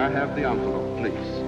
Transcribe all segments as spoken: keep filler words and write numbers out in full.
I have the envelope, please?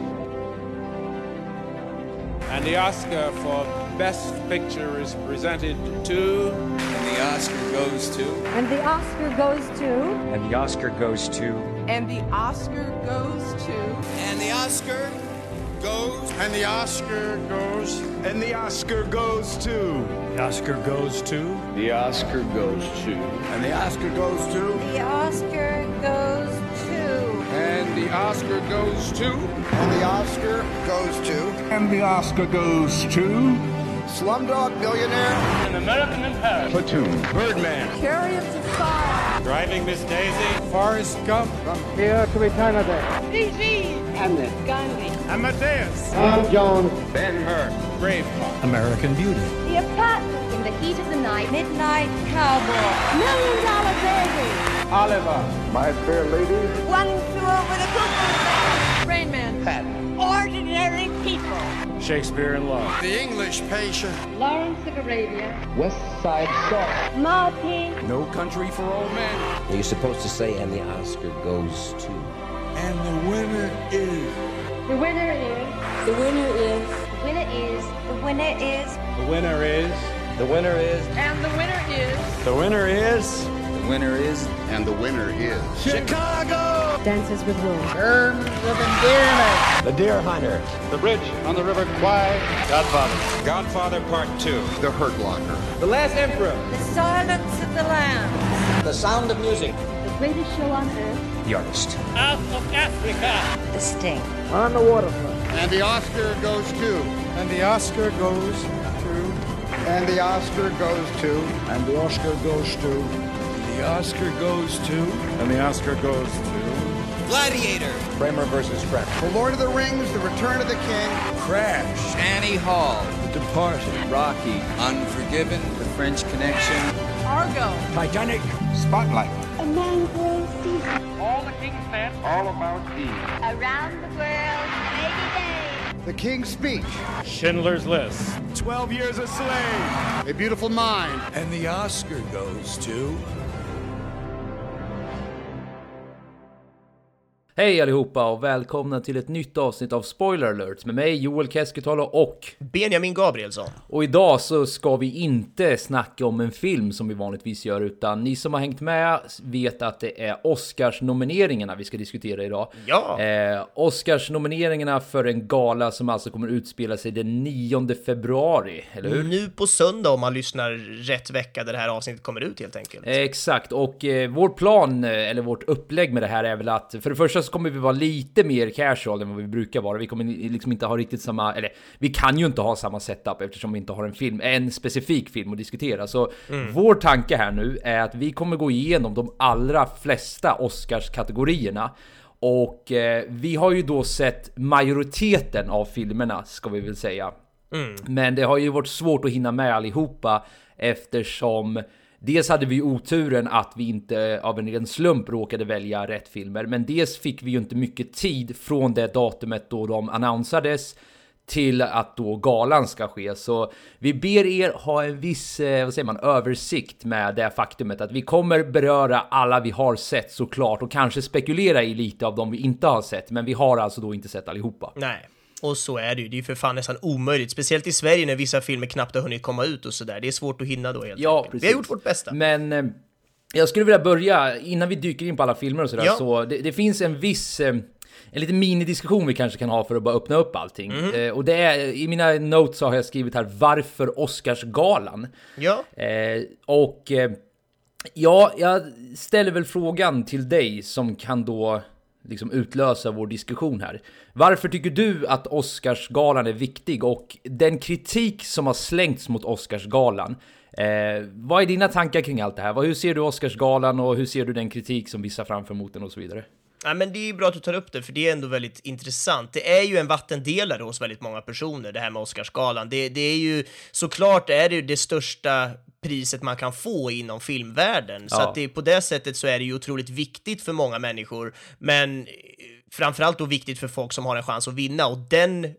And the Oscar for Best Picture is presented to... And the Oscar goes to... And the Oscar goes to... And the Oscar goes to... And the Oscar goes to... And the Oscar goes... And the Oscar goes... And the Oscar goes to... The Oscar goes to... The Oscar goes to... And the Oscar goes to... The Oscar goes to... And the Oscar goes to... And the Oscar goes to... And the Oscar goes to... Slumdog Millionaire... An American in Paris. Platoon. Birdman. Chariots of Fire. Driving Miss Daisy. Forrest Gump. From Here to Eternity. D G. Hamlet. Gandhi. Amadeus. Tom Jones. Ben-Hur. Braveheart. American Beauty. The Apartment. In the Heat of the Night. Midnight Cowboy. Million Dollar Baby. Oliver. My Fair Lady. One Flew Over the Cuckoo's Nest. Rain Man. Patton. Ordinary People. Shakespeare in Love. The English Patient. Lawrence of Arabia. West Side Story. Marty. No Country for Old Men. You're supposed to say, and the Oscar goes to. And the winner is... The winner is... The winner is... The winner is... The winner is... The winner is... The winner is. And the winner is... The winner is... The winner is... And the winner is... Chicago! Dances with Wolves. Terms of Endearment. The Deer Hunter. The Bridge on the River Kwai. Godfather. Godfather Part two. The Hurt Locker. The Last Emperor. The Silence of the Lambs. The Sound of Music. The Greatest Show on Earth. The Artist. Out of Africa. The Sting. On the Waterfront. And the Oscar goes to... And the Oscar goes to... And the Oscar goes to... And the Oscar goes to... The Oscar goes to... And the Oscar goes to... Gladiator. Kramer versus Kramer. The Lord of the Rings, The Return of the King... Crash. Annie Hall. The Departed... Rocky. Unforgiven. The French Connection. Argo. Titanic. Spotlight. A Mangrove Season. All the King's Men. All About Eve. Around the World in eighty days. The King's Speech... Schindler's List. Twelve Years a Slave... A Beautiful Mind... And the Oscar goes to... Hej allihopa och välkomna till ett nytt avsnitt av Spoiler Alert med mig Joel Keskitalo och Benjamin Gabrielsson. Och idag så ska vi inte snacka om en film som vi vanligtvis gör, utan ni som har hängt med vet att det är Oscars-nomineringarna vi ska diskutera idag. Ja. Eh, Oscars-nomineringarna för en gala som alltså kommer utspela sig den nionde februari, eller hur? Nu på söndag om man lyssnar rätt vecka där det här avsnittet kommer ut helt enkelt. Eh, exakt, och eh, vår plan, eh, eller vårt upplägg med det här är väl att för det första så kommer vi vara lite mer casual än vad vi brukar vara. Vi kommer liksom inte ha riktigt samma, eller vi kan ju inte ha samma setup eftersom vi inte har en film, en specifik film att diskutera. Så mm. vår tanke här nu är att vi kommer gå igenom de allra flesta Oscars-kategorierna. Och eh, vi har ju då sett majoriteten av filmerna, ska vi väl säga. Mm. Men det har ju varit svårt att hinna med allihopa eftersom dels hade vi oturen att vi inte av en ren slump råkade välja rätt filmer, men dels fick vi ju inte mycket tid från det datumet då de annonsades till att då galan ska ske. Så vi ber er ha en viss, vad säger man, översikt med det faktumet att vi kommer beröra alla vi har sett såklart och kanske spekulera i lite av dem vi inte har sett, men vi har alltså då inte sett allihopa. Nej. Och så är det ju. Det är ju för fan nästan omöjligt. Speciellt i Sverige när vissa filmer knappt har hunnit komma ut och sådär. Det är svårt att hinna då helt ja, enkelt. Precis. Vi har gjort vårt bästa. Men eh, jag skulle vilja börja, innan vi dyker in på alla filmer och sådär, ja. så det, det finns en viss, eh, en liten minidiskussion vi kanske kan ha för att bara öppna upp allting. Mm. Eh, och det är, i mina notes så har jag skrivit här, varför Oscarsgalan? Ja. Eh, och eh, ja, jag ställer väl frågan till dig som kan då liksom utlösa vår diskussion här. Varför tycker du att Oscarsgalan är viktig och den kritik som har slängts mot Oscarsgalan, eh, vad är dina tankar kring allt det här? Hur ser du Oscarsgalan och hur ser du den kritik som vissa framför mot den och så vidare? Ja, men det är ju bra att du tar upp det, för det är ändå väldigt intressant. Det är ju en vattendelare hos väldigt många personer, det här med Oscarsgalan. Det, det är ju, såklart är det ju det största priset man kan få inom filmvärlden. Ja. Så att det, på det sättet så är det ju otroligt viktigt för många människor, men framförallt då viktigt för folk som har en chans att vinna, och den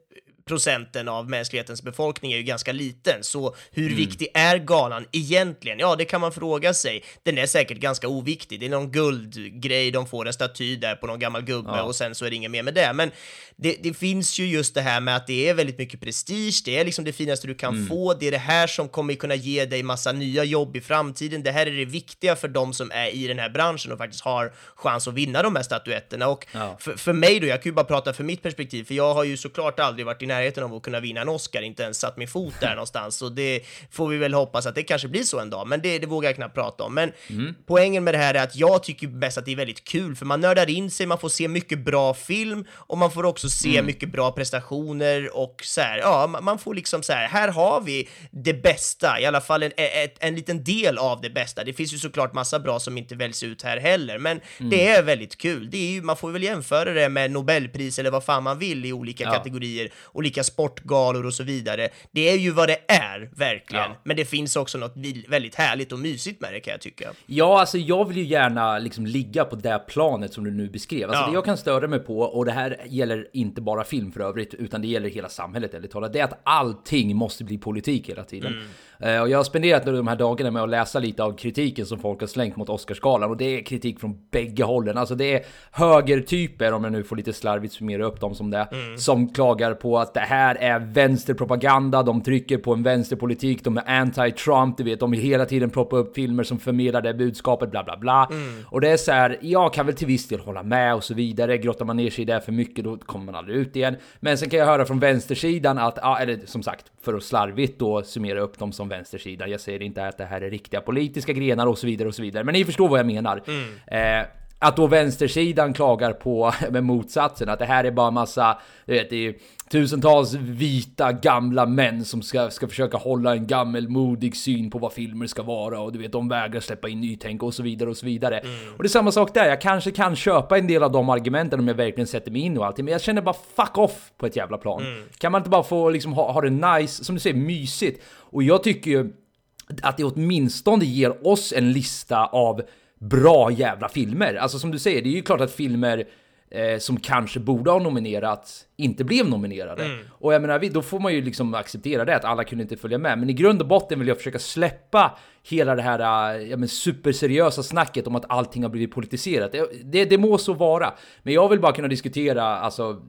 procenten av mänsklighetens befolkning är ju ganska liten, så hur mm. viktig är galan egentligen? Ja, det kan man fråga sig. Den är säkert ganska oviktig. Det är någon guldgrej, de får en staty där på någon gammal gubbe ja. och sen så är det inget mer med det. Men det, det finns ju just det här med att det är väldigt mycket prestige, det är liksom det finaste du kan mm. få, det är det här som kommer kunna ge dig massa nya jobb i framtiden, det här är det viktiga för de som är i den här branschen och faktiskt har chans att vinna de här statuetterna. Och ja. för, för mig då, jag kan ju bara prata för mitt perspektiv, för jag har ju såklart aldrig varit i närheten av att kunna vinna en Oscar, inte ens satt min fot där någonstans, och det får vi väl hoppas att det kanske blir så en dag, men det, det vågar jag knappt prata om. Men mm. poängen med det här är att jag tycker bäst att det är väldigt kul, för man nördar in sig, man får se mycket bra film och man får också se mm. mycket bra prestationer och så här, ja, man får liksom så här, här har vi det bästa, i alla fall en, en, en liten del av det bästa. Det finns ju såklart massa bra som inte väljs ut här heller, men mm. det är väldigt kul. Det är ju, man får väl jämföra det med Nobelpris eller vad fan man vill i olika ja. kategorier, olika sportgalor och så vidare. Det är ju vad det är, verkligen. Ja. Men det finns också något väldigt härligt och mysigt med det, kan jag tycka. Ja, alltså jag vill ju gärna liksom ligga på det planet som du nu beskrev. Alltså ja. det jag kan störa mig på, och det här gäller inte bara film för övrigt, utan det gäller hela samhället, eller talat, det är att allting måste bli politik hela tiden. Mm. Uh, och jag har spenderat de här dagarna med att läsa lite av kritiken som folk har slängt mot Oscarsgalan, och det är kritik från bägge hållen. Alltså det är högertyper, om jag nu får lite slarvigt summera upp dem som det, mm. som klagar på att det här är vänsterpropaganda, de trycker på en vänsterpolitik, de är anti-Trump, du vet, de vill hela tiden proppa upp filmer som förmedlar det budskapet, bla bla bla. Mm. Och det är så här, jag kan väl till viss del hålla med och så vidare, grottar man ner sig där för mycket, då kommer man aldrig ut igen. Men sen kan jag höra från vänstersidan att, ja, eller som sagt, för att slarvigt då summera upp dem som vänstersidan, jag säger inte att det här är riktiga politiska grenar och så vidare och så vidare, men ni förstår vad jag menar. Mm. Eh, att då vänstersidan klagar på med motsatsen, att det här är bara massa, du vet, det är tusentals vita gamla män som ska, ska försöka hålla en gammelmodig syn på vad filmer ska vara, och du vet, de vägrar släppa in nytänk och så vidare och så vidare. Mm. Och det är samma sak där, jag kanske kan köpa en del av de argumenten om jag verkligen sätter mig in och allting, men jag känner bara fuck off på ett jävla plan. Mm. Kan man inte bara få liksom ha, ha det nice, som du säger, mysigt? Och jag tycker ju att det åtminstone ger oss en lista av bra jävla filmer. Alltså som du säger, det är ju klart att filmer eh, som kanske borde ha nominerats inte blev nominerade. Mm. Och jag menar, då får man ju liksom acceptera det, att alla kunde inte följa med. Men i grund och botten vill jag försöka släppa hela det här ja, men superseriösa snacket om att allting har blivit politiserat. Det, det, det må så vara. Men jag vill bara kunna diskutera, alltså,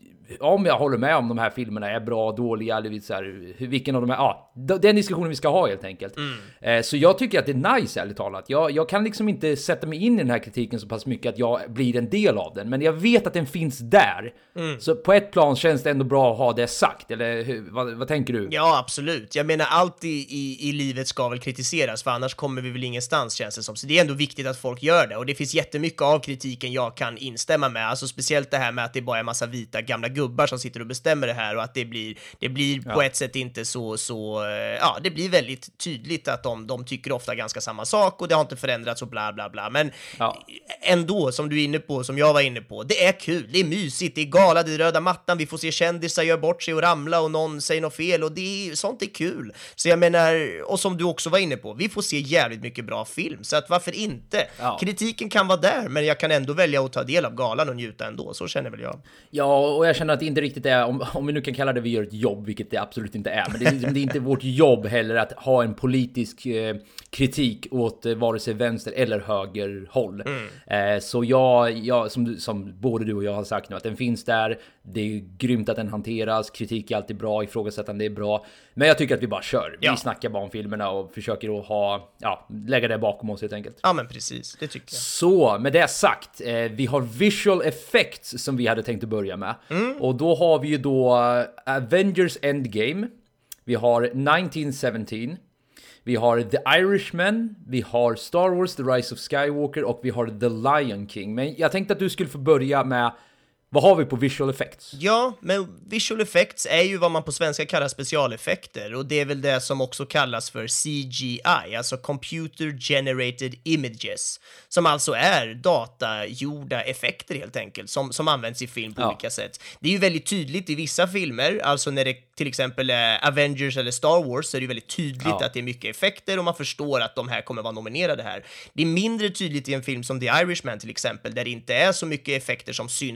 om jag håller med om de här filmerna är bra, dåliga, eller så här, vilken av de här, ja, den diskussionen vi ska ha helt enkelt. Mm. Eh, så jag tycker att det är nice, ärligt talat. Jag, jag kan liksom inte sätta mig in i den här kritiken så pass mycket att jag blir en del av den, men jag vet att den finns där. Mm. Så på ett plan känns det ändå bra att ha det sagt, eller hur, vad, vad tänker du? Ja, absolut. Jag menar, allt i, i, i livet ska väl kritiseras, för annars kommer vi väl ingenstans, känns det som. Så det är ändå viktigt att folk gör det, och det finns jättemycket av kritiken jag kan instämma med. Alltså speciellt det här med att det bara är massa vita gamla gubbar som sitter och bestämmer det här, och att det blir, det blir ja. på ett sätt inte så, så, ja, det blir väldigt tydligt att de, de tycker ofta ganska samma sak, och det har inte förändrats och bla bla bla, men ja. ändå, som du är inne på, som jag var inne på, det är kul, det är mysigt, det är gala, det är röda mattan, vi får se kändisar göra bort sig och ramla och någon säger något fel, och det är, sånt är kul. Så jag menar, och som du också var inne på, vi får se jävligt mycket bra film, så att varför inte? Ja. Kritiken kan vara där, men jag kan ändå välja att ta del av galan och njuta ändå, så känner väl jag. Ja, och jag känner att det inte riktigt är, om, om vi nu kan kalla det vi gör ett jobb, vilket det absolut inte är, men det, är, det är inte vårt jobb heller att ha en politisk eh, kritik åt eh, vare sig vänster eller höger håll. Mm. Eh, så jag, jag som, som både du och jag har sagt nu, att den finns där, det är grymt att den hanteras, kritik är alltid bra, ifrågasättande är bra, men jag tycker att vi bara kör, ja. vi snackar bara om filmerna och försöker att ha, ja, lägga det bakom oss helt enkelt. Ja, men precis, det tycker jag. Så, med det sagt, eh, vi har visual effects som vi hade tänkt att börja med, mm. och då har vi ju då Avengers Endgame, vi har nitton sexton, vi har The Irishman, vi har Star Wars The Rise of Skywalker och vi har The Lion King. Men jag tänkte att du skulle få börja med, vad har vi på visual effects? Ja, men visual effects är ju vad man på svenska kallar specialeffekter, och det är väl det som också kallas för C G I, alltså Computer Generated Images, som alltså är datagjorda effekter helt enkelt, som, som används i film på ja. olika sätt. Det är ju väldigt tydligt i vissa filmer, alltså när det till exempel är Avengers eller Star Wars, så är det ju väldigt tydligt ja. att det är mycket effekter, och man förstår att de här kommer vara nominerade här. Det är mindre tydligt i en film som The Irishman till exempel, där det inte är så mycket effekter som syns tydligt,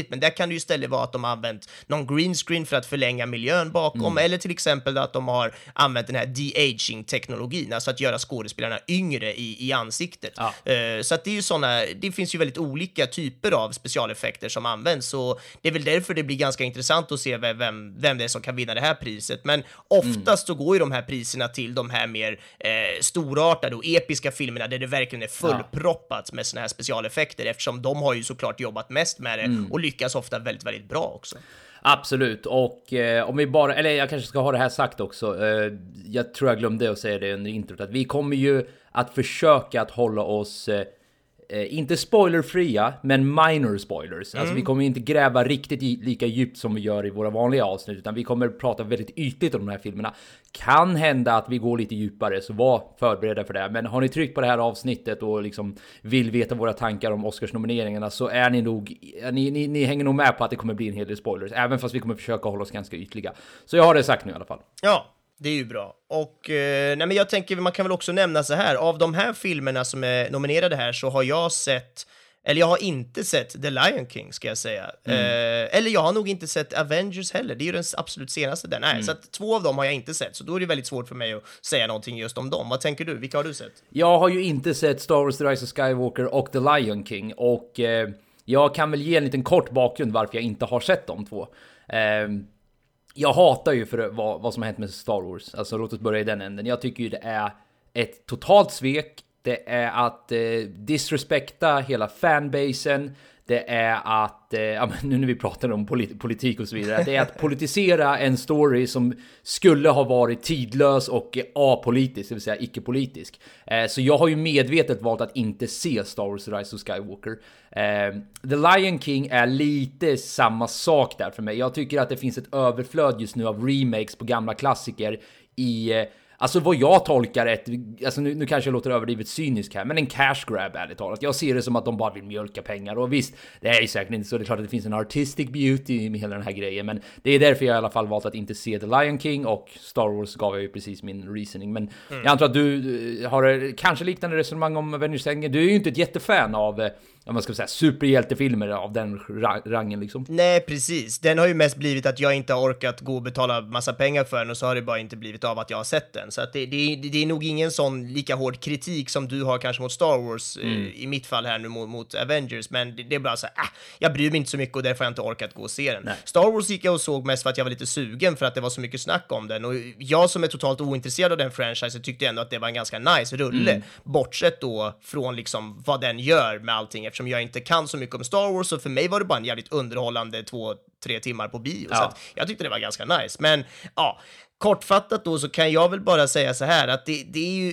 tydligt, men där kan det ju istället vara att de har använt någon green screen för att förlänga miljön bakom, mm. eller till exempel att de har använt den här de-aging-teknologin, alltså att göra skådespelarna yngre i, i ansiktet. Ja. Uh, så att det är ju såna, det finns ju väldigt olika typer av specialeffekter som används, så det är väl därför det blir ganska intressant att se vem, vem det är som kan vinna det här priset. Men oftast mm. så går ju de här priserna till de här mer eh, storartade och episka filmerna där det verkligen är fullproppat med såna här specialeffekter, eftersom de har ju såklart jobbat mest med det mm. och lyckas ofta väldigt, väldigt bra också. Absolut, och eh, om vi bara, eller jag kanske ska ha det här sagt också, eh, jag tror jag glömde att säga det under introt, att vi kommer ju att försöka att hålla oss eh, Eh, inte spoilerfria, men minor spoilers. Mm. Alltså vi kommer inte gräva riktigt i, lika djupt som vi gör i våra vanliga avsnitt, utan vi kommer prata väldigt ytligt om de här filmerna. Kan hända att vi går lite djupare, så var förberedda för det. Men har ni tryckt på det här avsnittet och liksom vill veta våra tankar om Oscarsnomineringarna, så är ni nog, ni, ni, ni hänger nog med på att det kommer bli en hel del spoilers, även fast vi kommer försöka hålla oss ganska ytliga. Så jag har det sagt nu i alla fall. Ja. Det är ju bra. Och eh, nej, men jag tänker, man kan väl också nämna så här, av de här filmerna som är nominerade här så har jag sett, eller jag har inte sett The Lion King, ska jag säga. Mm. Eh, eller jag har nog inte sett Avengers heller, det är ju den absolut senaste där. Nej, mm. så att två av dem har jag inte sett, så då är det väldigt svårt för mig att säga någonting just om dem. Vad tänker du? Vilka har du sett? Jag har ju inte sett Star Wars: The Rise of Skywalker och The Lion King, och eh, jag kan väl ge en liten kort bakgrund varför jag inte har sett de två. Eh, Jag hatar ju för vad, vad som har hänt med Star Wars. Alltså låt oss börja i den änden. Jag tycker ju det är ett totalt svek. Det är att eh, disrespekta hela fanbasen. Det är att, eh, ja, men nu när vi pratar om polit- politik och så vidare, det är att politisera en story som skulle ha varit tidlös och apolitisk, det vill säga icke-politisk. Eh, så jag har ju medvetet valt att inte se Star Wars: Rise of Skywalker. Eh, The Lion King är lite samma sak där för mig. Jag tycker att det finns ett överflöd just nu av remakes på gamla klassiker i... Eh, Alltså vad jag tolkar ett, alltså nu, nu kanske jag låter överdrivet cynisk här, men en cash grab ärligt talat. Jag ser det som att de bara vill mjölka pengar, och visst, det är ju säkert inte så, det är klart att det finns en artistic beauty med hela den här grejen, men det är därför jag i alla fall valt att inte se The Lion King, och Star Wars gav jag ju precis min reasoning, men mm. jag antar att du har kanske liknande resonemang om Avengers Endgame. Du är ju inte ett jättefan av, om man ska säga, superhjältefilmer av den rangen liksom. Nej, precis. Den har ju mest blivit att jag inte har orkat gå och betala massa pengar för den, och så har det bara inte blivit av att jag har sett den. Så att det, det, det är nog ingen sån lika hård kritik som du har kanske mot Star Wars, mm. eh, i mitt fall här nu mot, mot Avengers, men det, det är bara så här, ah, jag bryr mig inte så mycket och därför har jag inte orkat gå och se den. Nej. Star Wars gick jag och såg mest för att jag var lite sugen för att det var så mycket snack om den, och jag som är totalt ointresserad av den franchisen tyckte ändå att det var en ganska nice rulle, mm. bortsett då från liksom vad den gör med allting, eftersom jag inte kan så mycket om Star Wars, så för mig var det bara en jävligt underhållande två, tre timmar på bio, ja. Så att jag tyckte det var ganska nice, men ja, kortfattat då så kan jag väl bara säga så här att det, det är ju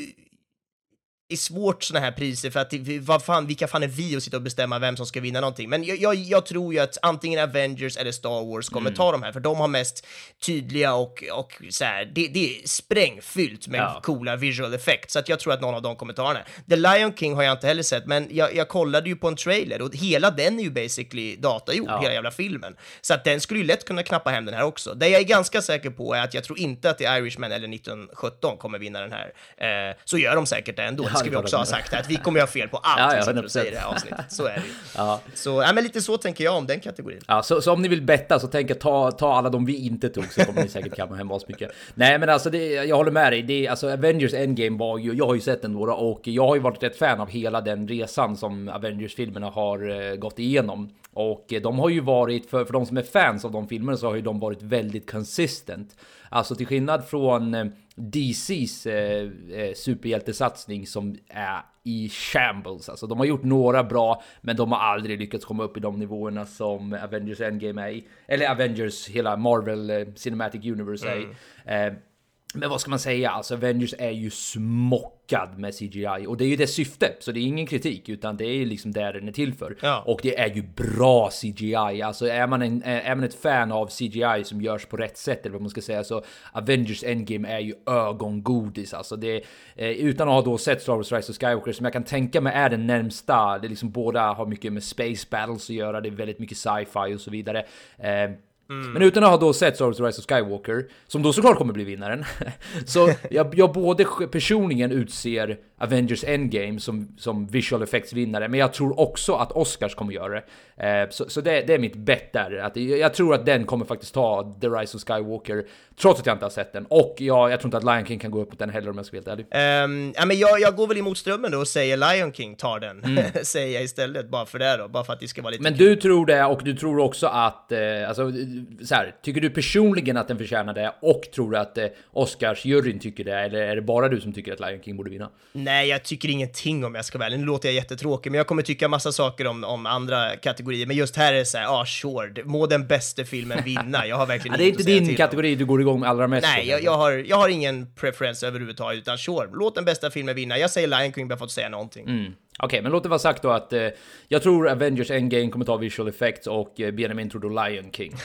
är svårt såna här priser, för att det, vad fan, vilka fan är vi att sitta och bestämma vem som ska vinna någonting, men jag, jag, jag tror ju att antingen Avengers eller Star Wars kommer mm. ta de här, för de har mest tydliga och, och så här, det, det är sprängfyllt med ja. coola visual effects, så att jag tror att någon av dem kommer ta den här. The Lion King har jag inte heller sett, men jag, jag kollade ju på en trailer och hela den är ju basically datagjord, ja. hela jävla filmen, så att den skulle ju lätt kunna knappa hem den här också. Det jag är ganska säker på är att jag tror inte att The Irishman eller nitton sjutton kommer vinna den här, eh, så gör de säkert det ändå. Ska vi också ha sagt att vi kommer göra fel på allt ja, ja, som säger i det här avsnittet. Så är det ju. Ja. Så, ja, men lite så tänker jag om den kategorin. Ja, så, så om ni vill betta så tänker ta, ta alla de vi inte tog, så kommer ni säkert kamma hem oss mycket. Nej, men alltså det, jag håller med dig. Det, alltså Avengers Endgame var ju, jag har ju sett den några, och jag har ju varit ett fan av hela den resan som Avengers-filmerna har uh, gått igenom. Och de har ju varit, för, för de som är fans av de filmerna, så har ju de varit väldigt consistent. Alltså till skillnad från eh, D C:s eh, eh, superhjältesatsning som är i shambles. Alltså de har gjort några bra, men de har aldrig lyckats komma upp i de nivåerna som Avengers Endgame är i. Eller Avengers, hela Marvel eh, Cinematic Universe är i. Mm. Eh, Men vad ska man säga? Alltså Avengers är ju smockad med C G I, och det är ju det syfte, så det är ingen kritik, utan det är liksom där den är till för. Ja. Och det är ju bra C G I. Alltså är man, en, är man ett fan av C G I som görs på rätt sätt, eller vad man ska säga, så Avengers Endgame är ju ögongodis. Alltså det, eh, utan att ha då sett Star Wars: Rise of Skywalker, som jag kan tänka mig är den närmsta. Det är liksom, båda har mycket med space battles att göra, det är väldigt mycket sci-fi och så vidare. Eh, Mm. Men utan att ha då sett Star Wars Rise of Skywalker, som då såklart kommer bli vinnaren, så jag, jag både personligen utser Avengers Endgame som, som visual effects vinnare, men jag tror också att Oscars kommer göra det. Eh, så så det, det är mitt bett där. Att jag, jag tror att den kommer faktiskt ta The Rise of Skywalker, trots att jag inte har sett den. Och jag, jag tror inte att Lion King kan gå upp mot den heller, om jag ska vara helt ärlig. Um, ja, men jag, jag går väl emot strömmen då och säger Lion King tar den. Mm. Säger jag istället, bara för det då. Bara för att det ska vara lite Men kul. du tror det, och du tror också att, eh, alltså, så här, tycker du personligen att den förtjänar det, och tror du att eh, Oscars-juryn tycker det, eller är det bara du som tycker att Lion King borde vinna? Nej, jag tycker ingenting om jag ska välja. Nu låter jag jättetråkig, men jag kommer tycka massa saker om, om andra kategorier. Men just här är det så här, ah, sure, må den bästa filmen vinna. Jag har verkligen ja, det är inte din kategori du går igång med allra mest. Nej, jag, jag, har, jag har ingen preference överhuvudtaget, utan sure, låt den bästa filmen vinna. Jag säger Lion King bara för att säga någonting. Mm. Okej, okay, men låt det vara sagt då att eh, jag tror Avengers Endgame kommer ta visual effects och eh, Benjamin tror då Lion King.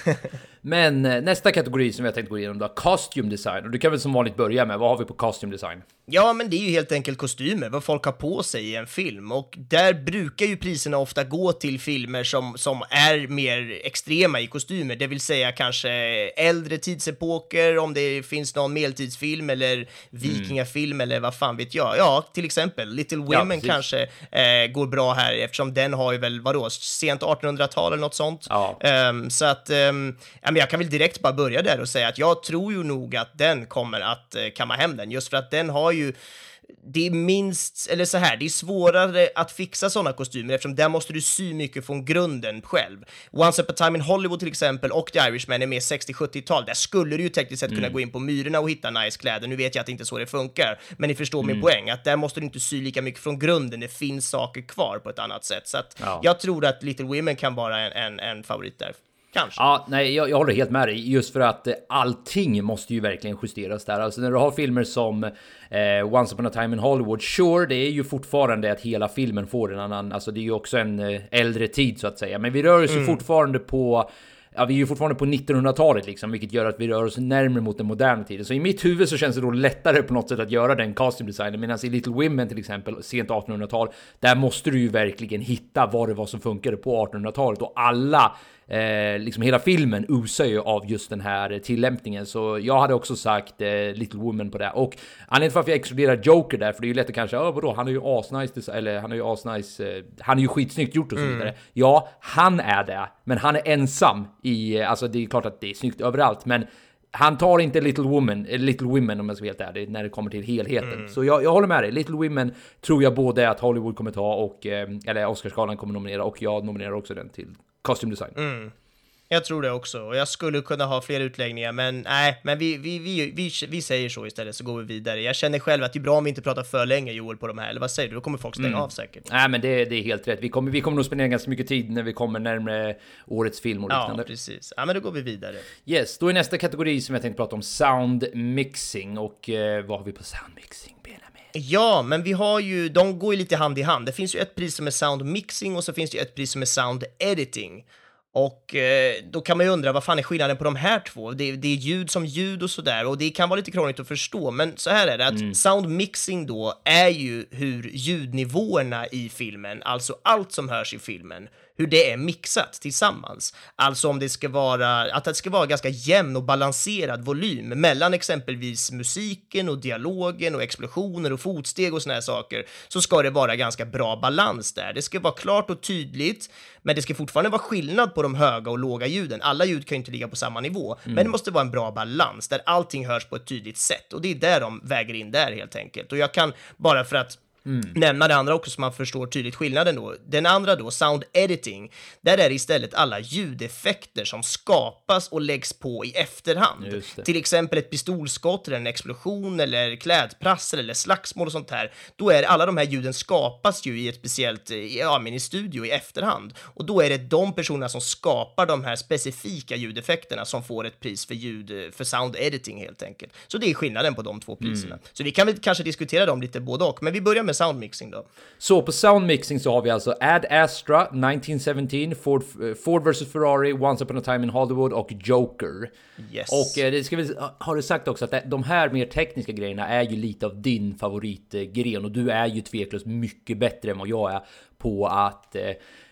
Men eh, nästa kategori som jag tänkte gå igenom då, costume design. Och du kan väl som vanligt börja med, vad har vi på costume design? Ja, men det är ju helt enkelt kostymer, vad folk har på sig i en film. Och där brukar ju priserna ofta gå till filmer som, som är mer extrema i kostymer. Det vill säga kanske äldre tidsepoker, om det finns någon medeltidsfilm eller vikingafilm mm. eller vad fan vet jag. Ja, till exempel Little Women ja, kanske eh, går bra här, eftersom den har ju väl, vadå, sent artonhundratal eller något sånt. Ja. Um, så att, um, ja, men jag kan väl direkt bara börja där och säga att jag tror ju nog att den kommer att uh, kamma hem den, just för att den har ju det är minst, eller så här, det är svårare att fixa sådana kostymer eftersom där måste du sy mycket från grunden själv. Once Upon a Time in Hollywood till exempel och The Irishman är mer sextio-sjuttiotal. Där skulle du ju tekniskt sett mm. kunna gå in på myrorna och hitta nice kläder. Nu vet jag att det inte är så det funkar, men ni förstår mm. min poäng, att där måste du inte sy lika mycket från grunden. Det finns saker kvar på ett annat sätt. Så att ja. jag tror att Little Women kan vara en, en, en favorit där. Kanske. Ja, nej, jag, jag håller helt med dig. Just för att eh, allting måste ju verkligen justeras där. Alltså när du har filmer som eh, Once Upon a Time in Hollywood, sure, det är ju fortfarande att hela filmen får en annan, alltså det är ju också en eh, äldre tid så att säga. Men vi rör oss mm. ju fortfarande på, ja, vi är ju fortfarande på nittonhundratalet liksom, vilket gör att vi rör oss närmare mot den moderna tiden. Så i mitt huvud så känns det då lättare på något sätt att göra den costume designen, medan i Little Women till exempel, sent artonhundratal, där måste du ju verkligen hitta vad det var som funkade på artonhundratalet, och alla Eh, liksom hela filmen osar ju av just den här tillämpningen. Så jag hade också sagt eh, Little Women på det. Och anledningen för att jag exkluderar Joker där, för det är ju lätt att kanske, ja vadå, han är ju asnice, eller han är ju asnice, eh, han är ju skitsnyggt gjort och så vidare. Mm. Ja, han är det, men han är ensam i, alltså det är klart att det är snyggt överallt, men han tar inte Little Woman, Little Women om jag ska vara helt ärlig, när det kommer till helheten. Mm. Så jag, jag håller med dig. Little Women tror jag både att Hollywood kommer ta och, eh, eller Oscarsgalan kommer nominera, och jag nominerar också den till costume design. Mm. Jag tror det också, och jag skulle kunna ha fler utläggningar, men nej, men vi, vi, vi, vi, vi säger så istället, så går vi vidare. Jag känner själv att det är bra om vi inte pratar för länge, Joel, på de här, eller vad säger du? Då kommer folk stänga mm. av säkert. Nej, men det, det är helt rätt. Vi kommer, vi kommer nog spendera ganska mycket tid när vi kommer närmare årets film och liknande. Ja, precis. Ja, men då går vi vidare. Yes, då är nästa kategori som jag tänkte prata om sound mixing, och eh, vad har vi på sound mixing, Benjamin? Ja, men vi har ju, de går ju lite hand i hand. Det finns ju ett pris som är sound mixing, och så finns det ju ett pris som är sound editing. Och eh, då kan man ju undra, vad fan är skillnaden på de här två? Det, det är ljud som ljud och sådär, och det kan vara lite krångligt att förstå, men så här är det, att mm. sound mixing då är ju hur ljudnivåerna i filmen, alltså allt som hörs i filmen, hur det är mixat tillsammans. Alltså om det ska vara, att det ska vara ganska jämn och balanserad volym mellan exempelvis musiken och dialogen och explosioner och fotsteg och såna här saker, så ska det vara ganska bra balans där. Det ska vara klart och tydligt, men det ska fortfarande vara skillnad på de höga och låga ljuden. Alla ljud kan ju inte ligga på samma nivå, mm. men det måste vara en bra balans där allting hörs på ett tydligt sätt, och det är där de väger in där helt enkelt. Och jag kan, bara för att Mm. nämna det andra också så man förstår tydligt skillnaden då. Den andra då, sound editing, där är det istället alla ljudeffekter som skapas och läggs på i efterhand. Till exempel ett pistolskott eller en explosion eller klädprassel eller slagsmål och sånt här. Då är alla de här ljuden skapas ju i ett speciellt, ja men i studio i efterhand. Och då är det de personerna som skapar de här specifika ljudeffekterna som får ett pris för ljud, för sound editing helt enkelt. Så det är skillnaden på de två priserna. Mm. Så vi kan väl kanske diskutera dem lite både och, men vi börjar med sound mixing då. Så på sound mixing så har vi alltså Ad Astra, nitton seventeen, Ford, Ford versus Ferrari, Once Upon a Time in Hollywood och Joker. Yes. Och eh, det ska vi, har du sagt också att de här mer tekniska grejerna är ju lite av din favoritgren, och du är ju tveklöst mycket bättre än vad jag är på att eh,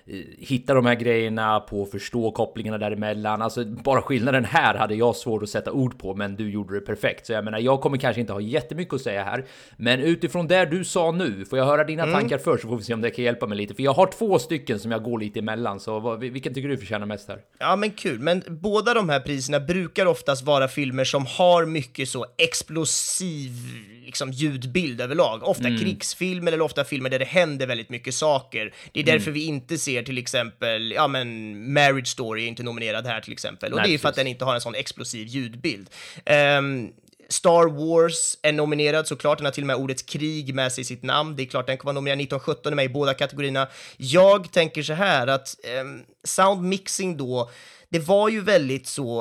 hitta de här grejerna, på att förstå kopplingarna däremellan. Alltså bara skillnaden här hade jag svårt att sätta ord på, men du gjorde det perfekt. Så jag menar, jag kommer kanske inte ha jättemycket att säga här, men utifrån det du sa nu, får jag höra dina mm. tankar först, så får vi se om det kan hjälpa mig lite. För jag har två stycken som jag går lite emellan, så vad, vilken tycker du förtjänar mest här? Ja, men kul. Men båda de här priserna brukar oftast vara filmer som har mycket så explosiv liksom ljudbild överlag. Ofta mm. krigsfilmer eller ofta filmer där det händer väldigt mycket saker. Det är därför mm. vi inte ser till exempel, ja men Marriage Story är inte nominerad här till exempel. Och Nej, det är för att den inte har en sån explosiv ljudbild. Um, Star Wars är nominerad såklart, den har till och med ordet krig med sig i sitt namn. Det är klart den kommer vara nominerad. nitton sjutton är med i båda kategorierna. Jag tänker så här att um, sound mixing då, det var ju väldigt så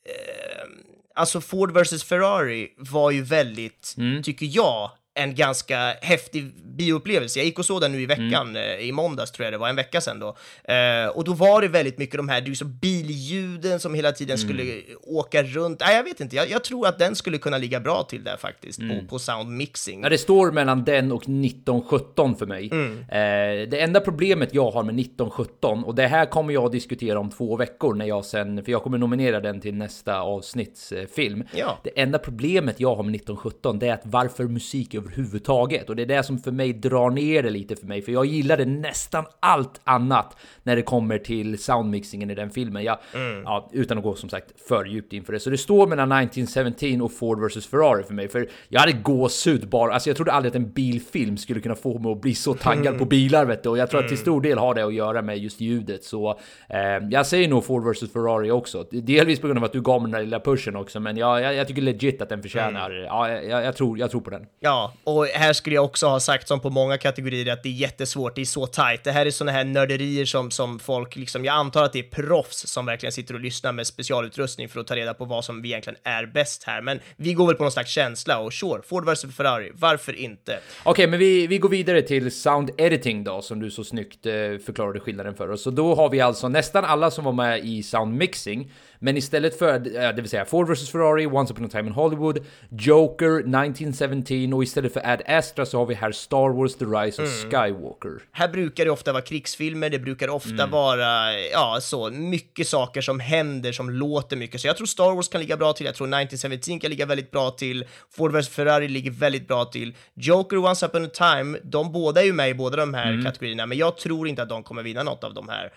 um, alltså Ford versus Ferrari var ju väldigt, mm. tycker jag, en ganska häftig bioupplevelse. Jag gick och såg den nu i veckan, mm. i måndags tror jag det var, en vecka sedan då. Eh, och då var det väldigt mycket de här, det är så billjuden som hela tiden mm. skulle åka runt. Nej, jag vet inte, jag, jag tror att den skulle kunna ligga bra till där faktiskt, mm. på, på sound mixing. Ja, det står mellan den och nitton sjutton för mig. Mm. Eh, det enda problemet jag har med nitton sjutton, och det här kommer jag att diskutera om två veckor när jag sen, för jag kommer nominera den till nästa avsnittsfilm. Ja. Det enda problemet jag har med nitton sjutton, det är att varför musik överhuvudtaget, och det är det som för mig drar ner det lite för mig, för jag gillade nästan allt annat när det kommer till soundmixingen i den filmen. Jag, mm. ja, utan att gå som sagt för djupt inför det. Så det står mellan nitton sjutton och Ford versus Ferrari för mig, för jag hade gåshud bara, alltså jag trodde aldrig att en bilfilm skulle kunna få mig att bli så taggad mm. på bilar, vet du, och jag tror mm. att till stor del har det att göra med just ljudet, så eh, jag säger nog Ford versus Ferrari också, delvis på grund av att du gav mig den där lilla pushen också, men jag, jag, jag tycker legit att den förtjänar, mm. ja, jag, jag, tror, jag tror på den. Ja, och här skulle jag också ha sagt, som på många kategorier, att det är jättesvårt, det är så tajt. Det här är såna här nörderier som, som folk, liksom, jag antar att det är proffs som verkligen sitter och lyssnar med specialutrustning för att ta reda på vad som vi egentligen är bäst här. Men vi går väl på någon slags känsla, och sure, Ford versus Ferrari, varför inte? Okej, okay, men vi, vi går vidare till sound editing då, som du så snyggt eh, förklarade skillnaden för oss. Så då har vi alltså nästan alla som var med i sound mixing, men istället för, det vill säga Ford versus Ferrari, Once Upon a Time in Hollywood, Joker, nitton sjutton, och istället för Ad Astra så har vi här Star Wars, The Rise of mm. Skywalker. Här brukar det ofta vara krigsfilmer, det brukar ofta mm. vara, ja, så mycket saker som händer, som låter mycket. Så jag tror Star Wars kan ligga bra till, jag tror nitton sjutton kan ligga väldigt bra till, Ford versus Ferrari ligger väldigt bra till, Joker och Once Upon a Time, de båda är ju med i båda de här mm. kategorierna, men jag tror inte att de kommer vinna något av de här.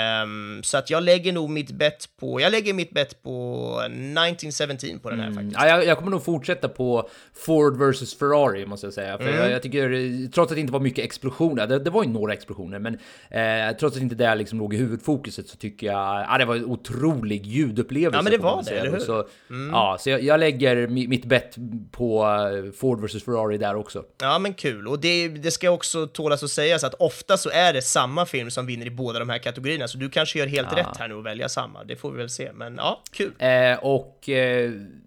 Um, så att jag lägger nog mitt bet på, jag lägger mitt bet på nitton sjutton på den här mm. faktiskt. Ja, jag, jag kommer nog fortsätta på Ford versus Ferrari, måste jag säga. För mm. jag, jag tycker, trots att det inte var mycket explosioner, det, det var ju några explosioner, men eh, trots att inte det liksom låg i huvudfokuset, så tycker jag, ja, det var en otrolig ljudupplevelse. Ja, men det var det, eller hur? Så, mm. ja, så jag, jag lägger mitt bet på Ford versus Ferrari där också. Ja, men kul. Och det, det ska också tålas att sägas att ofta så är det samma film som vinner i båda de här kategorierna, så du kanske gör helt ja. rätt här nu och välja samma. Det får vi väl se, men ja, kul. Eh, och eh,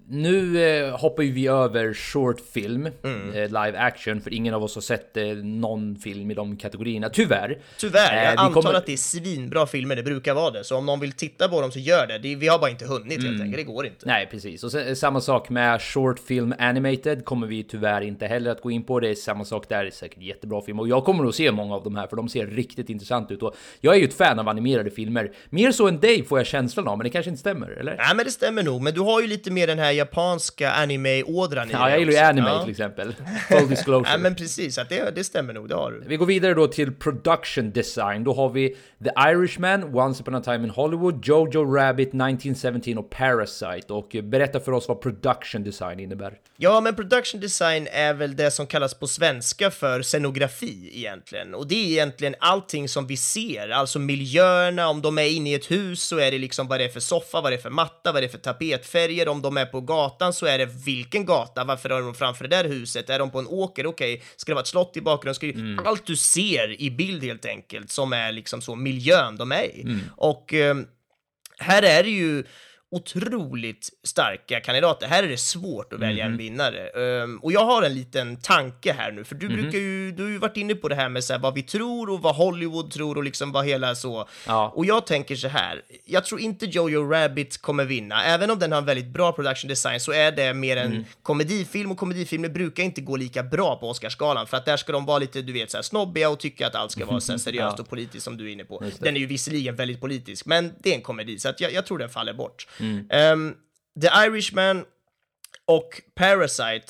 nu eh, hoppar vi över short film, mm. eh, live action, för ingen av oss har sett eh, någon film i de kategorierna, tyvärr. Tyvärr, jag eh, antar kommer... att det är svinbra filmer, det brukar vara det. Så om någon vill titta på dem så gör det. det vi har bara inte hunnit mm. helt enkelt, det går inte. Nej, precis. Och sen, samma sak med short film animated kommer vi tyvärr inte heller att gå in på. Det är samma sak där, det är säkert jättebra film. Och jag kommer nog se många av de här, för de ser riktigt intressant ut. Och jag är ju ett fan av animerade filmer. Mer så än dig får jag känslan av, men det kanske inte stämmer, eller? Nej, men det stämmer nog. Men du har ju lite mer den här japanska anime-ådran i ja, jag gillar ju anime ja. till exempel. Full disclosure. Ja, men precis, att det, det stämmer nog, det har du. Vi går vidare då till production design. Då har vi The Irishman, Once Upon a Time in Hollywood, Jojo Rabbit, nitton sjutton och Parasite. Och berätta för oss vad production design innebär. Ja, men production design är väl det som kallas på svenska för scenografi egentligen. Och det är egentligen allting som vi ser, alltså miljöerna, om de är inne i ett hus så är det liksom vad det är för soffa, vad det är för matta, vad det är för tapetfärger, om de är på gatan så är det vilken gata, varför är de framför det där huset, är de på en åker, okej, okay. Ska det vara ett slott i bakgrunden, ska det... mm. allt du ser i bild helt enkelt, som är liksom så miljön de är i. Mm. Och eh, här är det ju otroligt starka kandidater. Här är det svårt att välja mm-hmm. en vinnare. Um, och jag har en liten tanke här nu, för du mm-hmm. brukar ju, du har ju varit inne på det här med så här, vad vi tror och vad Hollywood tror och liksom vad hela så. Ja. Och jag tänker så här, jag tror inte Jojo Rabbit kommer vinna. Även om den har en väldigt bra production design så är det mer en mm. komedifilm, och komedifilmer brukar inte gå lika bra på Oscarsgalan, för att där ska de vara lite, du vet, så här snobbiga och tycka att allt ska vara så här seriöst ja. och politiskt som du är inne på. Den är ju visserligen väldigt politisk, men det är en komedi, så att jag, jag tror den faller bort. Mm. Um, The Irishman och Parasite,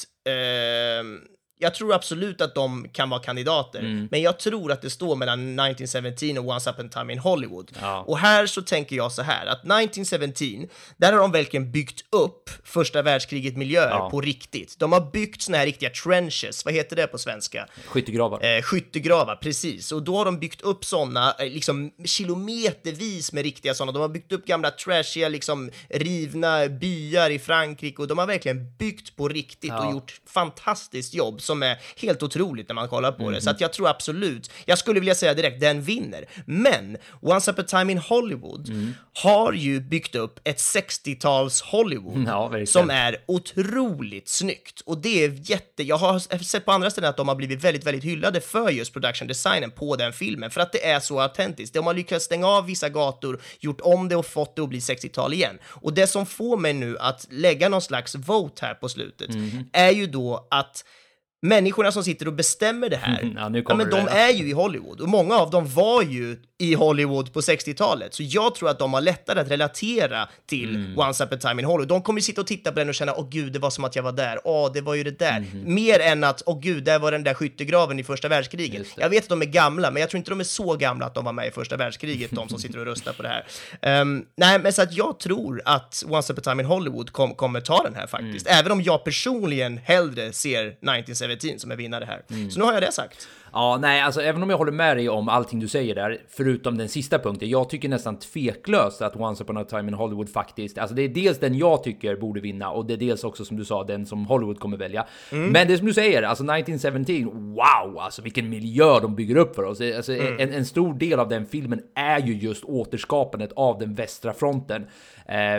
um, jag tror absolut att de kan vara kandidater, mm. men jag tror att det står mellan nineteen seventeen och Once Upon a Time in Hollywood. Ja. Och här så tänker jag så här, att nineteen seventeen, där har de verkligen byggt upp första världskriget miljöer ja. på riktigt. De har byggt såna här riktiga trenches, vad heter det på svenska? Skyttegravar. Eh, skyttegravar, precis. Och då har de byggt upp såna, eh, liksom kilometervis med riktiga såna. De har byggt upp gamla trashiga, liksom rivna byar i Frankrike, och de har verkligen byggt på riktigt ja. och gjort fantastiskt jobb som är helt otroligt när man kollar på mm. det. Så att jag tror absolut, jag skulle vilja säga direkt, den vinner. Men Once Upon a Time in Hollywood mm. har ju byggt upp ett sextio-tals Hollywood ja, som är otroligt snyggt. Och det är jätte, jag har sett på andra ställen att de har blivit väldigt, väldigt hyllade för just production designen på den filmen, för att det är så autentiskt. De har lyckats stänga av vissa gator, gjort om det och fått det att bli sextio-tal igen. Och det som får mig nu att lägga någon slags vote här på slutet mm. är ju då att människorna som sitter och bestämmer det här, ja, nu ja, men de det. är ju i Hollywood, och många av dem var ju i Hollywood på sextio-talet, så jag tror att de har lättare att relatera till mm. Once Upon a Time in Hollywood. De kommer ju sitta och titta på den och känna, åh gud, det var som att jag var där, åh, det var ju det där, mm. mer än att, åh gud, där var den där skyttegraven i första världskriget. Jag vet att de är gamla, men jag tror inte de är så gamla att de var med i första världskriget, de som sitter och röstar på det här. Um, nej, men så att jag tror att Once Upon a Time in Hollywood kom, kommer ta den här faktiskt, mm. även om jag personligen hellre ser nineteen seventeen som är vinnare här. Mm. Så nu har jag det sagt. Ja, nej, alltså även om jag håller med dig om allting du säger där, förutom den sista punkten, jag tycker nästan tveklöst att Once Upon a Time in Hollywood faktiskt, alltså det är dels den jag tycker borde vinna, och det är dels också, som du sa, den som Hollywood kommer välja. Mm. Men det som du säger, alltså nineteen seventeen, wow, alltså vilken miljö de bygger upp för oss. Alltså mm. en, en stor del av den filmen är ju just återskapandet av den västra fronten. Eh,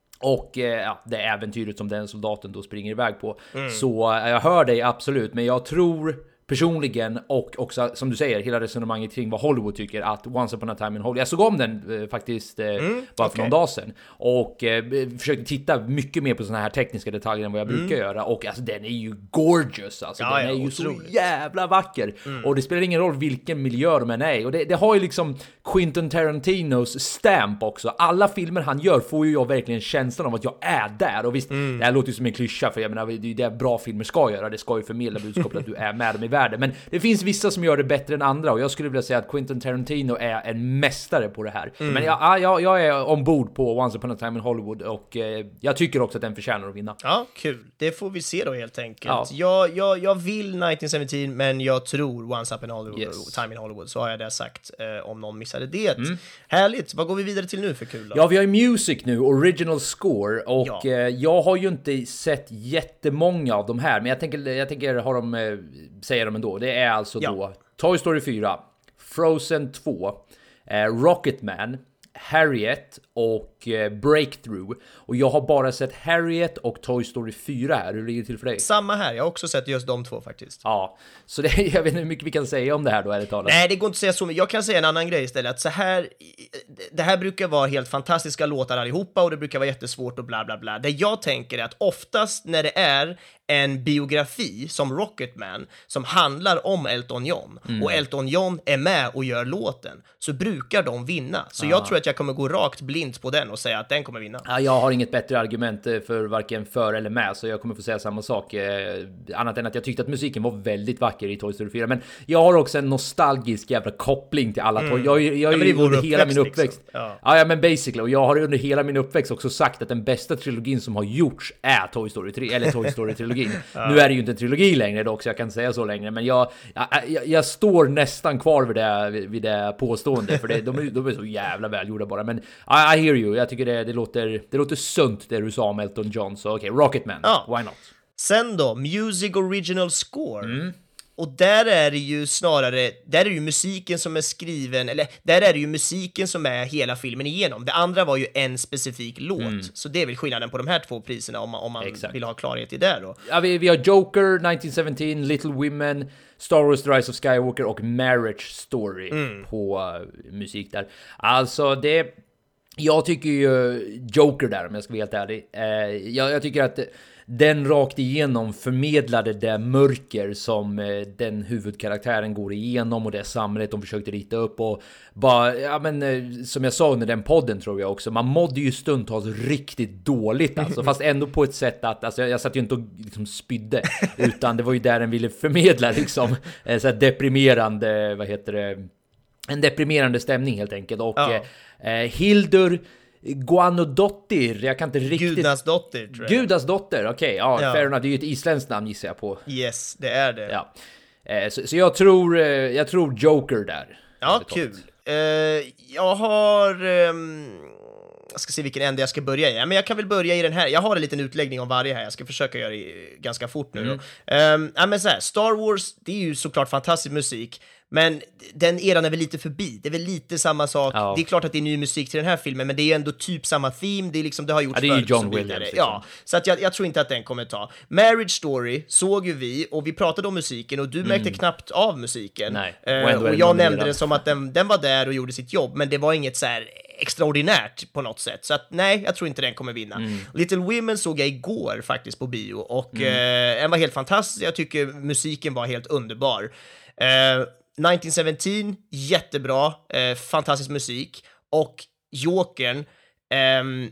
Och ja, det äventyret som den soldaten då springer iväg på. Mm. Så jag hör dig absolut, men jag tror personligen, och också som du säger, hela resonemanget kring vad Hollywood tycker, att Once Upon a Time in Hollywood, jag såg om den eh, faktiskt eh, mm, bara för okay. någon dag sedan, och eh, försökte titta mycket mer på såna här tekniska detaljer än vad jag mm. brukar göra, och alltså den är ju gorgeous, alltså ja, den ja, är ju otroligt. Så jävla vacker, mm. och det spelar ingen roll vilken miljö de än är, och det, det har ju liksom Quentin Tarantinos stamp också. Alla filmer han gör får ju jag verkligen känslan av att jag är där, och visst, mm. det här låter ju som en klyscha, för jag menar, det är det bra filmer ska göra, det ska ju förmedla budskapet att du är med dem i världen, men det finns vissa som gör det bättre än andra, och jag skulle vilja säga att Quentin Tarantino är en mästare på det här. Mm. Men jag, jag, jag är ombord på Once Upon a Time in Hollywood, och eh, jag tycker också att den förtjänar att vinna. Ja, kul. Det får vi se då helt enkelt. Ja. Jag, jag, jag vill nineteen seventeen, men jag tror Once Upon a Hollywood, yes. Time in Hollywood, så har jag det sagt, eh, om någon missade det. Mm. Härligt. Vad går vi vidare till nu för kul då? Ja, vi har ju music nu, original score, och ja. eh, jag har ju inte sett jättemånga av de här, men jag tänker, jag tänker ha dem, eh, säga dem ändå. Det är alltså ja. då Toy Story fyra, Frozen två, eh, Rocketman, Harriet och eh, Breakthrough. Och jag har bara sett Harriet och Toy Story fyra här. Hur ligger det till för dig? Samma här, jag har också sett just de två faktiskt. Ja, så det, jag vet inte hur mycket vi kan säga om det här då, är det talat. Nej, det går inte att säga så mycket. Jag kan säga en annan grej istället, att så här, det här brukar vara helt fantastiska låtar allihopa, och det brukar vara jättesvårt och bla bla bla. Det jag tänker är att oftast när det är en biografi som Rocketman som handlar om Elton John, mm. och Elton John är med och gör låten, så brukar de vinna. Så ja. jag tror att jag kommer gå rakt blint på den och säga att den kommer vinna. Ja, jag har inget bättre argument för varken för eller med, så jag kommer få säga samma sak, eh, annat än att jag tyckte att musiken var väldigt vacker i Toy Story fyra, men jag har också en nostalgisk jävla koppling till alla mm. Toy. Jag, jag, jag, jag ja, under hela min uppväxt. Liksom. Ja. ja, men basically, och jag har under hela min uppväxt också sagt att den bästa trilogin som har gjorts är Toy Story tre, eller Toy Story trilogin. Ja. Nu är det ju inte en trilogi längre dock, så jag kan säga så längre, men jag, jag, jag står nästan kvar vid det, vid det påstående, för det, de, de är så jävla välgjorda bara, men I, I hear you, jag tycker det, det, låter, det låter sunt det du sa om Elton John, så okej, okay, Rocketman, ja. why not? Sen då, Music Original Score. Mm. och där är det ju snarare, där är det ju musiken som är skriven, eller där är det ju musiken som är hela filmen igenom. Det andra var ju en specifik låt, mm. så det är väl skillnaden på de här två priserna om man, om man vill ha klarhet i det då. Ja, vi, vi har Joker, nitton seventeen, Little Women, Star Wars The Rise of Skywalker och Marriage Story mm. på uh, musik där. Alltså det... Jag tycker ju Joker där, om jag ska vara helt ärlig. Eh, jag, jag tycker att den rakt igenom förmedlade det mörker som eh, den huvudkaraktären går igenom och det samhället de försökte rita upp och bara, ja men eh, som jag sa under den podden tror jag också, man mådde ju stundtals riktigt dåligt alltså, fast ändå på ett sätt att, alltså jag, jag satt ju inte och liksom spydde, utan det var ju där den ville förmedla liksom, eh, så här deprimerande, vad heter det, en deprimerande stämning helt enkelt. Och ja. eh, Hildur Guðnadóttir, jag kan inte riktigt... Gudasdotter, tror jag. Gudasdotter, okej. Okay. Ja, ja. fair enough. Det är ju ett isländskt namn gissar jag på. Yes, det är det. Ja. Eh, så, så jag tror, eh, jag tror Joker där. Ja, kul. Uh, jag har... Um... Jag ska se vilken ände jag ska börja i. Ja, men jag kan väl börja i den här. Jag har en liten utläggning om varje här. Jag ska försöka göra det ganska fort nu. Mm. Då. Um, ja, men så här, Star Wars, det är ju såklart fantastisk musik. Men den eran är väl lite förbi. Det är väl lite samma sak. Ja. Det är klart att det är ny musik till den här filmen, men det är ju ändå typ samma theme. Det är liksom, det har gjorts ja, det är ju John Williams. Liksom. Ja, så att jag, jag tror inte att den kommer ta. Marriage Story såg ju vi, och vi pratade om musiken, och du mm. märkte knappt av musiken. Nej. Uh, och, och jag nämnde det som att den, den var där och gjorde sitt jobb, men det var inget så här extraordinärt på något sätt. Så att nej, jag tror inte den kommer vinna. Mm. Little Women såg jag igår faktiskt på bio, och mm. uh, den var helt fantastisk. Jag tycker musiken var helt underbar. Uh, nitton seventeen, jättebra, eh, fantastisk musik, och Jokern, eh,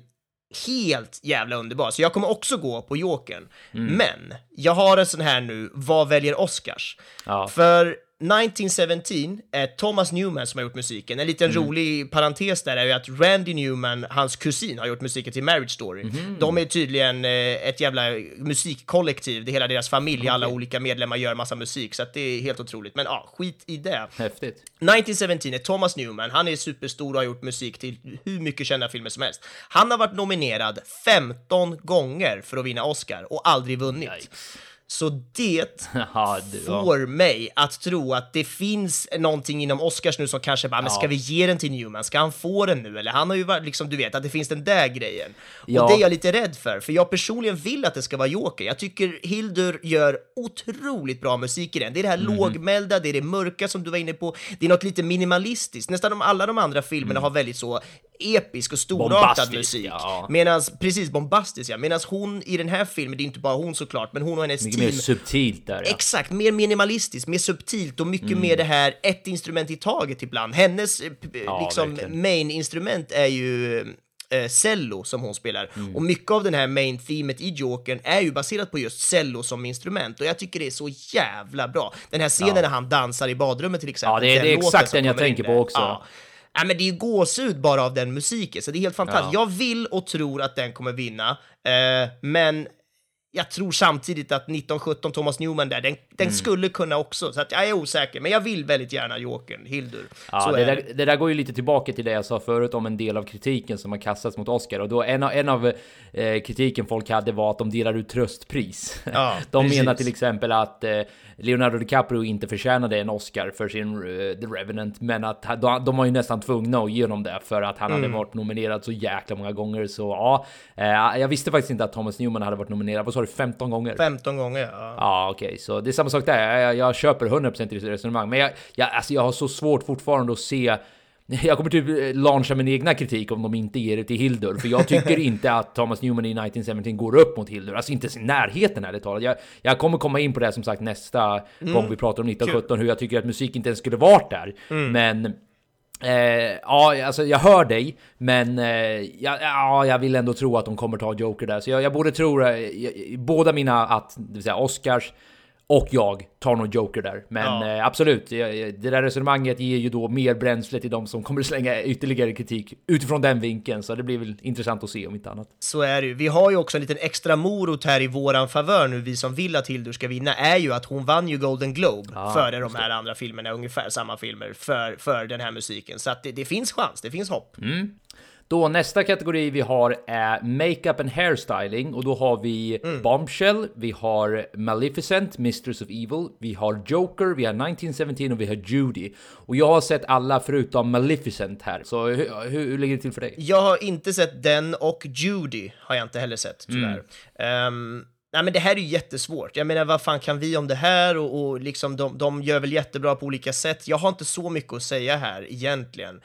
helt jävla underbar. Så jag kommer också gå på Jokern. Mm. Men jag har en sån här nu, vad väljer Oscars? Ja. För nitton seventeen är Thomas Newman som har gjort musiken. En liten mm. rolig parentes där är ju att Randy Newman, hans kusin, har gjort musiken till Marriage Story. Mm. De är tydligen eh, ett jävla musikkollektiv. Det är hela deras familj, okay. Alla olika medlemmar gör massa musik, så att det är helt otroligt. Men ja, skit i det. Häftigt. nitton seventeen är Thomas Newman. Han är superstor och har gjort musik till hur mycket kända filmer som helst. Han har varit nominerad femton gånger för att vinna Oscar och aldrig vunnit. Yikes. Så det Aha, du, ja. får mig att tro att det finns någonting inom Oscars nu som kanske bara, ja. men ska vi ge den till Newman? Ska han få den nu? Eller han har ju varit, liksom, du vet, att det finns den där grejen. Ja. Och det är jag lite rädd för, för jag personligen vill att det ska vara Joker. Jag tycker Hildur gör otroligt bra musik i den. Det är det här mm. lågmälda, det är det mörka som du var inne på. Det är något lite minimalistiskt. Nästan de, alla de andra filmerna mm. har väldigt så episk och storartad musik. Ja. Medans, precis, bombastisk, ja. Medan hon i den här filmen, det är inte bara hon såklart, men hon och hennes mycket team, mer subtilt där, ja. Exakt, mer minimalistiskt, mer subtilt och mycket mm. mer det här ett instrument i taget ibland. Hennes ja, liksom main-instrument är ju eh, cello som hon spelar. Mm. Och mycket av den här main-themet i Jokern är ju baserat på just cello som instrument. Och jag tycker det är så jävla bra. Den här scenen ja. när han dansar i badrummet till exempel. Ja, det är, det är exakt den jag tänker på också. Ja. Ja, men det är ju gåshud bara av den musiken, så det är helt fantastiskt. Ja. Jag vill och tror att den kommer vinna, eh, men jag tror samtidigt att nitton sjutton Thomas Newman där, den, den mm. skulle kunna också, så att jag är osäker, men jag vill väldigt gärna Jokern, Hildur. Ja, så det, där, det där går ju lite tillbaka till det jag sa förut om en del av kritiken som har kastats mot Oscar, och då en av, en av eh, kritiken folk hade var att de delar ut tröstpris. Ja, de precis. menar till exempel att eh, Leonardo DiCaprio inte förtjänade en Oscar för sin uh, The Revenant, men att de, de var ju nästan tvungna att ge honom det för att han mm. hade varit nominerad så jäkla många gånger. Så ja, eh, jag visste faktiskt inte att Thomas Newman hade varit nominerad. Vad sa du, femton gånger? femton gånger, ja. Ja, okej, okay. Så det är samma sak där. Jag, jag köper hundra procent i resonemang, men jag, jag, alltså, jag har så svårt fortfarande att se. Jag kommer typ launcha min egna kritik om de inte ger det till Hildur, för jag tycker inte att Thomas Newman i nitton seventeen går upp mot Hildur, alltså inte i närheten här talat. Jag, jag kommer komma in på det som sagt nästa mm. gång vi pratar om nitton sjutton, hur jag tycker att musik inte ens skulle varit där. Mm. Men eh, ja, alltså jag hör dig, men eh, ja, ja, jag vill ändå tro att de kommer ta Joker där, så jag, jag borde tro eh, jag, båda mina, att det vill säga Oscars och jag tar nog Joker där. Men ja. eh, absolut, det där resonemanget ger ju då mer bränsle till de som kommer att slänga ytterligare kritik utifrån den vinkeln. Så det blir väl intressant att se om inte annat. Så är det ju. Vi har ju också en liten extra morot här i våran favör nu, vi som vill att Hildur ska vinna, är ju att hon vann ju Golden Globe ja, före de här andra filmerna, ungefär samma filmer, för, för den här musiken. Så att det, det finns chans, det finns hopp. Mm. Då nästa kategori vi har är Makeup and Hairstyling. Och då har vi mm. Bombshell, vi har Maleficent, Mistress of Evil, vi har Joker, vi har nineteen seventeen och vi har Judy. Och jag har sett alla förutom Maleficent här. Så hur, hur, hur ligger det till för dig? Jag har inte sett den, och Judy har jag inte heller sett, tyvärr. Mm. Um... Nej, men det här är ju jättesvårt. Jag menar, vad fan kan vi om det här? Och, och liksom, de, de gör väl jättebra på olika sätt. Jag har inte så mycket att säga här egentligen.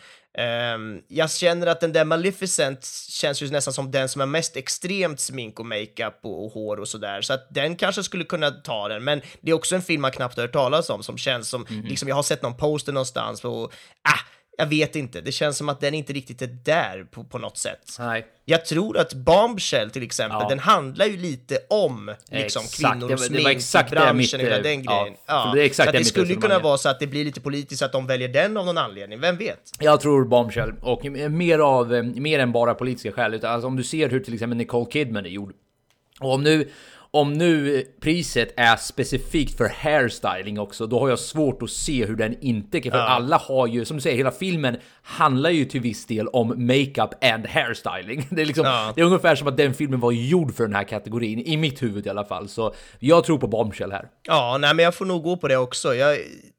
Um, jag känner att den där Maleficent känns ju nästan som den som är mest extremt smink och makeup och, och hår och sådär. Så att den kanske skulle kunna ta den. Men det är också en film man knappt har hört talas om, som känns som, mm-hmm. liksom jag har sett någon poster någonstans och ah, jag vet inte. Det känns som att den inte riktigt är där på, på något sätt. Nej. Jag tror att Bombshell till exempel, ja. den handlar ju lite om liksom, kvinnor och smink i branschen och hela den ja, grejen. Ja. Det, är exakt så det, det skulle ju kunna vara så att det blir lite politiskt, att de väljer den av någon anledning. Vem vet? Jag tror Bombshell. Och mer, av, mer än bara politiska skäl. Utan alltså, om du ser hur till exempel Nicole Kidman är gjord. Och om nu... Om nu priset är specifikt för hairstyling också, då har jag svårt att se hur den inte kan. För ja. alla har ju, som du säger, hela filmen handlar ju till viss del om makeup and hairstyling. Det är, liksom, ja. det är ungefär som att den filmen var gjord för den här kategorin, i mitt huvud i alla fall. Så jag tror på Bombshell här. Ja, nej, men jag får nog gå på det också. Jag...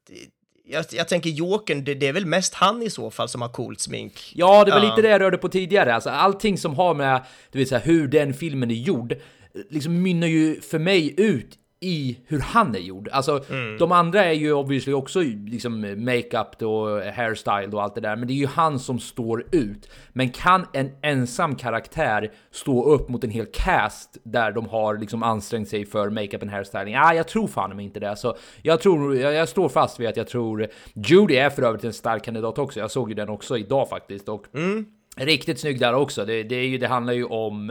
Jag, jag tänker Jokern, det, det är väl mest han i så fall som har coolt smink. Ja, det var ja. lite det jag rörde på tidigare. Alltså, allting som har med, du vet, så här, hur den filmen är gjord liksom mynnar ju för mig ut i hur han är gjord. Alltså, mm. de andra är ju obviously också liksom makeup och hairstyle och allt det där, men det är ju han som står ut. Men kan en ensam karaktär stå upp mot en hel cast där de har liksom ansträngt sig för makeup och hairstyling? Ja, jag tror fan inte det. Så jag tror, jag, jag står fast vid att jag tror Judy är för övrigt en stark kandidat också. Jag såg ju den också idag faktiskt, och mm. riktigt snygg där också. Det, det, är ju, det handlar ju om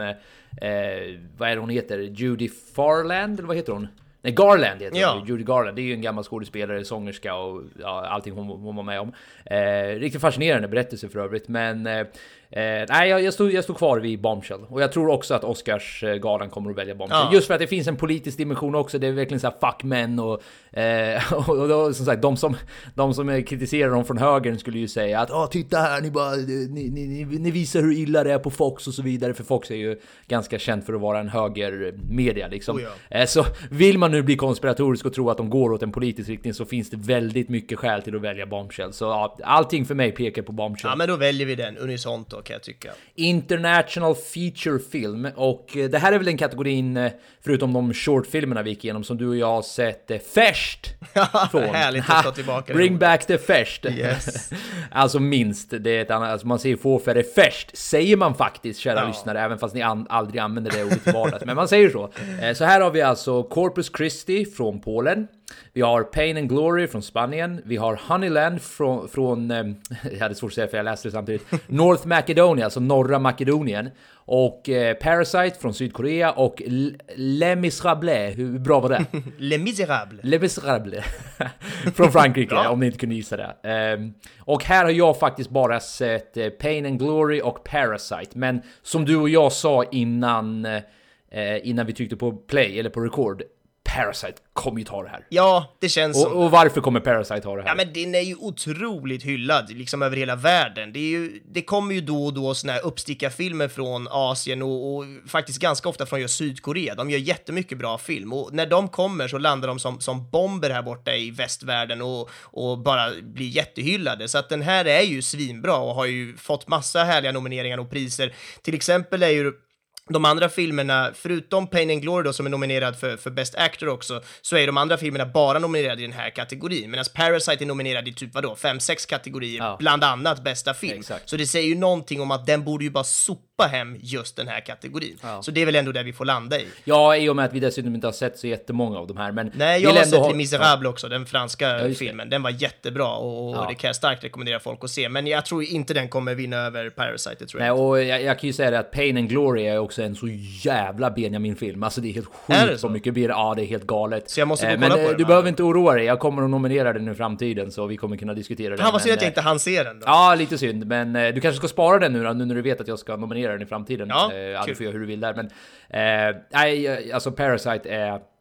eh, vad är det hon heter? Judy Farland, eller vad heter hon? Nej, Garland heter ja. hon. Judy Garland, det är ju en gammal skådespelare, sångerska och ja, allting hon, hon var med om. Eh, riktigt fascinerande berättelse för övrigt. Men eh, eh, nej, jag, jag, stod, jag stod kvar vid Bombshell. Och jag tror också att Oscarsgalan kommer att välja Bombshell. Ja. Just för att det finns en politisk dimension också. Det är verkligen så här fuck men och, eh, och, och, och som sagt, de som, de som kritiserar dem från högern skulle ju säga att åh, titta här, ni, bara, ni, ni, ni, ni visar hur illa det är på Fox och så vidare. För Fox är ju ganska känd för att vara en högermedia liksom. Oh ja. eh, så vill man nu bli konspiratorisk och tro att de går åt en politisk riktning, så finns det väldigt mycket skäl till att välja Bombshell. Så ja, allting för mig pekar på Bombshell. Ja, men då väljer vi den unisont då, kan jag tycka. International Feature Film. Och det här är väl den kategorin, förutom de shortfilmerna vi gick igenom, som du och jag har sett färskt från. Härligt att ta tillbaka. Bring back the färskt. Yes. Alltså minst. Det är ett annat, alltså man säger få färre färskt. Säger man faktiskt, kära ja. lyssnare, även fast ni an, aldrig använder det ordet i vardags. Men man säger så. Så här har vi alltså Corpus Christi från Polen. Vi har Pain and Glory från Spanien. Vi har Honeyland från, från eh, jag hade svårt att säga för jag läste det samtidigt, North Macedonia, alltså norra Makedonien. Och eh, Parasite från Sydkorea. Och L- Les Misérables, hur bra var det? Les Misérables. Les Misérables från Frankrike, om ni inte kunde gissa det. Um, och här har jag faktiskt bara sett eh, Pain and Glory och Parasite. Men som du och jag sa innan, eh, innan vi tryckte på play eller på record, Parasite kommer ju ta det här. Ja, det känns och, som och varför kommer Parasite ha det här? Ja, men den är ju otroligt hyllad liksom över hela världen. Det, är ju, det kommer ju då och då såna här uppstickarfilmer från Asien och, och faktiskt ganska ofta från just Sydkorea. De gör jättemycket bra film, och när de kommer så landar de som, som bomber här borta i västvärlden och, och bara blir jättehyllade. Så att den här är ju svinbra och har ju fått massa härliga nomineringar och priser. Till exempel är ju de andra filmerna, förutom Pain and Glory då, som är nominerad för, för Best Actor också, så är de andra filmerna bara nominerade i den här kategorin. Medan Parasite är nominerad i typ vadå, fem, sex kategorier, ja. Bland annat bästa film. Exakt. Så det säger ju någonting om att den borde ju bara sopa hem just den här kategorin. Ja. Så det är väl ändå där vi får landa i. Ja, i och med att vi dessutom inte har sett så jättemånga av de här. Men nej, jag har sett ha... Les Misérables också, den franska ja, filmen. Den var jättebra och ja. Det kan jag starkt rekommendera folk att se. Men jag tror inte den kommer vinna över Parasite, det tror nej, jag inte. Och jag, jag kan ju säga det att Pain and Glory är också en så jävla Benjamin-film. Alltså det är helt sjukt är så mycket ber. Ja, det är helt galet. Så jag måste gå eh, kolla men på du den, behöver inte oroa dig. Jag kommer att nominera den i framtiden, så vi kommer kunna diskutera den. Han var synd att jag inte hann se den då. Ja, lite synd. Men eh, du kanske ska spara den nu då, nu när du vet att jag ska nominera den i framtiden. Ja, eh, du får göra hur du vill där. Men eh, nej, alltså Parasite är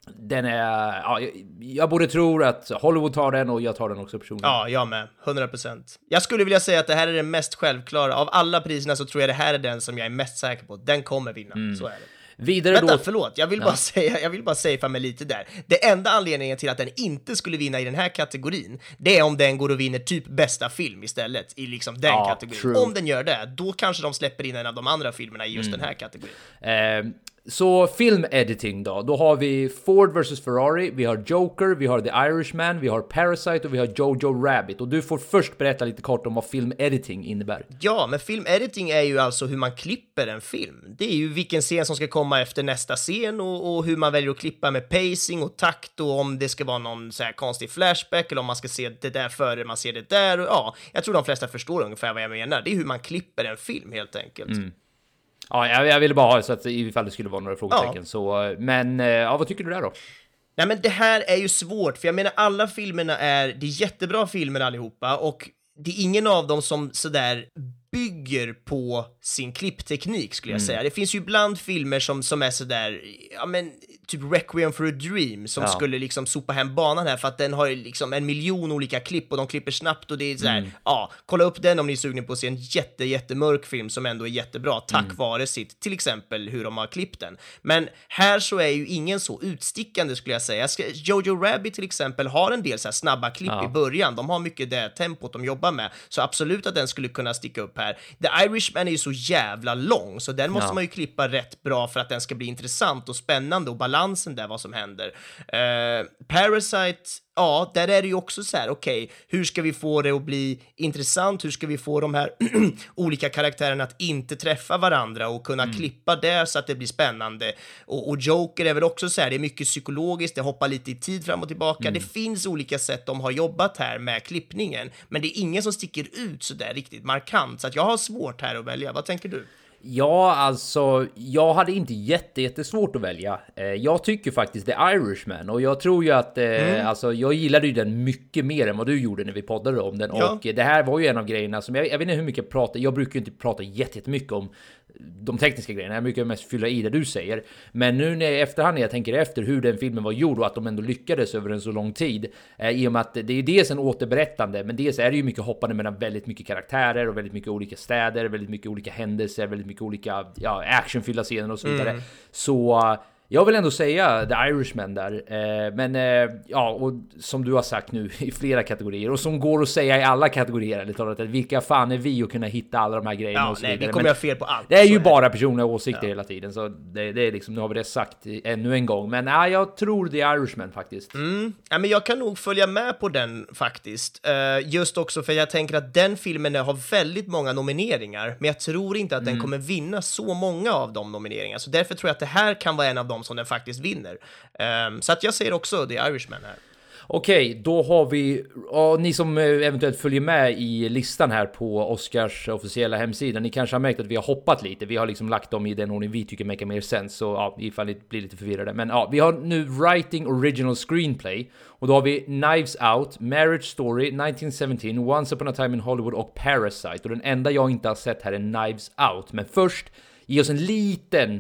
Den är, ja, jag, jag borde tro att Hollywood tar den och jag tar den också personligen. Ja, jag med. hundra procent. Jag skulle vilja säga att det här är den mest självklara. Av alla priserna så tror jag det här är den som jag är mest säker på. Den kommer vinna, mm. så är det. Vidare Vänta, då... förlåt. Jag vill, ja. bara säga, jag vill bara säga mig lite där. Det enda anledningen till att den inte skulle vinna i den här kategorin, det är om den går och vinner typ bästa film istället i liksom den ja, kategorin. True. Om den gör det, då kanske de släpper in en av de andra filmerna i just mm. den här kategorin. Eh, så filmediting då, då har vi Ford versus Ferrari, vi har Joker, vi har The Irishman, vi har Parasite och vi har Jojo Rabbit. Och du får först berätta lite kort om vad filmediting innebär. Ja, men filmediting är ju alltså hur man klipper en film. Det är ju vilken scen som ska komma efter nästa scen och, och hur man väljer att klippa med pacing och takt och om det ska vara någon så här konstig flashback eller om man ska se det där före man ser det där. Och, ja, jag tror de flesta förstår ungefär vad jag menar. Det är hur man klipper en film helt enkelt. Mm. Ja, jag, jag ville bara ha det så att ifall det skulle vara några frågetecken. Ja. Så, men ja, vad tycker du där då? Nej, men det här är ju svårt, för jag menar alla filmerna är, det är jättebra filmer allihopa och det är ingen av dem som sådär bygger på sin klippteknik skulle jag mm. säga. Det finns ju ibland filmer som, som är sådär, ja men typ Requiem for a Dream som ja. skulle liksom sopa hem banan här för att den har liksom en miljon olika klipp och de klipper snabbt och det är såhär, mm. ja, kolla upp den om ni är sugna på att se en jätte, jättemörk film som ändå är jättebra tack mm. vare sitt, till exempel hur de har klippt den. Men här så är ju ingen så utstickande skulle jag säga. Jojo Rabbit till exempel har en del så här snabba klipp ja. i början. De har mycket det tempot de jobbar med. Så absolut att den skulle kunna sticka upp här. The Irishman är ju så jävla lång så den måste ja. man ju klippa rätt bra för att den ska bli intressant och spännande och balansen där vad som händer. Uh, Parasite, ja, där är det ju också så här, okej, okay, hur ska vi få det att bli intressant? Hur ska vi få de här olika karaktärerna att inte träffa varandra och kunna mm. klippa det så att det blir spännande? Och, och Joker är väl också så här, det är mycket psykologiskt, det hoppar lite i tid fram och tillbaka. Mm. Det finns olika sätt de har jobbat här med klippningen, men det är ingen som sticker ut så där riktigt markant. Så att jag har svårt här att välja. Vad tänker du? Ja, alltså, jag hade inte jätte, jättesvårt att välja. Jag tycker faktiskt The Irishman och jag tror ju att, mm. alltså, jag gillade ju den mycket mer än vad du gjorde när vi poddade om den. Ja. Och det här var ju en av grejerna som, jag, jag vet inte hur mycket jag pratar, jag brukar ju inte prata jättemycket om de tekniska grejerna, jag brukar mest fylla i det du säger. Men nu när jag efterhand när jag tänker efter hur den filmen var gjord och att de ändå lyckades över en så lång tid, eh, i och med att det är dels en återberättande, men dels är det ju mycket hoppande mellan väldigt mycket karaktärer och väldigt mycket olika städer, väldigt mycket olika händelser, väldigt mycket olika ja, actionfyllda scener och så vidare. Mm. Så jag vill ändå säga The Irishman där. Eh, men eh, ja, och som du har sagt nu i flera kategorier och som går att säga i alla kategorier eller talat, att vilka fan är vi att kunna hitta alla de här grejerna ja, och så nej, vidare. Vi kommer jag fel på allt. Det är ju bara personliga åsikter ja. hela tiden, så det, det är liksom, nu har vi det sagt ännu en gång. Men ja, jag tror The Irishman faktiskt. Mm. Ja, men jag kan nog följa med på den faktiskt. Uh, just också för jag tänker att den filmen har väldigt många nomineringar, men jag tror inte att mm. den kommer vinna så många av de nomineringarna. Så därför tror jag att det här kan vara en av dem som den faktiskt vinner. Um, så att jag säger också The Irishman här. Okej, då har vi, och ni som eventuellt följer med i listan här på Oscars officiella hemsida, ni kanske har märkt att vi har hoppat lite. Vi har liksom lagt dem i den ordning vi tycker make mer sense, så ja, ifall ni blir lite förvirrade. Men ja, vi har nu Writing Original Screenplay, och då har vi Knives Out, Marriage Story, nineteen seventeen, Once Upon a Time in Hollywood och Parasite. Och den enda jag inte har sett här är Knives Out. Men först, ge oss en liten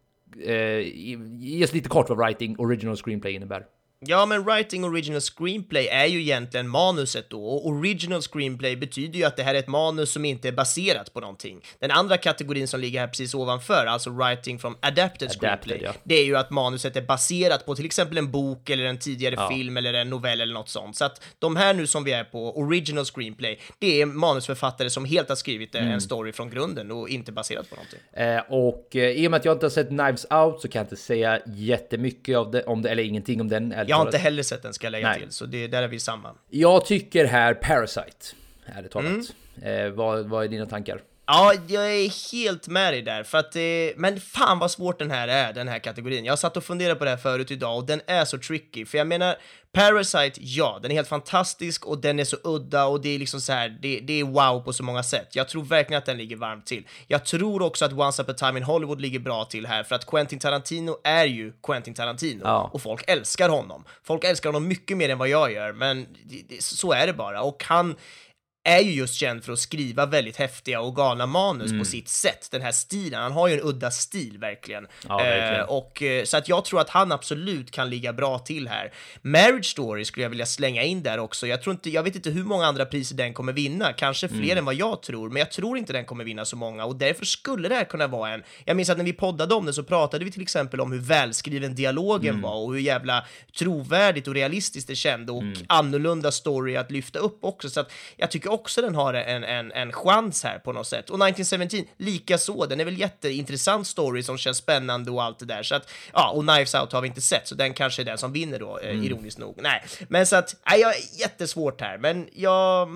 Uh, ge oss lite kort vad Writing Original Screenplay innebär. Ja, men Writing Original Screenplay är ju egentligen manuset då, och Original Screenplay betyder ju att det här är ett manus som inte är baserat på någonting. Den andra kategorin som ligger här precis ovanför, alltså Writing from Adapted Screenplay, Adapted, ja. det är ju att manuset är baserat på till exempel en bok eller en tidigare ja. film eller en novell eller något sånt. Så att de här nu som vi är på, Original Screenplay, det är manusförfattare som helt har skrivit mm. en story från grunden och inte baserat på någonting. Eh, och eh, i och med att jag inte har sett Knives Out så kan jag inte säga jättemycket av det, om det, eller ingenting om den. Jag har inte heller sett den, ska jag lägga Nej. till, så det, där är vi samma. Jag tycker här Parasite, ärligt talat. Mm. Eh, vad, vad är dina tankar? Ja, jag är helt med dig där, för att, eh, men fan vad svårt den här är, den här kategorin. Jag satt och funderade på det här förut idag och den är så tricky, för jag menar, Parasite, ja, den är helt fantastisk och den är så udda och det är liksom så här, det, det är wow på så många sätt. Jag tror verkligen att den ligger varmt till. Jag tror också att Once Upon a Time in Hollywood ligger bra till här, för att Quentin Tarantino är ju Quentin Tarantino ja. och folk älskar honom. Folk älskar honom mycket mer än vad jag gör, men det, det, så är det bara. Och han är ju just känd för att skriva väldigt häftiga och galna manus Mm. på sitt sätt. Den här stilen, han har ju en udda stil verkligen. Ja, verkligen. Eh, och, eh, så att jag tror att han absolut kan ligga bra till här. Marriage Story skulle jag vilja slänga in där också. Jag, tror inte, jag vet inte hur många andra priser den kommer vinna, kanske fler Mm. än vad jag tror, men jag tror inte den kommer vinna så många och därför skulle det här kunna vara en... Jag minns att när vi poddade om det så pratade vi till exempel om hur välskriven dialogen Mm. var och hur jävla trovärdigt och realistiskt det kände och Mm. annorlunda story att lyfta upp också, så att jag tycker också den har en, en, en chans här på något sätt. Och nitton seventeen, lika så, den är väl jätteintressant story som känns spännande och allt det där, så att, ja, och Knives Out har vi inte sett, så den kanske är den som vinner då, eh, Mm. ironiskt nog. Nej, men så att, nej, jag är jättesvårt här, men jag...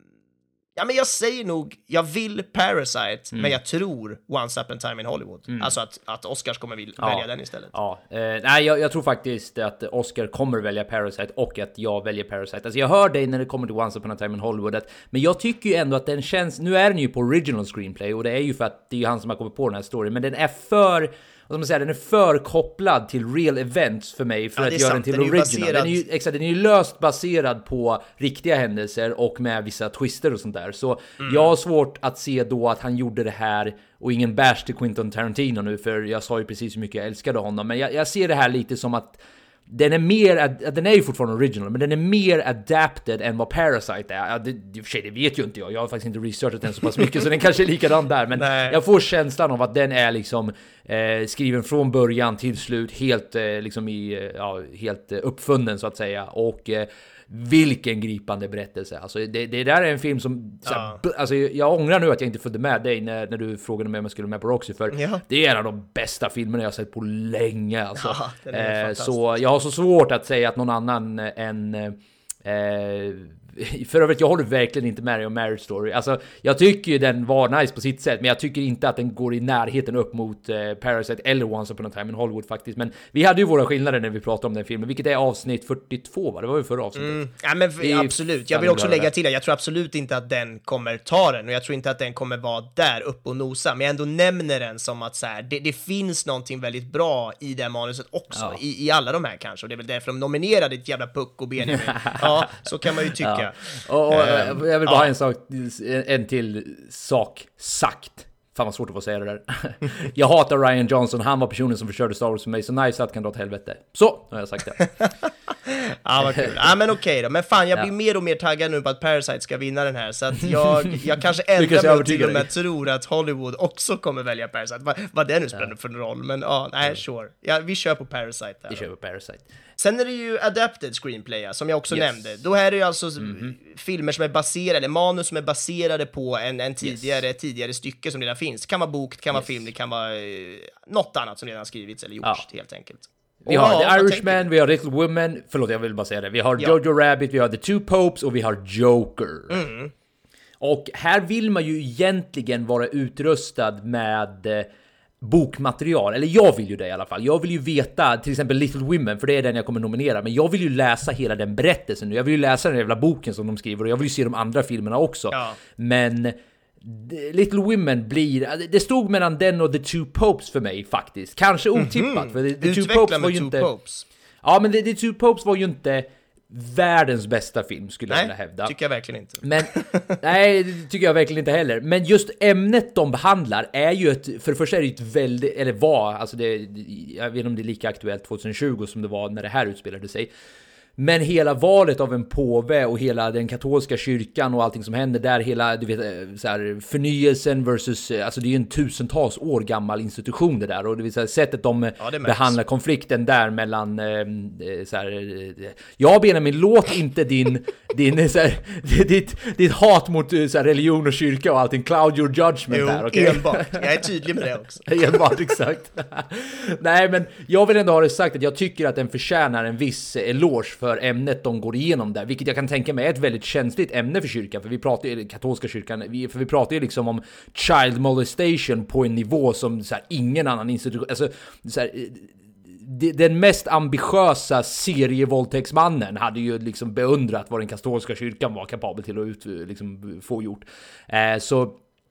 Ja, men jag säger nog, jag vill Parasite, Mm. men jag tror Once Upon a Time in Hollywood. Mm. Alltså att, att Oscars kommer vil- Ja. välja den istället. Ja, eh, nej jag, jag tror faktiskt att Oscar kommer välja Parasite och att jag väljer Parasite. Alltså jag hör dig när det kommer till Once Upon a Time in Hollywood, att, men jag tycker ju ändå att den känns, nu är den ju på original screenplay och det är ju för att det är ju han som har kommit på den här storyn, men den är för... Vad ska man säga, den är för kopplad till real events för mig för Ja, att det är göra sant. den till Den är ju original. baserad- Den är ju, exakt, den är ju löst baserad på riktiga händelser och med vissa twister och sånt där. Så Mm. jag har svårt att se då att han gjorde det här, och ingen bash till Quentin Tarantino nu, för jag sa ju precis hur mycket jag älskade honom. Men jag, jag ser det här lite som att den är mer, ad- den är ju fortfarande original, men den är mer adapted än vad Parasite är. Ja, det, det, för sig, det vet ju inte jag. Jag har faktiskt inte researchat den så pass mycket, så den kanske är likadan där. Men Nej. jag får känslan av att den är liksom eh, skriven från början till slut, helt eh, liksom i, eh, ja, helt eh, uppfunnen så att säga. Och eh, vilken gripande berättelse. Alltså det, det där är en film som såhär, Ja. b- alltså jag ångrar nu att jag inte följde med dig när, när du frågade mig om jag skulle med på Roxy, för Ja. det är en av de bästa filmerna jag har sett på länge alltså. Ja, den är eh, fantastisk. så jag har så svårt att säga att någon annan än eh, för övrigt, jag håller verkligen inte med dig om Marriage Story. Alltså, jag tycker ju den var nice på sitt sätt, men jag tycker inte att den går i närheten upp mot eh, Parasite eller Once Upon a Time in Hollywood faktiskt. Men vi hade ju våra skillnader när vi pratade om den filmen, vilket är avsnitt fyrtiotvå, va? Det var ju förra avsnittet. Mm. Ja, men Det är absolut. Jag fan vill också bra lägga det. till att jag tror absolut inte att den kommer ta den och jag tror inte att den kommer vara där uppe och nosa, men jag ändå nämner den som att så här, det, det finns någonting väldigt bra i det här manuset också, Ja. i, i alla de här kanske, och det är väl därför de nominerade ett jävla Puck och Benjamin. Ja, så kan man ju tycka. Ja. Och, och, Eh, jag vill bara ja. ha en sak, en, en till sak sagt. Fan vad svårt att få säga det där. Jag hatar Ryan Johnson, han var personen som förstörde Star Wars för mig, så nice att kan dra åt helvete. Så, nu har jag sagt det. Ja, vad kul. Ja, men okej då. Men fan, jag blir Ja. mer och mer taggad nu på att Parasite ska vinna den här, så att jag, jag kanske Lyckas ändrar jag mig och övertyga till och med dig? tror att Hollywood också kommer välja Parasite. Vad, vad det nu spelar för en roll, men ja, nej, sure. Ja, vi kör på Parasite där. Vi då. kör på Parasite. Sen är det ju adapted screenplay, ja, som jag också Yes. nämnde. Då är det ju alltså Mhm. filmer som är baserade, eller manus som är baserade på en, en tidigare, tidigare stycke som redan finns. Det kan vara bok, det kan vara Yes. film, det kan vara eh, något annat som redan skrivits eller gjorts, Ja. helt enkelt. Vi Och har ja, The vad tänker Irishman, du? vi har Little Women, förlåt jag vill bara säga det. Vi har Ja. Jojo Rabbit, vi har The Two Popes och vi har Joker. Mm. Och här vill man ju egentligen vara utrustad med eh, bokmaterial, eller jag vill ju det i alla fall. Jag vill ju veta, till exempel Little Women, för det är den jag kommer nominera, men jag vill ju läsa hela den berättelsen nu. Jag vill ju läsa den jävla boken som de skriver och jag vill ju se de andra filmerna också. Ja. Men d- Little Women blir, det stod mellan den och The Two Popes för mig faktiskt. Kanske otippat, för The, The Two Utveckla Popes med var ju Two inte... Popes. Ja, men The, The Two Popes var ju inte världens bästa film, skulle jag vilja Nej, hävda. tycker jag verkligen inte. Men, nej, det tycker jag verkligen inte heller. Men just ämnet de behandlar är ju ett, för det första är det ett väldigt, eller var, alltså det, jag vet inte om det är lika aktuellt tjugohundratjugo som det var när det här utspelade sig. Men hela valet av en påve och hela den katolska kyrkan och allting som händer där, hela, du vet, så här, förnyelsen versus, alltså det är ju en tusentals år gammal institution det där, och det vill säga sättet de Ja, det märks. behandlar konflikten där mellan, eh, så här, eh, ja Benjamin, låt inte din, din så här, ditt, ditt hat mot så här, religion och kyrka och allting, cloud your judgment Jo, där, okej? enbart. Jag är tydlig med det också. Enbart, exakt. Nej, men jag vill ändå ha det sagt att jag tycker att den förtjänar en viss eloge för ämnet de går igenom där, vilket jag kan tänka mig är ett väldigt känsligt ämne för kyrkan, för vi pratar ju, katolska kyrkan, vi, för vi pratar ju liksom om child molestation på en nivå som så här, ingen annan institution, alltså så här, den mest ambitiösa serievåldtäktsmannen hade ju liksom beundrat vad den katolska kyrkan var kapabel till att ut, liksom, få gjort. Eh, så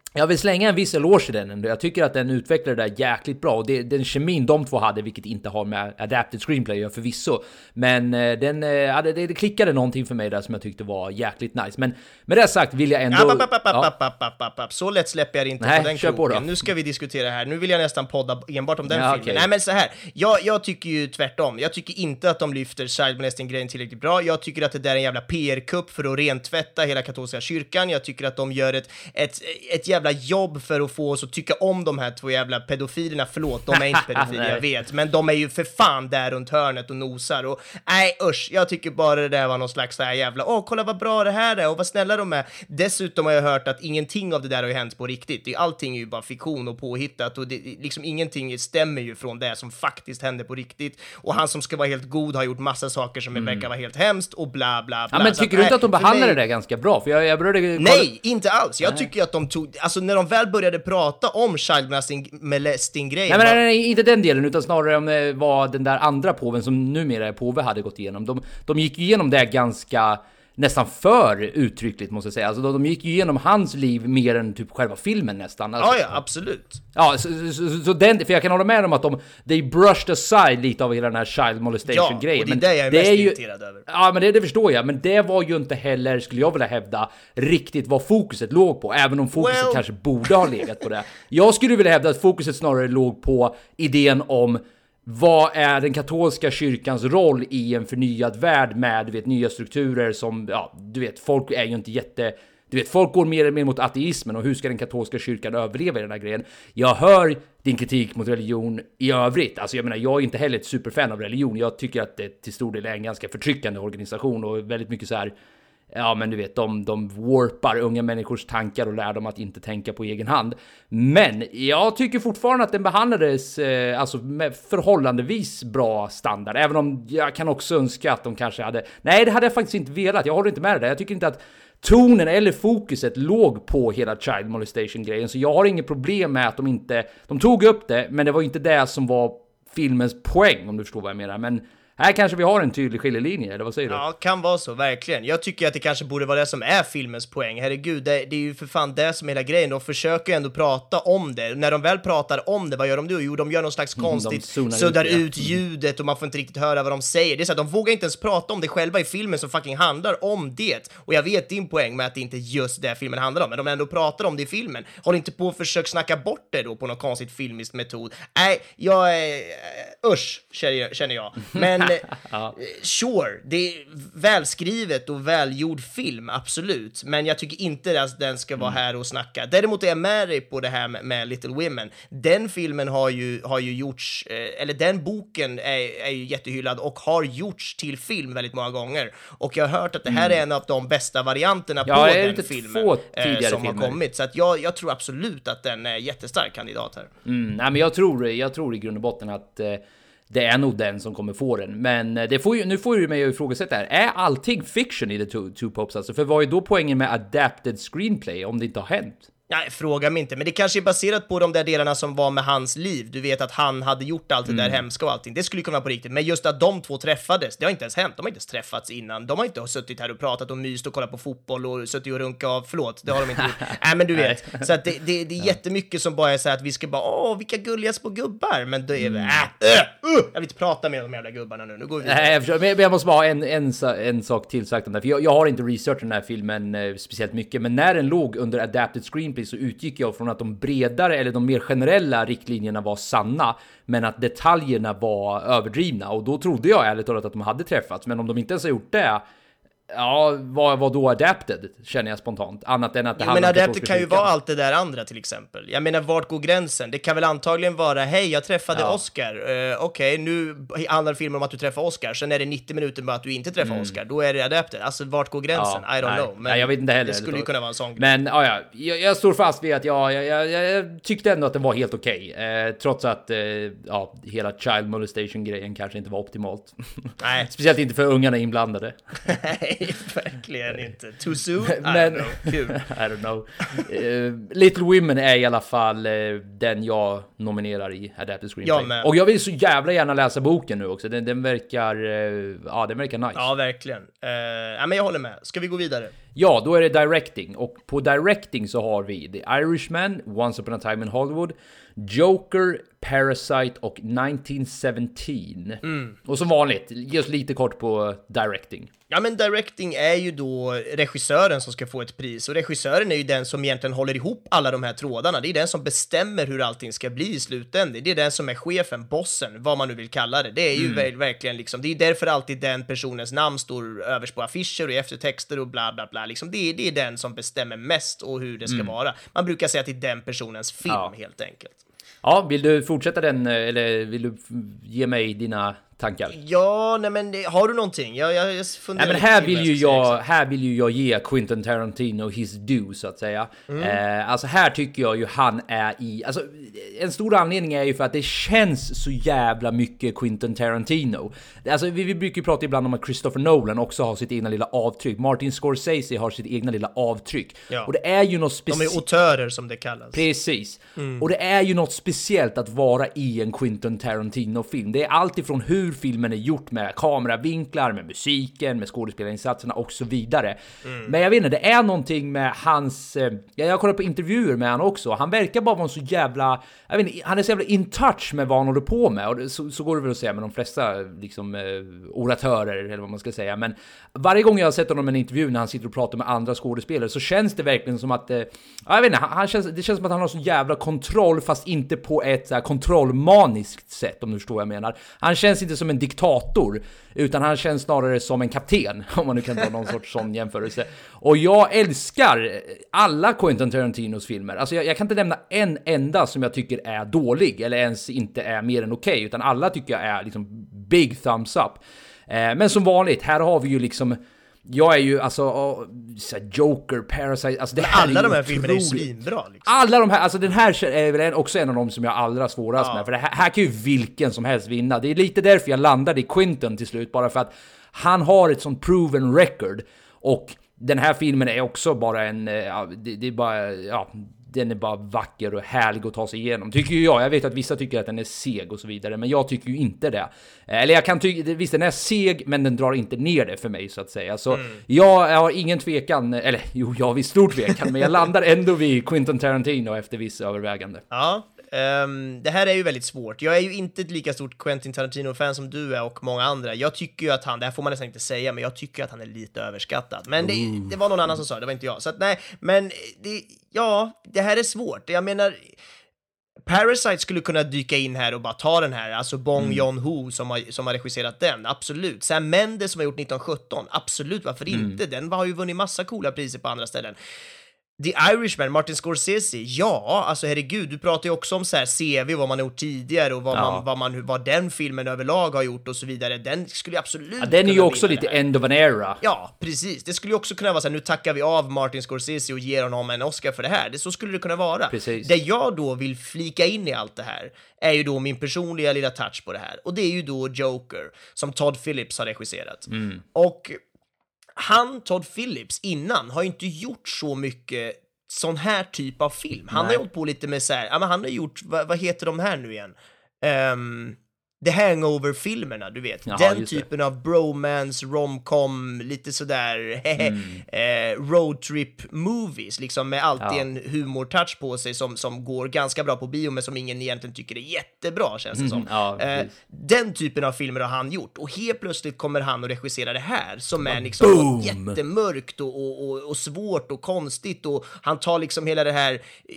Jag vill slänga en viss eloge i den ändå. Jag tycker att den utvecklar det där jäkligt bra. Och det, den kemin de två hade, vilket inte har med adapted screenplay att förvisso. Men eh, den, eh, det, det klickade någonting för mig där som jag tyckte var jäkligt nice. Men med det sagt vill jag ändå... App, app, app, app, app, app, app, app, app. Så lätt släpper jag inte Nej, på den kör på kroken. Då. Nu ska vi diskutera här. Nu vill jag nästan podda enbart om den Ja, filmen. okay. Nej men så här. Jag, jag tycker ju tvärtom. Jag tycker inte att de lyfter child molesting-grejen tillräckligt bra. Jag tycker att det där är en jävla P R-kupp för att rentvätta hela katolska kyrkan. Jag tycker att de gör ett, ett, ett jävla jobb för att få oss att tycka om de här två jävla pedofilerna. Förlåt, de är inte pedofiler, jag vet. Men de är ju för fan där runt hörnet och nosar. Och nej, usch. Jag tycker bara det där var någon slags så här jävla, åh, kolla vad bra det här är och vad snälla de är. Dessutom har jag hört att ingenting av det där har ju hänt på riktigt. Det, allting är ju bara fiktion och påhittat och det, liksom ingenting stämmer ju från det som faktiskt hände på riktigt. Och han som ska vara helt god har gjort massa saker som mm. verkar vara helt hemskt och bla bla bla. Ja, men tycker du inte att de behandlar mig... det där ganska bra? För jag, jag började... Nej, inte alls. Jag nej. tycker att de tog, alltså när de väl började prata om child molesting-grejen. Nej, men nej, nej, inte den delen, utan snarare om det var den där andra påven som numera är påve hade gått igenom. De, de gick igenom det ganska... nästan för uttryckligt måste jag säga. Alltså de, de gick ju igenom hans liv mer än typ själva filmen nästan. Alltså, ja, ja, absolut. Ja, så, så, så den, för jag kan hålla med om att de they brushed aside lite av hela den här child molestation-grejen. Ja, och det är det jag är mest är ju, irriterad över. Ja, men det, det förstår jag. Men det var ju inte heller, skulle jag vilja hävda, riktigt vad fokuset låg på. Även om fokuset well. kanske borde ha legat på det. Jag skulle vilja hävda att fokuset snarare låg på idén om vad är den katolska kyrkans roll i en förnyad värld med, du vet, nya strukturer som, ja, du vet, folk är ju inte jätte... Du vet, folk går mer och mer mot ateismen och hur ska den katolska kyrkan överleva i den här grejen? Jag hör din kritik mot religion i övrigt. Alltså jag menar, jag är inte heller ett superfan av religion. Jag tycker att det till stor del är en ganska förtryckande organisation och väldigt mycket så här... Ja, men du vet, de, de warpar unga människors tankar och lär dem att inte tänka på egen hand. Men jag tycker fortfarande att den behandlades eh, alltså med förhållandevis bra standard. Även om jag kan också önska att de kanske hade... Nej, det hade jag faktiskt inte velat. Jag håller inte med det där. Jag tycker inte att tonen eller fokuset låg på hela child molestation-grejen. Så jag har inget problem med att de inte... De tog upp det, men det var inte det som var filmens poäng, om du förstår vad jag menar. Men... här kanske vi har en tydlig skiljelinje, eller vad säger du? Ja, kan vara så, verkligen. Jag tycker att det kanske borde vara det som är filmens poäng. Herregud, det, det är ju för fan det som är hela grejen. De försöker ändå prata om det. När de väl pratar om det, vad gör de då? Jo, de gör någon slags konstigt, mm, suddar ut, ut ljudet och man får inte riktigt höra vad de säger. Det är så att de vågar inte ens prata om det själva i filmen som fucking handlar om det. Och jag vet din poäng med att det inte är just det filmen handlar om, men de ändå pratar om det i filmen. Håll inte på att försöka snacka bort det då på någon konstigt filmisk metod. Nej, jag är... usch, känner jag. Men ja. Sure, det är välskrivet och välgjord film, absolut. Men jag tycker inte att den ska vara mm. här och snacka. Däremot är jag med dig på det här med, med Little Women. Den filmen har ju, har ju gjorts, eh, eller den boken är, är ju jättehyllad och har gjorts till film väldigt många gånger. Och jag har hört att det här mm. är en av de bästa varianterna ja, på den filmen eh, som filmer. har kommit. Så att jag, jag tror absolut att den är jättestark kandidat här. Mm, nej, men jag tror, jag tror i grund och botten att eh, det är nog den som kommer få den. Men det får ju, nu får ju mig att ifrågasätta här. Är allting fiction i The Two, two Popes alltså? För vad är då poängen med adapted screenplay om det inte har hänt? Nej, fråga mig inte. Men det kanske är baserat på de där delarna som var med hans liv. Du vet att han hade gjort allt det där mm. hemska och allting. Det skulle kunna vara på riktigt. Men just att de två träffades, det har inte ens hänt. De har inte ens träffats innan. De har inte suttit här och pratat och myst och kollat på fotboll och suttit och runkat av. Förlåt, det har de inte gjort. Nej, men du vet. Så att det, det, det är jättemycket som bara är så att vi ska bara, åh, vilka gulliga små gubbar. Men då är vi, mm. äh, äh, uh, jag vill inte prata med de jävla gubbarna nu. Nu går vi vidare. Nej, jag förstår. Men jag måste bara ha en, en, en sak tillsagt om det. För jag, jag har inte researchat den här filmen eh, speciellt mycket. Men när den låg under adapted screenplay så utgick jag från att de bredare eller de mer generella riktlinjerna var sanna, men att detaljerna var överdrivna. Och då trodde jag ärligt talat att de hade träffats, men om de inte ens har gjort det, ja, vad var då adapted, känner jag spontant. Annat än att det jo, men adapted kan ju vara allt det där andra till exempel. Jag menar, vart går gränsen? Det kan väl antagligen vara, hej, jag träffade ja. Oscar. Uh, Okej, okay, nu handlar filmen om att du träffar Oscar. Sen är det nittio minuter med att du inte träffar mm. Oscar. Då är det adapted. Alltså, vart går gränsen? Ja, I don't nej. know. Men nej, jag vet inte heller. Det skulle ju kunna vara en sån grej. Men ja, ja, jag, jag står fast vid att jag, jag, jag, jag tyckte ändå att det var helt okej. Okay. Eh, trots att eh, ja, hela child molestation-grejen kanske inte var optimalt. Nej. Speciellt inte för ungarna inblandade. Nej, verkligen inte. Too soon? I Men, don't know. Kul. I don't know. Uh, Little Women är i alla fall uh, den jag nominerar i Adapted Screenplay. Ja, och jag vill så jävla gärna läsa boken nu också. Den, den verkar, uh, ja, den verkar nice. Ja, verkligen. Uh, ja, men jag håller med. Ska vi gå vidare? Ja, då är det directing. Och på directing så har vi The Irishman, Once Upon a Time in Hollywood, Joker, Parasite och nineteen seventeen. Mm. Och som vanligt, ge oss lite kort på directing. Ja, men directing är ju då regissören som ska få ett pris. Och regissören är ju den som egentligen håller ihop alla de här trådarna. Det är den som bestämmer hur allting ska bli i slutändan. Det är den som är chefen, bossen, vad man nu vill kalla det. Det är ju mm. ver- verkligen liksom, det är därför alltid den personens namn står överst på affischer och eftertexter och bla bla bla. Liksom, det, är, det är den som bestämmer mest och hur det ska mm. vara. Man brukar säga att det är den personens film, ja. helt enkelt. Ja, vill du fortsätta den, eller vill du ge mig dina tankar? Ja, nej men har du någonting? Jag, jag, jag funderar nej, men här vill ju jag, här vill ju jag ge Quentin Tarantino his due, så att säga. Mm. Eh, alltså här tycker jag ju han är i, alltså en stor anledning är ju för att det känns så jävla mycket Quentin Tarantino. Alltså vi, vi brukar ju prata ibland om att Christopher Nolan också har sitt egna lilla avtryck. Martin Scorsese har sitt egna lilla avtryck. Ja. Och det är ju något speciellt. De är autörer som det kallas. Precis. Mm. Och det är ju något speciellt att vara i en Quentin Tarantino-film. Det är allt ifrån hur filmen är gjort med kameravinklar, med musiken, med skådespelarinsatserna och så vidare. Mm. Men jag vet inte, det är någonting med hans... Eh, jag har kollat på intervjuer med han också. Han verkar bara vara så jävla... Jag vet inte, han är så jävla in touch med vad han håller på med. Och det, så, så går det väl att säga med de flesta liksom, eh, oratörer, eller vad man ska säga. Men varje gång jag har sett honom i en intervju när han sitter och pratar med andra skådespelare så känns det verkligen som att... Eh, jag vet inte, han, han känns, det känns som att han har så jävla kontroll, fast inte på ett så här, kontrollmaniskt sätt, om du förstår vad jag menar. Han känns inte som en diktator, utan han känns snarare som en kapten, om man nu kan dra någon sorts sån jämförelse. Och jag älskar alla Quentin Tarantinos filmer. Alltså jag, jag kan inte nämna en enda som jag tycker är dålig, eller ens inte är mer än okej, okay, utan alla tycker jag är liksom big thumbs up. Eh, men som vanligt, här har vi ju liksom... Jag är ju alltså uh, Joker, Parasite, alltså det här alla är de här otroligt. filmerna är svinbra liksom. Alla de här, alltså den här är väl också en av de som jag allra svårast ja. med, för det här, här kan ju vilken som helst vinna. Det är lite därför jag landade i Quentin till slut, bara för att han har ett sånt proven record, och den här filmen är också bara en, ja, det, det är bara, ja, den är bara vacker och härlig att ta sig igenom, tycker ju jag. Jag vet att vissa tycker att den är seg och så vidare, men jag tycker ju inte det. Eller jag kan tycka, visst den är seg, men den drar inte ner det för mig, så att säga. Så mm. jag, jag har ingen tvekan, eller jo, jag har visst stor tvekan, men jag landar ändå vid Quentin Tarantino efter vissa övervägande. Ja, um, det här är ju väldigt svårt. Jag är ju inte ett lika stort Quentin Tarantino-fan som du är och många andra. Jag tycker ju att han, det här får man nästan inte säga, men jag tycker att han är lite överskattad. Men det, det var någon annan som sa, det var inte jag. Så att nej, men det, ja, det här är svårt. Jag menar... Parasite skulle kunna dyka in här och bara ta den här, alltså Bong mm. Joon-ho som har, som har regisserat den, absolut. Sam Mendes som har gjort nitton sjutton, absolut, varför mm. inte? Den har ju vunnit massa coola priser på andra ställen. The Irishman, Martin Scorsese, ja, alltså herregud, du pratar ju också om så här C V, vad man har gjort tidigare och vad, ja. man, vad, man, vad den filmen överlag har gjort och så vidare. Den skulle ju absolut ja, den är ju också lite end of an era. Ja, precis. Det skulle ju också kunna vara så här, nu tackar vi av Martin Scorsese och ger honom en Oscar för det här. Det, så skulle det kunna vara. Precis. Det jag då vill flika in i allt det här är ju då min personliga lilla touch på det här. Och det är ju då Joker, som Todd Phillips har regisserat. Mm. Och han, Todd Phillips, innan har ju inte gjort så mycket sån här typ av film. Han Nej. har gjort på lite med så här, ja men han har gjort, vad, vad heter de här nu igen? Um, The Hangover-filmerna, du vet. Jaha, den typen av bromance, romcom, lite sådär mm. eh, roadtrip-movies, liksom med alltid ja. en humor-touch på sig som, som går ganska bra på bio, men som ingen egentligen tycker är jättebra, känns det mm. som. Ja, eh, den typen av filmer har han gjort, och helt plötsligt kommer han att regissera det här, som är liksom jättemörkt och, och, och, och svårt och konstigt, och han tar liksom hela det här... Eh,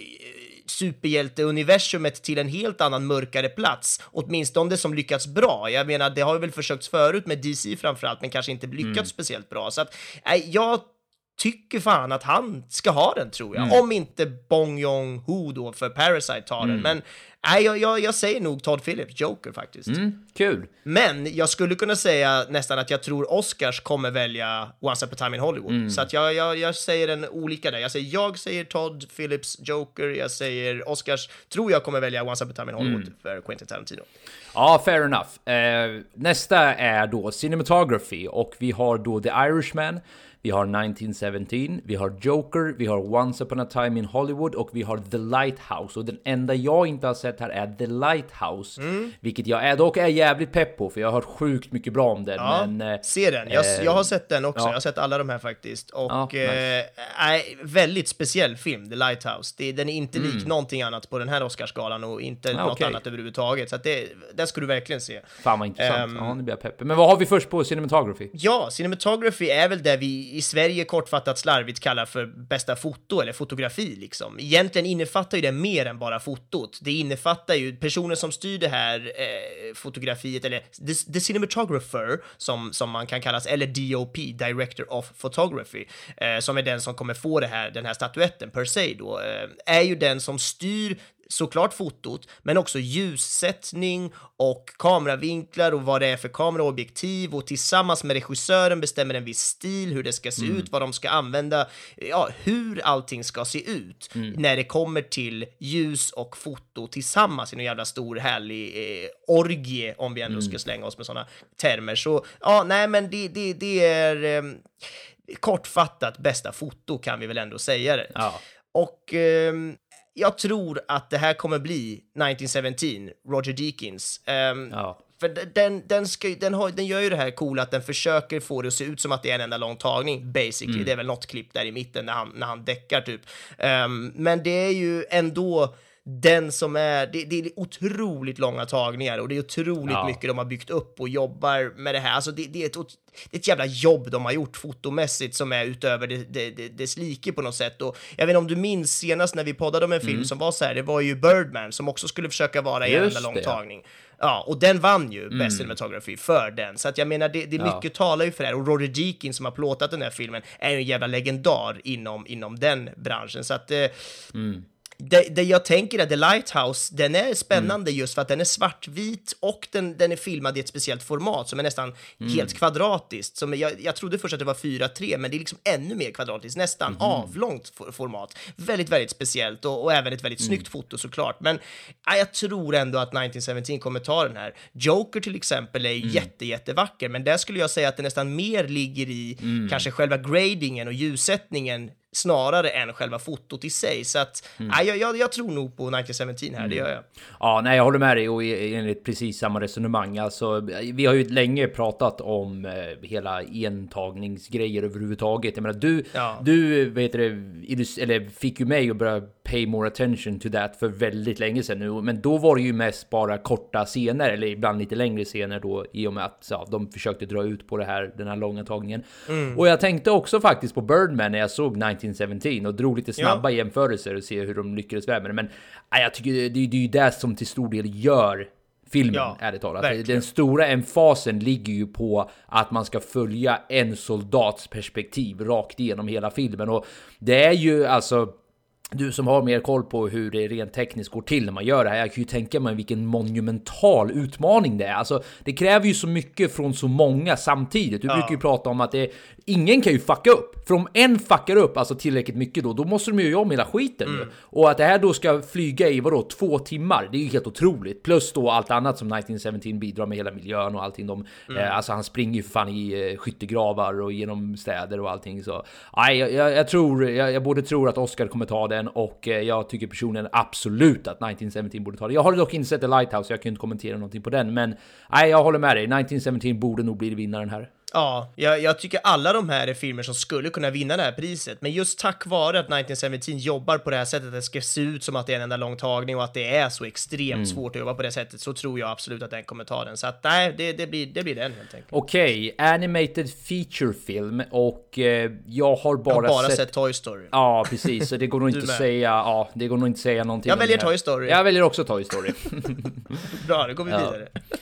superhjälte-universumet till en helt annan mörkare plats, åtminstone som lyckats bra. Jag menar, det har ju väl försökts förut med D C framförallt, men kanske inte lyckats mm. speciellt bra. Så att, äh, jag tycker fan att han ska ha den, tror jag. Mm. Om inte Bong Joon-ho då för Parasite tar den. Mm. Men Nej, jag, jag, jag säger nog Todd Phillips, Joker faktiskt. Mm, kul. Men jag skulle kunna säga nästan att jag tror Oscars kommer välja Once Upon a Time in Hollywood. Mm. Så att jag, jag, jag säger en olika där. Jag säger, jag säger Todd Phillips, Joker. Jag säger Oscars, tror jag kommer välja Once Upon a Time in Hollywood mm. för Quentin Tarantino. Ja, fair enough. Eh, nästa är då Cinematography och vi har då The Irishman, vi har nineteen seventeen, vi har Joker, vi har Once Upon a Time in Hollywood och vi har The Lighthouse. Och den enda jag inte har sett här är The Lighthouse, mm. vilket jag är, dock är jävligt pepp på, för jag har hört sjukt mycket bra om den. Ja, men, se den. Jag, eh, jag har sett den också. Ja. Jag har sett alla de här faktiskt. Och ja, nice. eh, väldigt speciell film, The Lighthouse. Det, den är inte lik mm. någonting annat på den här Oscarsgalan och inte ah, något okay. annat överhuvudtaget. Så att det, den ska du verkligen se. Fan vad intressant. Um, ja, nu blir jag pepp. Men vad har vi först på Cinematography? Ja, Cinematography är väl det vi i Sverige kortfattat slarvigt kallar för bästa foto eller fotografi liksom. Egentligen innefattar ju det mer än bara fotot. Det innefattar ju personer som styr det här eh, fotografiet, eller the, the cinematographer som, som man kan kallas, eller D O P, Director of Photography, eh, som är den som kommer få det här, den här statuetten per se då, eh, är ju den som styr såklart fotot, men också ljussättning och kameravinklar och vad det är för kameraobjektiv, och tillsammans med regissören bestämmer en viss stil, hur det ska se mm. ut, vad de ska använda, ja, hur allting ska se ut mm. när det kommer till ljus och foto tillsammans i en jävla stor härlig eh, orgie, om vi ändå mm. ska slänga oss med sådana termer. Så ja, nej men det, det, det är eh, kortfattat bästa foto, kan vi väl ändå säga det. Ja. Och eh, jag tror att det här kommer bli nineteen seventeen, Roger Deakins. Um, ja. För den, den, ska, den, har, den gör ju det här coola att den försöker få det att se ut som att det är en enda lång tagning, basically. Mm. Det är väl något klipp där i mitten när han, när han däckar typ. Um, men det är ju ändå den som är, det, det är otroligt långa tagningar och det är otroligt ja. mycket de har byggt upp och jobbar med det här. Alltså det, det, är, ett, det är ett jävla jobb de har gjort fotomässigt som är utöver det, det, det, det slike på något sätt. Och jag vet inte om du minns senast när vi poddade om en film mm. som var så här, det var ju Birdman som också skulle försöka vara i en enda lång tagning. Ja, och den vann ju mm. Best Cinematography för den. Så att jag menar, det, det är mycket ja. talar ju för det här. Och Roger Deakins som har plåtat den här filmen är ju en jävla legendar inom, inom den branschen. Så att... Eh, mm. Det, det jag tänker är The Lighthouse, den är spännande mm. just för att den är svartvit och den, den är filmad i ett speciellt format som är nästan mm. helt kvadratiskt. Som jag, jag trodde först att det var fyra tre, men det är liksom ännu mer kvadratiskt, nästan mm. avlångt for, format. Väldigt, väldigt speciellt och, och även ett väldigt mm. snyggt foto såklart. Men ja, jag tror ändå att nineteen seventeen kommer ta den här. Joker till exempel är mm. jätte, jättevacker, men där skulle jag säga att det nästan mer ligger i mm. kanske själva gradingen och ljussättningen snarare än själva fotot i sig. Så att, mm. ja, jag, jag tror nog på nineteen seventeen här, mm. det gör jag. Ja, nej, jag håller med dig och enligt precis samma resonemang. Alltså, vi har ju länge pratat om eh, hela entagningsgrejer överhuvudtaget. Jag menar, du, ja. du vet det, eller fick ju mig att börja pay more attention to that för väldigt länge sedan nu. Men då var det ju mest bara korta scener, eller ibland lite längre scener då, i och med att ja, de försökte dra ut på det här, den här långa tagningen. Mm. Och jag tänkte också faktiskt på Birdman när jag såg nineteen seventeen och drog lite snabba ja. jämförelser och se hur de lyckades med det. Men nej, jag tycker det, det är ju det som till stor del gör filmen, ja, ärligt talat. Verkligen. Den stora emfasen ligger ju på att man ska följa en soldats perspektiv rakt igenom hela filmen. Och det är ju alltså... Du som har mer koll på hur det rent tekniskt går till när man gör det här, jag kan ju tänka mig vilken monumental utmaning det är. Alltså, det kräver ju så mycket från så många samtidigt. Du ja. brukar ju prata om att det, ingen kan ju fucka upp. För om en fuckar upp alltså tillräckligt mycket då, då måste de ju göra om hela skiten. Mm. Och att det här då ska flyga i vadå, två timmar, det är ju helt otroligt. Plus då allt annat som nineteen seventeen bidrar med, hela miljön och allting. De, mm. eh, alltså han springer ju för fan i eh, skyttegravar och genom städer och allting. Så nej, jag, jag, jag tror, jag, jag både tror att Oscar kommer ta det, och eh, jag tycker personligen absolut att nineteen seventeen borde ta det. Jag har dock inte sett The Lighthouse, så jag kan inte kommentera någonting på den, men nej, jag håller med dig. nineteen seventeen borde nog bli vinnaren här. Ja, jag, jag tycker alla de här är filmer som skulle kunna vinna det här priset, men just tack vare att nineteen seventeen jobbar på det här sättet, att det ska se ut som att det är en enda lång tagning och att det är så extremt mm. svårt att jobba på det sättet, så tror jag absolut att den kommer ta den. Så att nej, det, det, blir, det blir den helt enkelt. Okej, okay, animated feature film, och eh, jag har bara, jag har bara sett... sett Toy Story. Ja, precis, så det går nog inte att säga, ja, det går nog inte att säga någonting. Jag väljer Toy Story. Jag väljer också Toy Story. Bra, då går vi ja. vidare.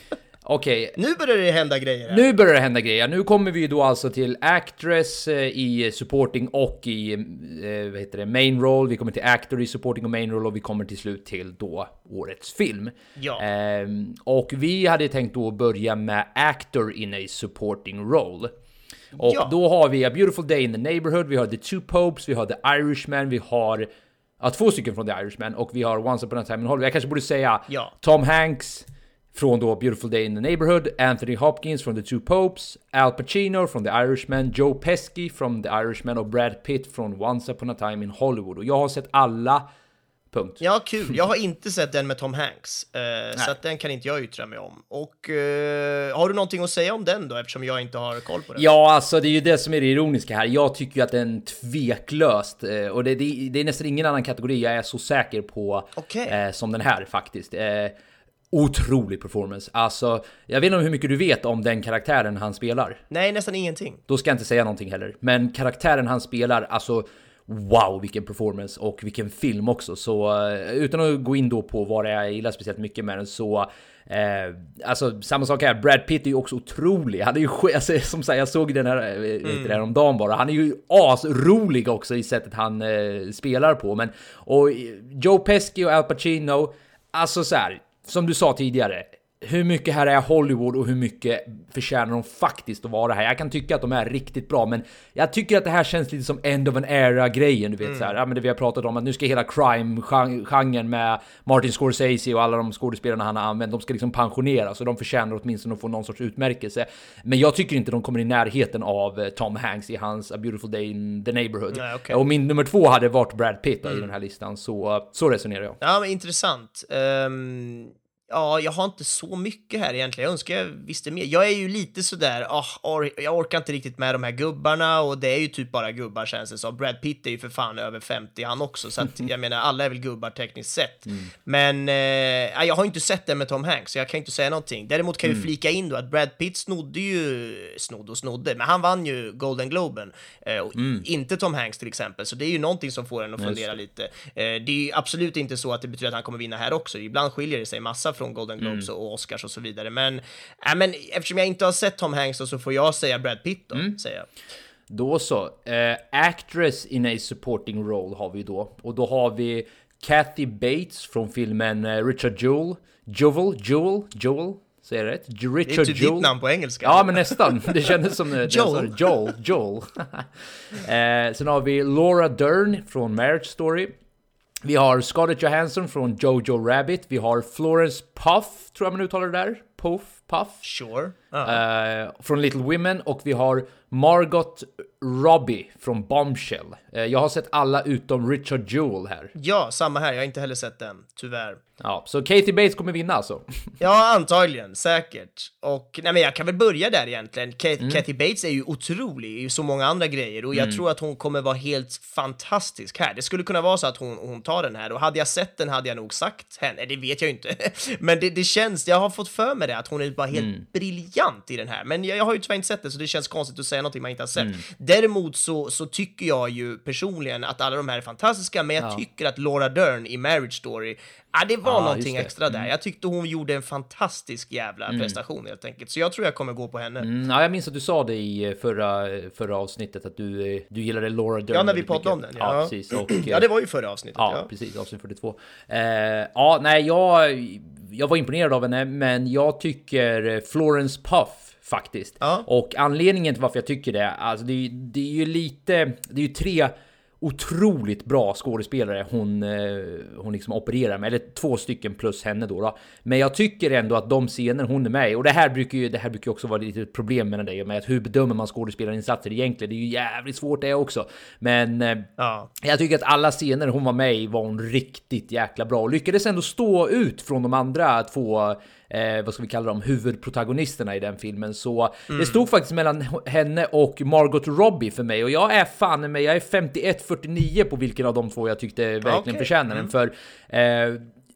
Okej. Nu börjar det hända grejer här. Nu börjar det hända grejer. Nu kommer vi då alltså till actress eh, i supporting och i eh, vad heter det, main role. Vi kommer till actor i supporting och main role och vi kommer till slut till då årets film. Ja. Eh, och vi hade tänkt då börja med actor in a supporting role. Och ja. då har vi A Beautiful Day in the Neighborhood, vi har The Two Popes, vi har The Irishman, vi har ja, två stycken från The Irishman och vi har Once Upon a Time in Hollywood. Jag kanske borde säga ja. Tom Hanks från då Beautiful Day in the Neighborhood, Anthony Hopkins från The Two Popes, Al Pacino från The Irishman, Joe Pesci från The Irishman och Brad Pitt från Once Upon a Time in Hollywood. Och jag har sett alla. Punkt. Ja, kul. Jag har inte sett den med Tom Hanks, eh, så att den kan inte jag yttra mig om. Och eh, har du någonting att säga om den då, eftersom jag inte har koll på den? Ja, alltså det är ju det som är det ironiska här. Jag tycker ju att den tveklöst, eh, och det, det, det är nästan ingen annan kategori jag är så säker på okay. eh, som den här faktiskt. Eh, otrolig performance. Alltså, jag vet inte hur mycket du vet om den karaktären han spelar. Nej, nästan ingenting. Då ska jag inte säga någonting heller. Men karaktären han spelar, alltså wow, vilken performance och vilken film också. Så utan att gå in då på vad det är jag gillar speciellt mycket med den, så eh, alltså samma sak här. Brad Pitt är ju också otrolig. Han är ju alltså, som sagt, jag såg den här mm. det här om dagen bara. Han är ju asrolig också i sättet han eh, spelar på. Men och Joe Pesci och Al Pacino, alltså så här, som du sa tidigare, hur mycket här är Hollywood och hur mycket förtjänar de faktiskt att vara här. Jag kan tycka att de är riktigt bra, men jag tycker att det här känns lite som end of an era-grejen, du vet, mm. så här. Ja, men det vi har pratat om, att nu ska hela crime-genren med Martin Scorsese och alla de skådespelarna han har använt, de ska liksom pensioneras, så de förtjänar åtminstone att få någon sorts utmärkelse. Men jag tycker inte de kommer i närheten av Tom Hanks i hans A Beautiful Day in the Neighborhood. Nej, okay. Och min nummer två hade varit Brad Pitt mm. i den här listan, så, så resonerar jag. Ja, men intressant. Um... Ja, jag har inte så mycket här egentligen. Jag önskar jag visste mer. Jag är ju lite sådär, oh, or, jag orkar inte riktigt med de här gubbarna, och det är ju typ bara gubbar, känns det som. Brad Pitt är ju för fan över femtio han också, så att jag menar, alla är väl gubbar tekniskt sett. Mm. Men eh, jag har inte sett det med Tom Hanks, så jag kan inte säga någonting. Däremot kan vi mm. flika in då att Brad Pitt snodde ju, snodde och snodde, men han vann ju Golden Globen, eh, och mm. inte Tom Hanks till exempel, så det är ju någonting som får en att fundera lite. Eh, det är ju absolut inte så att det betyder att han kommer vinna här också. Ibland skiljer det sig massa från Golden Globes mm. och Oscars och så vidare. Men, äh, men eftersom jag inte har sett Tom Hanks så får jag säga Brad Pitt då, mm. säger jag. Då så. Uh, actress in a supporting role har vi då. Och då har vi Kathy Bates från filmen uh, Richard Jewell. Jewell? Jewell? Jewell? Säger jag rätt? Richard det är typ Jewell. Ditt namn på engelska. Ja, men nästan. Det kändes som... Joel. Joel. Joel. uh, sen har vi Laura Dern från Marriage Story. Vi har Scarlett Johansson från Jojo Rabbit. Vi har Florence Puff, tror jag man uttalar det där. Puff, Puff. Sure. Uh-huh. Uh, från Little Women. Och vi har Margot Robbie från Bombshell. Uh, jag har sett alla utom Richard Jewell här. Ja, samma här. Jag har inte heller sett den, tyvärr. Ja, så Kathy Bates kommer vinna alltså. Ja, antagligen, säkert. Och nej, men jag kan väl börja där egentligen. Kathy, mm. Kathy Bates är ju otrolig i så många andra grejer, och jag mm. tror att hon kommer vara helt fantastisk här. Det skulle kunna vara så att hon, hon tar den här, och hade jag sett den hade jag nog sagt henne. Det vet jag ju inte. Men det, det känns, jag har fått för mig det, att hon är bara helt mm. briljant i den här. Men jag, jag har ju tyvärr inte sett det, så det känns konstigt att säga någonting man inte har sett. Mm. Däremot så, så tycker jag ju personligen att alla de här är fantastiska, men jag ja. tycker att Laura Dern i Marriage Story, ja, det var ah, någonting extra där. Jag tyckte hon gjorde en fantastisk jävla mm. prestation helt enkelt. Så jag tror jag kommer gå på henne. Mm, ja, jag minns att du sa det i förra, förra avsnittet, att du, du gillade Laura Dern. Ja, när vi pratade om den. Ja, ja precis. Och, ja, det var ju förra avsnittet. Ja, ja. precis. Avsnitt fyrtiotvå. Eh, ja, nej, jag, jag var imponerad av henne, men jag tycker Florence Puff faktiskt. Ja. Och anledningen till varför jag tycker det, alltså det, det är ju lite, det är ju tre otroligt bra skådespelare hon, hon liksom opererar med, eller två stycken plus henne då, då. Men jag tycker ändå att de scener hon är med i, och det här brukar ju det här brukar ju också vara lite ett problem med det, med att hur bedömer man skådespelarinsatser egentligen, det är ju jävligt svårt det också. Men ja. jag tycker att alla scener hon var med i var hon riktigt jäkla bra, och lyckades ändå stå ut från de andra två Eh, vad ska vi kalla dem, huvudprotagonisterna i den filmen. Så mm. det stod faktiskt mellan henne och Margot Robbie för mig, och jag är fan med, jag är femtioett fyrtionio på vilken av de två jag tyckte verkligen okay. förtjänar den, mm. för eh,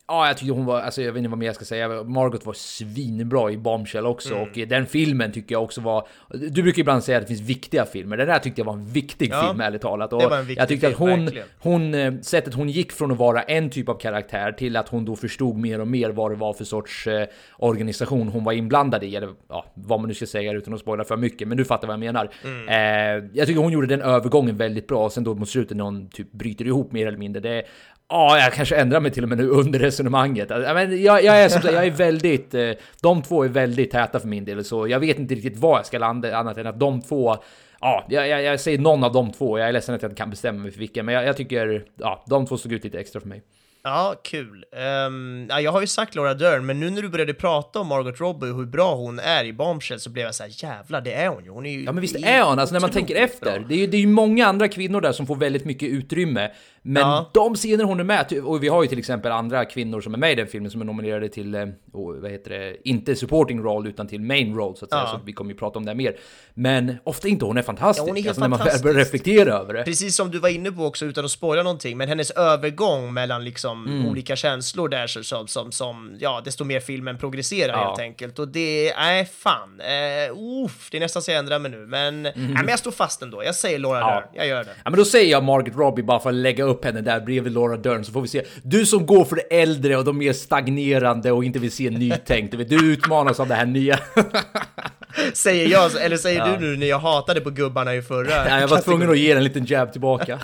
Ja, jag tyckte hon var, alltså jag vet inte vad mer jag ska säga. Margot var svinbra i Bombshell också. Mm. Och den filmen tycker jag också var... Du brukar ibland säga att det finns viktiga filmer. Den där tyckte jag var en viktig ja, film, ärligt talat. Och jag tyckte att hon, hon... Sättet hon gick från att vara en typ av karaktär till att hon då förstod mer och mer vad det var för sorts eh, organisation hon var inblandad i. Eller ja, vad man nu ska säga utan att spoila för mycket. Men du fattar vad jag menar. Mm. Eh, jag tycker hon gjorde den övergången väldigt bra. Och sen då mot slutet när hon typ bryter ihop mer eller mindre. Det Ja, jag kanske ändrar mig till och med nu under resonemanget. Men jag, jag, är, som, jag är väldigt... De två är väldigt täta för min del. Så jag vet inte riktigt vad jag ska landa annat än att de två... Ja, jag, jag säger någon av de två. Jag är ledsen att jag inte kan bestämma mig för vilken. Men jag, jag tycker... Ja, de två såg ut lite extra för mig. Ja, kul. Um, ja, jag har ju sagt Laura Dern, men nu när du började prata om Margot Robbie och hur bra hon är i Bombshell så blev jag så här, jävlar, det är hon ju. Hon är ju ja, men visst är hon, alltså när man tänker efter. Det är ju det är ju många andra kvinnor där som får väldigt mycket utrymme. Men ja. de scener hon är med, och vi har ju till exempel andra kvinnor som är med i den filmen som är nominerade till, oh, vad heter det, inte supporting role utan till main role så att säga, ja. så vi kommer ju prata om det mer. Men ofta inte, hon är fantastisk. Ja, hon är helt alltså, fantastisk. När man börjar reflektera över det. Precis som du var inne på också, utan att spoila någonting, men hennes övergång mellan liksom mm. olika känslor där så, som, som, som, ja, desto mer filmen progresserar ja. helt enkelt. Och det är fan, uh, uff, det är nästan så jag ändrar mig nu, men, mm. nej, men jag står fast ändå. Jag säger Laura ja. Dern, jag gör det. Ja, men då säger jag Margot Robbie bara för att lägga upp henne där bredvid Laura Dern så får vi se. Du som går för det äldre och de mer stagnerande och inte vill se nytänkt. Du utmanas av det här nya. Säger jag, eller säger ja. du nu när jag hatade på gubbarna i förra? Ja, jag var tvungen att ge en liten jab tillbaka.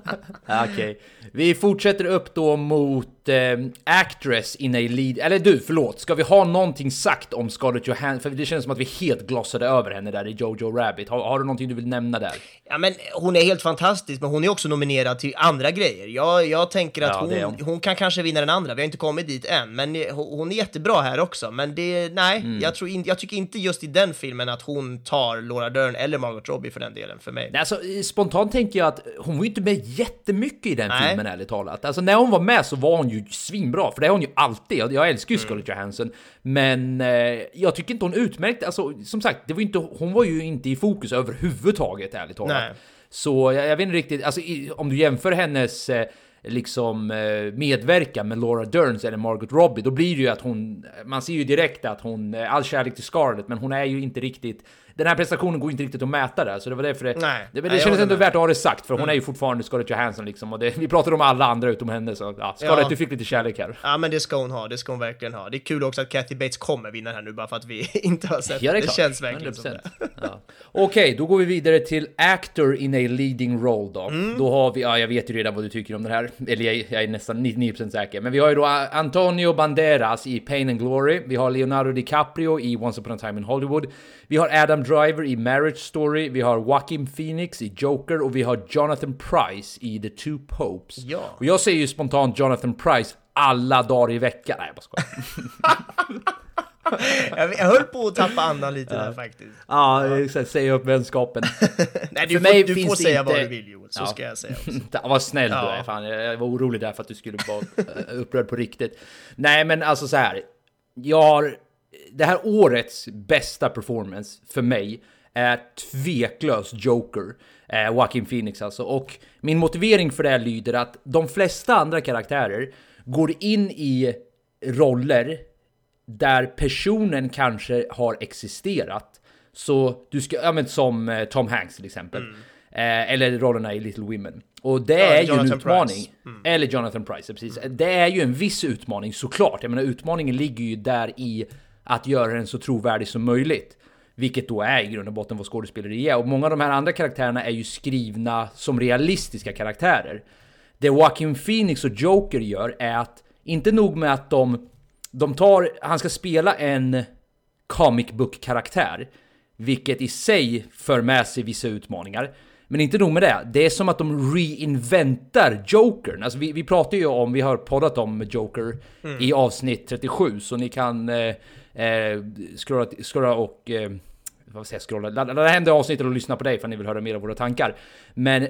ja, okej. Okay. Vi fortsätter upp då mot eh, Actress in a lead. Eller du, förlåt. Ska vi ha någonting sagt om Scarlett Johansson? För det känns som att vi helt glossade över henne där i Jojo Rabbit. Har, har du någonting du vill nämna där? Ja, men hon är helt fantastisk, men hon är också nominerad till andra grejer. Jag, jag tänker att ja, hon, hon kan kanske vinna den andra. Vi har inte kommit dit än, men hon är jättebra här också. Men det, nej, mm. jag, tror in, jag tycker inte just i den filmen att hon tar Laura Dern eller Margot Robbie för den delen för mig. Alltså, spontant tänker jag att hon var ju inte med jättemycket i den nej. filmen, ärligt talat. Alltså, när hon var med så var hon ju svinbra, för det är hon ju alltid. Jag, jag älskar ju Scarlett mm. Johansson, men eh, jag tycker inte hon utmärkte, alltså, som sagt, det var inte, hon var ju inte i fokus överhuvudtaget, ärligt talat. Nej. Så jag, jag vet inte riktigt, alltså, i, om du jämför hennes... Eh, liksom eh, medverka med Laura Dern eller Margot Robbie, då blir det ju att hon, man ser ju direkt att hon, all kärlek till Scarlett, men hon är ju inte riktigt, den här prestationen går inte riktigt att mäta där, så det var därför det, nej, det, det nej, känns ändå med. värt att ha det sagt, för hon mm. är ju fortfarande Scarlett Johansson liksom, och det, vi pratar om alla andra utom henne, så ja, Scarlett, ja. du fick lite kärlek här. Ja, men det ska hon ha, det ska hon verkligen ha. Det är kul också att Kathy Bates kommer vinna här nu, bara för att vi inte har sett ja, det. Det känns verkligen som det. ja. Okej, okay, då går vi vidare till Actor in a leading role då. Mm. Då har vi, ja, jag vet ju redan vad du tycker om den här, eller jag, jag är nästan nittionio procent säker, men vi har ju då Antonio Banderas i Pain and Glory, vi har Leonardo DiCaprio i Once Upon a Time in Hollywood, vi har Adam Driver i Marriage Story, vi har Joaquin Phoenix i Joker och vi har Jonathan Pryce i The Two Popes. Ja. Och jag säger ju spontant Jonathan Pryce alla dagar i veckan. Nej, jag bara skojar. jag, jag höll på att tappa andan lite ja. där faktiskt. Ja, ja. säga upp vänskapen. Nej, du, För får, mig du får säga inte... vad du vill, Joel, så ja. ska jag säga också. Ja, vad snäll ja. du är, fan. Jag var orolig där för att du skulle vara upprörd på riktigt. Nej, men alltså så här. Jag har... Det här årets bästa performance för mig är tveklös Joker, eh, Joaquin Phoenix alltså. Och min motivering för det här lyder att de flesta andra karaktärer går in i roller där personen kanske har existerat. Så du ska, ja men som eh, Tom Hanks till exempel. Mm. Eh, eller rollerna i Little Women. Och det ja, är ju Jonathan en utmaning. Mm. Eller Jonathan Pryce, precis. Mm. Det är ju en viss utmaning såklart. Jag menar, utmaningen ligger ju där i att göra den så trovärdig som möjligt. Vilket då är i grund och botten vad skådespeleri är. Och många av de här andra karaktärerna är ju skrivna som realistiska karaktärer. Det Joaquin Phoenix och Joker gör är att, inte nog med att de, de tar, han ska spela en comic book-karaktär. Vilket i sig för med sig vissa utmaningar. Men inte nog med det. Det är som att de reinventar Jokern. Alltså vi, vi pratar ju om, vi har poddat om Joker mm. i avsnitt trettiosju. Så ni kan eh, eh, scrolla, scrolla och... Eh, vad säger jag, scrolla? Ladda hem det avsnittet och lyssna på dig för att ni vill höra mer av våra tankar. Men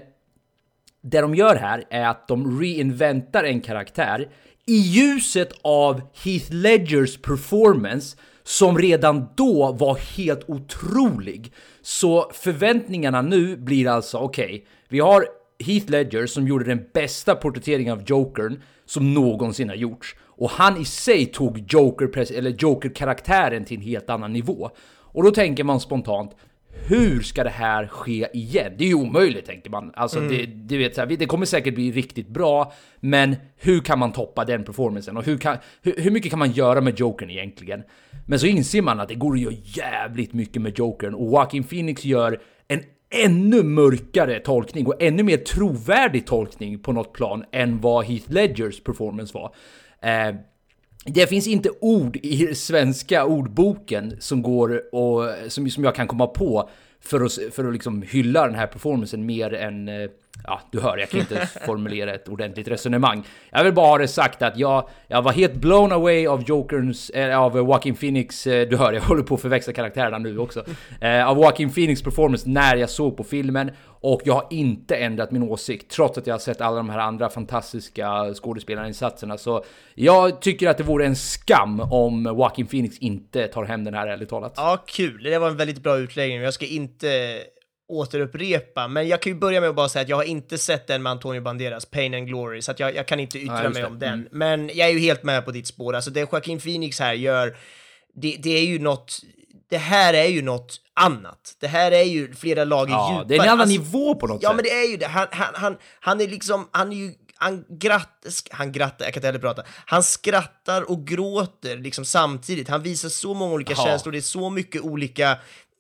det de gör här är att de reinventar en karaktär i ljuset av Heath Ledgers performance som redan då var helt otrolig. Så förväntningarna nu blir alltså, okej, okay, vi har Heath Ledger som gjorde den bästa porträtteringen av Jokern som någonsin har gjorts. Och han i sig tog Joker, eller Joker-karaktären till en helt annan nivå. Och då tänker man spontant, hur ska det här ske igen? Det är ju omöjligt, tänker man. Alltså, mm. det, det, vet, så här, det kommer säkert bli riktigt bra, men hur kan man toppa den performancen? Och hur, kan, hur, hur mycket kan man göra med Jokern egentligen? Men så inser man att det går att göra jävligt mycket med Jokern. Och Joaquin Phoenix gör en ännu mörkare tolkning och ännu mer trovärdig tolkning på något plan än vad Heath Ledgers performance var. Eh, Det finns inte ord i svenska ordboken som går och som, som jag kan komma på för att, för att liksom hylla den här performancen mer än, ja, du hör, jag kan inte formulera ett ordentligt resonemang. Jag vill bara ha det sagt att jag, jag var helt blown away av Jokerns, äh, av Joaquin Phoenix, äh, du hör, jag håller på att förväxla karaktärerna nu också, äh, av Joaquin Phoenix performance när jag såg på filmen, och jag har inte ändrat min åsikt trots att jag har sett alla de här andra fantastiska skådespelarinsatserna. Så jag tycker att det vore en skam om Joaquin Phoenix inte tar hem den här, ärligt talat. Ja, kul. Det var en väldigt bra utläggning. Jag ska inte återupprepa, men jag kan ju börja med att bara säga att jag har inte sett den med Antonio Banderas, Pain and Glory, så att jag, jag kan inte yttra ja, mig om den. Mm. Men jag är ju helt med på ditt spår. Alltså det Joaquin Phoenix här gör, det, det är ju något, det här är ju något annat. Det här är ju flera lager ja, djupare. Det är en annan alltså, nivå på något ja, sätt. Ja, men det är ju det. Han, han, han, han är liksom, han är ju Han grattar, han grattar, jag kan inte heller prata. Han skrattar och gråter liksom samtidigt. Han visar så många olika ja. känslor. Det är så mycket olika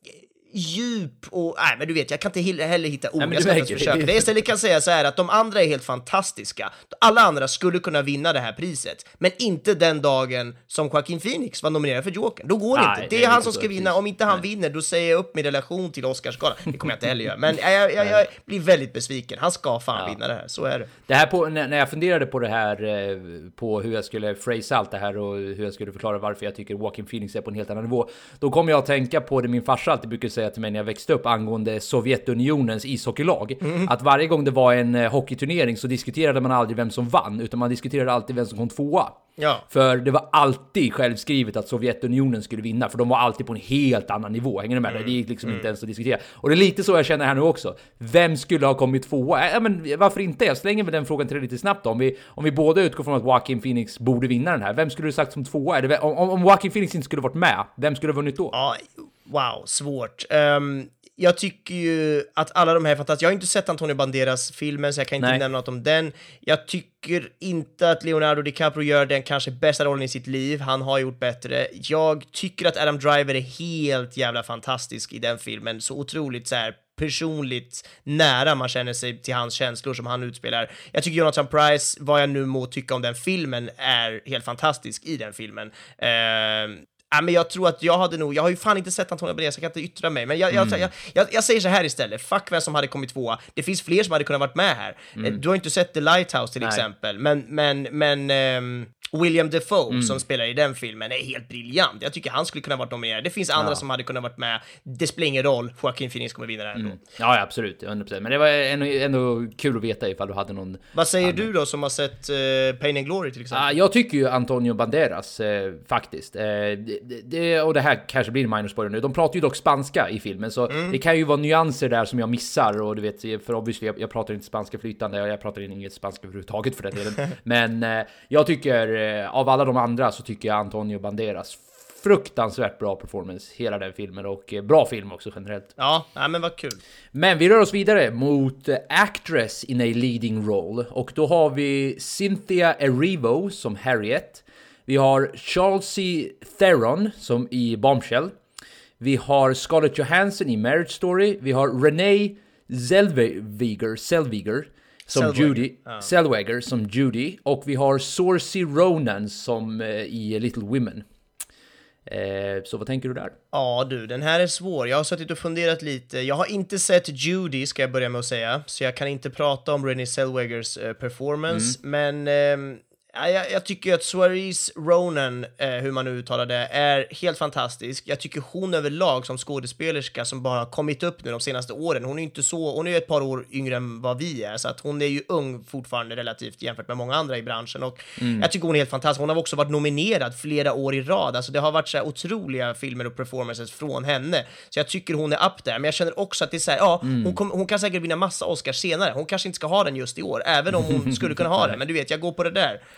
djup och nej, men du vet, jag kan inte heller hitta ord. Nej, jag ska inte försöka. Det, det istället kan säga så här att de andra är helt fantastiska. Alla andra skulle kunna vinna det här priset, men inte den dagen som Joaquin Phoenix var nominerad för Jokern. Då går det nej, inte. Det är han som ska vinna. Precis. Om inte han nej. vinner, då säger jag upp min relation till Oscarsgalan. Det kommer jag inte heller göra. Men jag, jag, jag blir väldigt besviken. Han ska fan ja. vinna det här. Så är det. Det här på, när jag funderade på det här, på hur jag skulle phrase allt det här och hur jag skulle förklara varför jag tycker Joaquin Phoenix är på en helt annan nivå, då kommer jag att tänka på det min farsa alltid brukar säga till mig när jag växte upp angående Sovjetunionens ishockeylag. Mm. Att varje gång det var en hockeyturnering så diskuterade man aldrig vem som vann, utan man diskuterade alltid vem som kom tvåa. Ja. För det var alltid självskrivet att Sovjetunionen skulle vinna, för de var alltid på en helt annan nivå. Hänger du med? Mm. Det gick liksom mm. inte ens att diskutera. Och det är lite så jag känner här nu också. Vem skulle ha kommit tvåa? Ja, men varför inte? Jag slänger med den frågan till dig lite snabbt då. Om vi, om vi båda utgår från att Joaquin Phoenix borde vinna den här, vem skulle du sagt som tvåa? Är det, om, om Joaquin Phoenix inte skulle varit med, vem skulle ha vunnit då? Ja, wow, svårt. Um... Jag tycker ju att alla de här är fantastiska. Jag har inte sett Antonio Banderas filmen, så jag kan inte Nej. nämna något om den. Jag tycker inte att Leonardo DiCaprio gör den kanske bästa rollen i sitt liv. Han har gjort bättre. Jag tycker att Adam Driver är helt jävla fantastisk i den filmen. Så otroligt så här personligt nära man känner sig till hans känslor som han utspelar. Jag tycker Jonathan Pryce, vad jag nu må tycka om den filmen, är helt fantastisk i den filmen. Uh, Ja, men jag tror att jag hade nog, jag har ju fan inte sett Antonio Banderas, jag kan inte yttra mig, men jag, mm. jag, jag, jag, jag säger så här istället, fuck vem som hade kommit tvåa, det finns fler som hade kunnat varit med här. Mm. Du har inte sett The Lighthouse till Nej. exempel, men, men, men um, William Dafoe mm. som spelar i den filmen är helt briljant. Jag tycker han skulle kunna varit nominerad. Det finns andra ja. som hade kunnat varit med. Det spelar ingen roll. Joaquin Phoenix kommer vinna det här ändå. Mm. Ja, absolut. hundra procent. Men det var ändå, ändå kul att veta ifall du hade någon... Vad säger annan. du då som har sett uh, Pain and Glory till exempel? Ah, jag tycker ju Antonio Banderas eh, faktiskt. Eh, det, det, och det här kanske blir en minor spoiler nu. De pratar ju dock spanska i filmen, så mm. det kan ju vara nyanser där som jag missar. Och du vet, för obviously, jag, jag pratar inte spanska flytande. Jag, jag pratar inget spanska överhuvudtaget för den delen. Men eh, jag tycker, eh, av alla de andra så tycker jag Antonio Banderas fruktansvärt bra performance hela den filmen, och bra film också generellt. Ja, ja men vad kul. Men vi rör oss vidare mot Actress in a Leading Role, och då har vi Cynthia Erivo som Harriet. Vi har Charlize Theron som i Bombshell. Vi har Scarlett Johansson i Marriage Story. Vi har Renee Zellweger, Zellweger som Zellweger. Judy, ja. Zellweger som Judy, och vi har Saoirse Ronan som eh, i Little Women. Eh, så vad tänker du där? Ja du, den här är svår. Jag har suttit och funderat lite. Jag har inte sett Judy, ska jag börja med att säga, så jag kan inte prata om Renée Zellwegers eh, performance, mm. men eh, jag, jag tycker att Saoirse Ronan, eh, hur man nu uttalar det, är helt fantastisk. Jag tycker hon överlag som skådespelerska som bara har kommit upp nu de senaste åren, hon är inte så, hon är ett par år yngre än vad vi är, så att hon är ju ung fortfarande relativt jämfört med många andra i branschen, och mm. jag tycker hon är helt fantastisk. Hon har också varit nominerad flera år i rad, alltså det har varit så här otroliga filmer och performances från henne, så jag tycker hon är up där. Men jag känner också att det är så här, ja, mm. hon, kom, hon kan säkert vinna massa Oscars senare, hon kanske inte ska ha den just i år, även om hon skulle kunna ha den, men du vet, jag går på det där.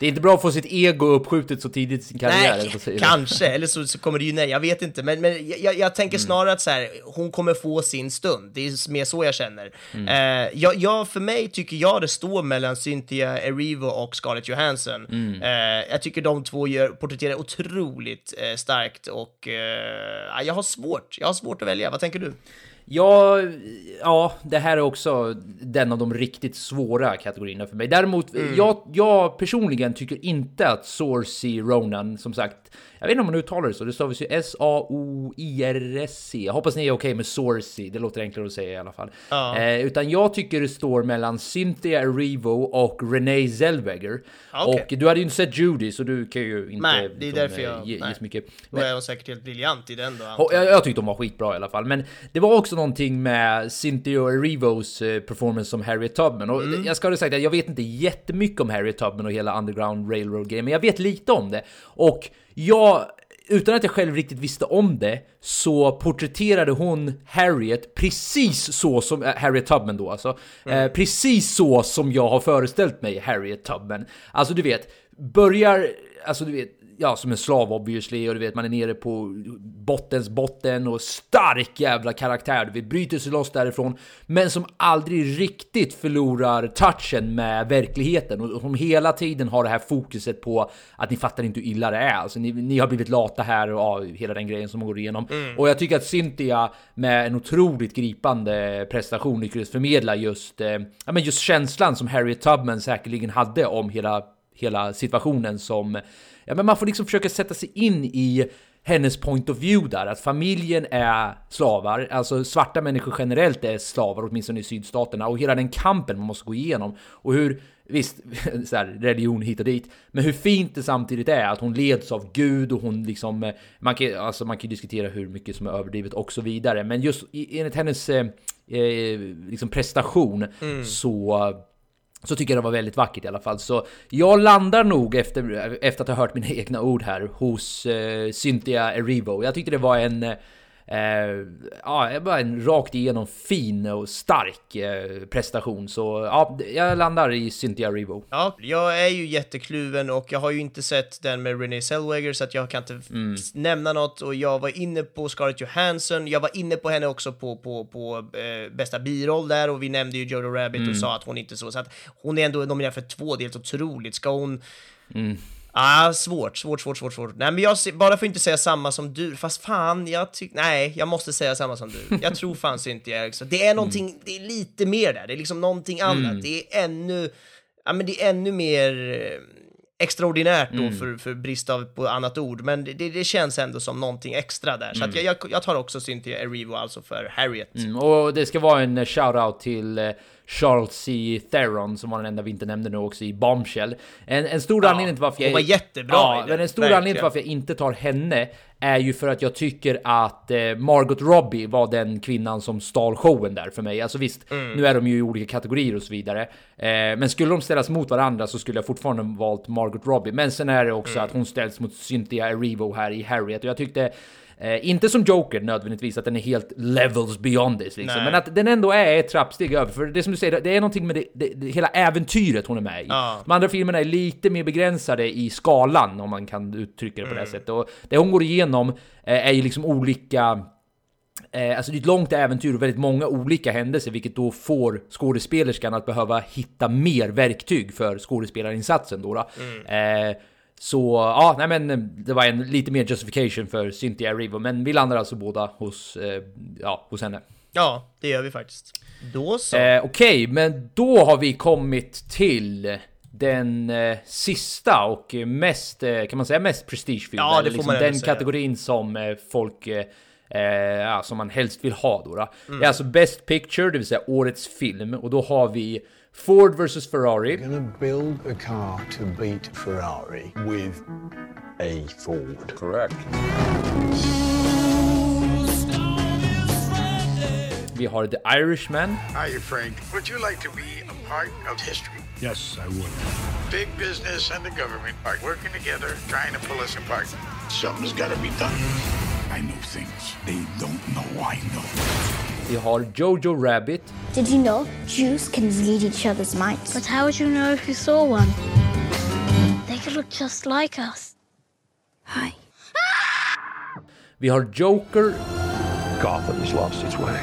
Det är inte bra att få sitt ego uppskjutet så tidigt i sin karriär. Nej, eller så kanske, eller så, så kommer det ju nej, jag vet inte. Men, men jag, jag tänker Mm. snarare att så här, hon kommer få sin stund. Det är mer så jag känner. Mm. Eh, jag, jag, för mig tycker jag det står mellan Cynthia Erivo och Scarlett Johansson. Mm. Eh, jag tycker de två gör, porträtterar otroligt eh, starkt och eh, jag har svårt. Jag har svårt att välja. Vad tänker du? Ja, ja, det här är också den av de riktigt svåra kategorierna för mig. Däremot, Mm. jag, jag personligen tycker inte att Saoirse Ronan, som sagt, jag vet inte om man uttalar det så, det stavas ju S A O I R S C. Jag hoppas ni är okej med Saoirse, det låter enklare att säga i alla fall. Ja. Eh, utan jag tycker det står mellan Cynthia Erivo och Renee Zellweger. Okay. Och du hade ju inte sett Judy, så du kan ju inte... Nej, det är liksom, därför jag... ge, ge så mycket. Då är hon säkert helt briljant i den då. Och jag, jag tyckte de var skitbra i alla fall. Men det var också någonting med Cynthia Erivos eh, performance som Harriet Tubman. Och Mm. jag ska ha sagt att jag vet inte jättemycket om Harriet Tubman och hela Underground Railroad-grejen, men jag vet lite om det. Och jag... Utan att jag själv riktigt visste om det, så porträtterade hon Harriet precis så som äh, Harriet Tubman då alltså. Mm. Eh, precis så som jag har föreställt mig Harriet Tubman. Alltså du vet, börjar, alltså du vet, ja, som en slav obviously, och du vet man är nere på bottens botten och stark jävla karaktär, du vet, bryter sig loss därifrån, men som aldrig riktigt förlorar touchen med verkligheten och som hela tiden har det här fokuset på att ni fattar inte hur illa det är, alltså ni, ni har blivit lata här och ja, hela den grejen som man går igenom. Mm. Och jag tycker att Cynthia med en otroligt gripande prestation lyckades förmedla just, eh, ja, men just känslan som Harriet Tubman säkerligen hade om hela, hela situationen som... Ja, men man får liksom försöka sätta sig in i hennes point of view där, att familjen är slavar, alltså svarta människor generellt är slavar, åtminstone i sydstaterna, och hela den kampen man måste gå igenom, och hur, visst, så här, religion hit och dit, men hur fint det samtidigt är att hon leds av Gud och hon liksom, man kan, alltså man kan diskutera hur mycket som är överdrivet och så vidare, men just enligt hennes eh, liksom prestation mm. så Så tycker jag det var väldigt vackert i alla fall. Så jag landar nog efter, efter att ha hört mina egna ord här hos eh, Cynthia Erivo. Jag tyckte det var en... Eh, ja, bara en rakt igenom fin och stark eh, prestation. Så ja, jag landar i Cynthia Erivo. Ja, jag är ju jättekluven och jag har ju inte sett den med Renee Zellweger, så att jag kan inte mm. nämna något. Och jag var inne på Scarlett Johansson, jag var inne på henne också på, på, på eh, bästa biroll där, och vi nämnde ju Jojo Rabbit mm. och sa att hon inte så, så att hon är ändå nominerad för två, det är helt otroligt. Ska hon... Mm. Ah, svårt, svårt, svårt, svårt, svårt. Nej, men jag bara för inte säga samma som du. Fast fan, jag tycker... Nej, jag måste säga samma som du. Jag tror fan Cynthia Eriksson. Det är någonting, mm. det är lite mer där. Det är liksom någonting annat. Mm. Det är ännu... Ja, men det är ännu mer extraordinärt då, mm. för, för brist av på annat ord. Men det, det känns ändå som någonting extra där. Så mm. att jag, jag, jag tar också Cynthia Erivo alltså för Harriet. Mm. Och det ska vara en shoutout till Charles C. Theron, som var den enda vi inte nämnde nu också i Bombshell. En, en stor ja, anledning till varför jag... Hon var jättebra ja, i det. Men en stor verkligen. anledning till varför jag inte tar henne är ju för att jag tycker att eh, Margot Robbie var den kvinnan som stal showen där för mig. Alltså visst, mm. nu är de ju i olika kategorier och så vidare. Eh, men skulle de ställas mot varandra så skulle jag fortfarande valt Margot Robbie. Men sen är det också mm. att hon ställs mot Cynthia Erivo här i Harriet. Och jag tyckte... Eh, inte som Joker nödvändigtvis att den är helt levels beyond this liksom. Men att den ändå är ett trappsteg över. För det som du säger, det är någonting med det, det, det, hela äventyret hon är med i. Ja. De andra filmerna är lite mer begränsade i skalan, om man kan uttrycka det på mm. det sättet. Och det hon går igenom eh, är ju liksom olika... Eh, alltså det är ett långt äventyr och väldigt många olika händelser, vilket då får skådespelerskan att behöva hitta mer verktyg för skådespelarinsatsen då. då. Mm. Eh, Så ja, nej men det var en lite mer justification för Cynthia Erivo, men vi landar alltså båda hos, eh, ja, hos henne. Ja, det gör vi faktiskt. Då så. Eh, Okej, okay, men då har vi kommit till den eh, sista och mest, eh, kan man säga, mest prestigefilm. Ja, det får liksom man den säga. kategorin som eh, folk... Eh, Eh, ja, som man helst vill ha då, då. Mm. Det är alltså Best Picture, det vill säga årets film. Och då har vi Ford versus Ferrari. We're gonna build a car to beat Ferrari with a Ford. Correct. Vi har The Irishman. Hi, Frank. Would you like to be a part of history? Yes, I would. Big business and the government are working together, trying to pull us apart. Something's gotta be done. I know things they don't know I know. Vi har Jojo Rabbit. Did you know Jews can read each other's minds? But how would you know if you saw one? They You look just like us. Hi. Vi har Joker. Gotham's lost its way.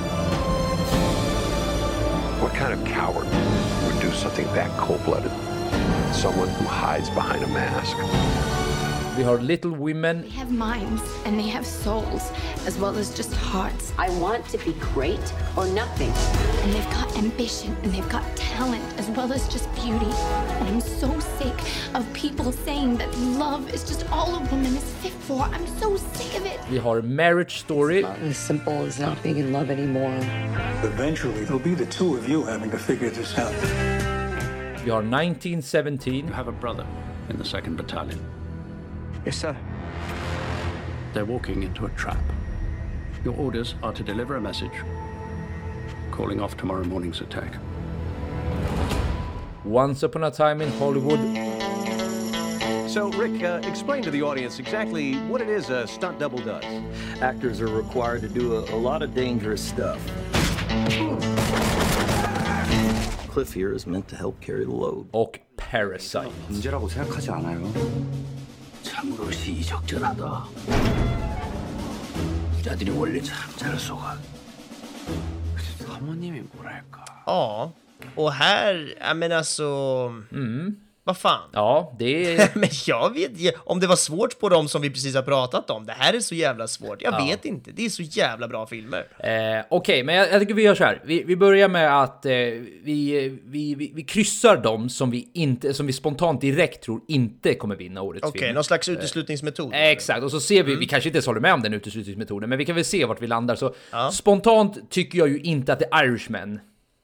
What kind of coward would do something that cold-blooded? Someone who hides behind a mask. Vi har Little Women. They have minds and they have souls as well as just hearts. I want to be great or nothing. And they've got ambition and they've got talent as well as just beauty. And I'm so sick of people saying that love is just all a woman is fit for. I'm so sick of it. Vi har Marriage Story. Not as simple as not being in love anymore. Eventually it'll be the two of you having to figure this out. Vi har nineteen seventeen. You have a brother in the second battalion. Yes, sir. They're walking into a trap. Your orders are to deliver a message, calling off tomorrow morning's attack. Once Upon a Time in Hollywood. So, Rick, uh, explain to the audience exactly what it is a stunt double does. Actors are required to do a, a lot of dangerous stuff. Cliff here is meant to help carry the load. Och Parasite. 문제라고 생각하지 않아요. 참으로 시의적절하다. 여자들이 원래 참 잘 속아. 사모님이 뭐랄까. Ja, och här, jag menar så... Mm. Vad fan? Ja, det är... Men jag vet om det var svårt på dem som vi precis har pratat om. Det här är så jävla svårt. Jag ja. vet inte. Det är så jävla bra filmer. Eh, Okej, okay, men jag, jag tycker vi gör så här. Vi, vi börjar med att eh, vi, vi, vi, vi kryssar dem som vi, inte, som vi spontant direkt tror inte kommer vinna årets okay, film. Okej, någon slags uteslutningsmetod. Eh, exakt, och så ser vi, mm. vi kanske inte ens håller med om den uteslutningsmetoden, men vi kan väl se vart vi landar. Så ja. Spontant tycker jag ju inte att The Irishman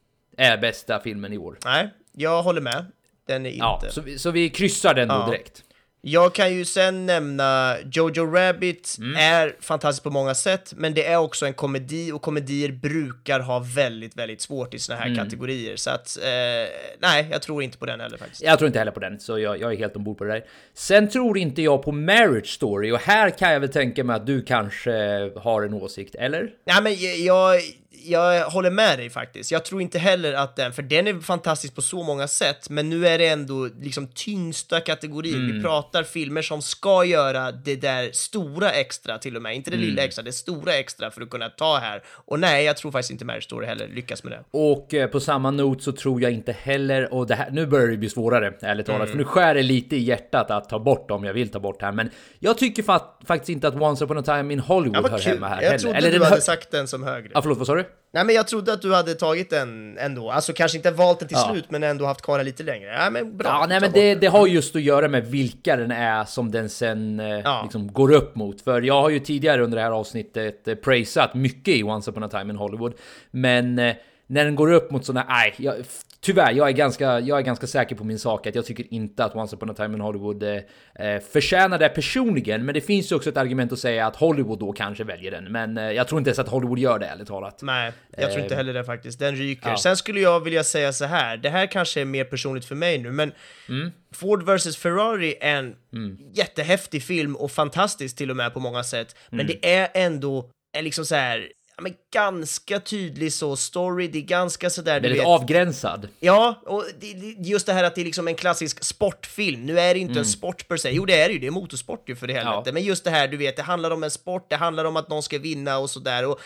är bästa filmen i år. Nej, jag håller med. Den är inte. Ja, så, vi, så vi kryssar den ja. då direkt. Jag kan ju sen nämna Jojo Rabbit mm. är fantastisk på många sätt, men det är också en komedi och komedier brukar ha väldigt, väldigt svårt i såna här mm. kategorier. Så att, eh, nej, jag tror inte på den heller faktiskt. Jag tror inte heller på den, så jag, jag är helt ombord på det där. Sen tror inte jag på Marriage Story, och här kan jag väl tänka mig att du kanske har en åsikt, eller? Nej, men jag... Jag håller med dig faktiskt. Jag tror inte heller att den, för den är fantastisk på så många sätt, men nu är det ändå liksom tyngsta kategorin. Mm. Vi pratar filmer som ska göra det där stora extra till och med. Inte det mm. lilla extra, det stora extra för att kunna ta här. Och nej, jag tror faktiskt inte Marriage Story heller lyckas med det. Och eh, på samma not så tror jag inte heller, och det här, nu börjar det bli svårare, ärligt talat, mm. för nu skär det lite i hjärtat att ta bort dem jag vill ta bort här. Men jag tycker fa- faktiskt inte att Once Upon a Time in Hollywood ja, hör kul. hemma här jag heller. trodde Eller du den hade hö- sagt den som högre. Ja, förlåt, vad sa du? Nej, men jag trodde att du hade tagit den ändå. Alltså kanske inte valt den till ja. slut, men ändå haft kvar den lite längre. Ja, men bra. Ja, nej, men det, det har just att göra med vilka den är som den sen eh, ja. liksom går upp mot. För jag har ju tidigare under det här avsnittet eh, praisat mycket i Once Upon a Time in Hollywood. Men eh, när den går upp mot sådana... Nej, jag, tyvärr, jag är, ganska, jag är ganska säker på min sak att jag tycker inte att Once Upon a Time in Hollywood eh, förtjänar det personligen. Men det finns ju också ett argument att säga att Hollywood då kanske väljer den. Men eh, jag tror inte ens att Hollywood gör det, ärligt talat. Nej, jag tror inte heller det faktiskt. Den ryker. Ja. Sen skulle jag vilja säga så här. Det här kanske är mer personligt för mig nu, men mm. Ford versus Ferrari är en mm. jättehäftig film och fantastisk till och med på många sätt. Men mm. det är ändå en liksom så här... men ganska tydlig så story, det är ganska sådär... Det är lite avgränsad. Ja, och det, just det här att det är liksom en klassisk sportfilm. Nu är det inte mm. en sport per se. Jo, det är det ju, det är motorsport ju för det helvete. Ja. Men just det här, du vet, det handlar om en sport, det handlar om att någon ska vinna och sådär. Och,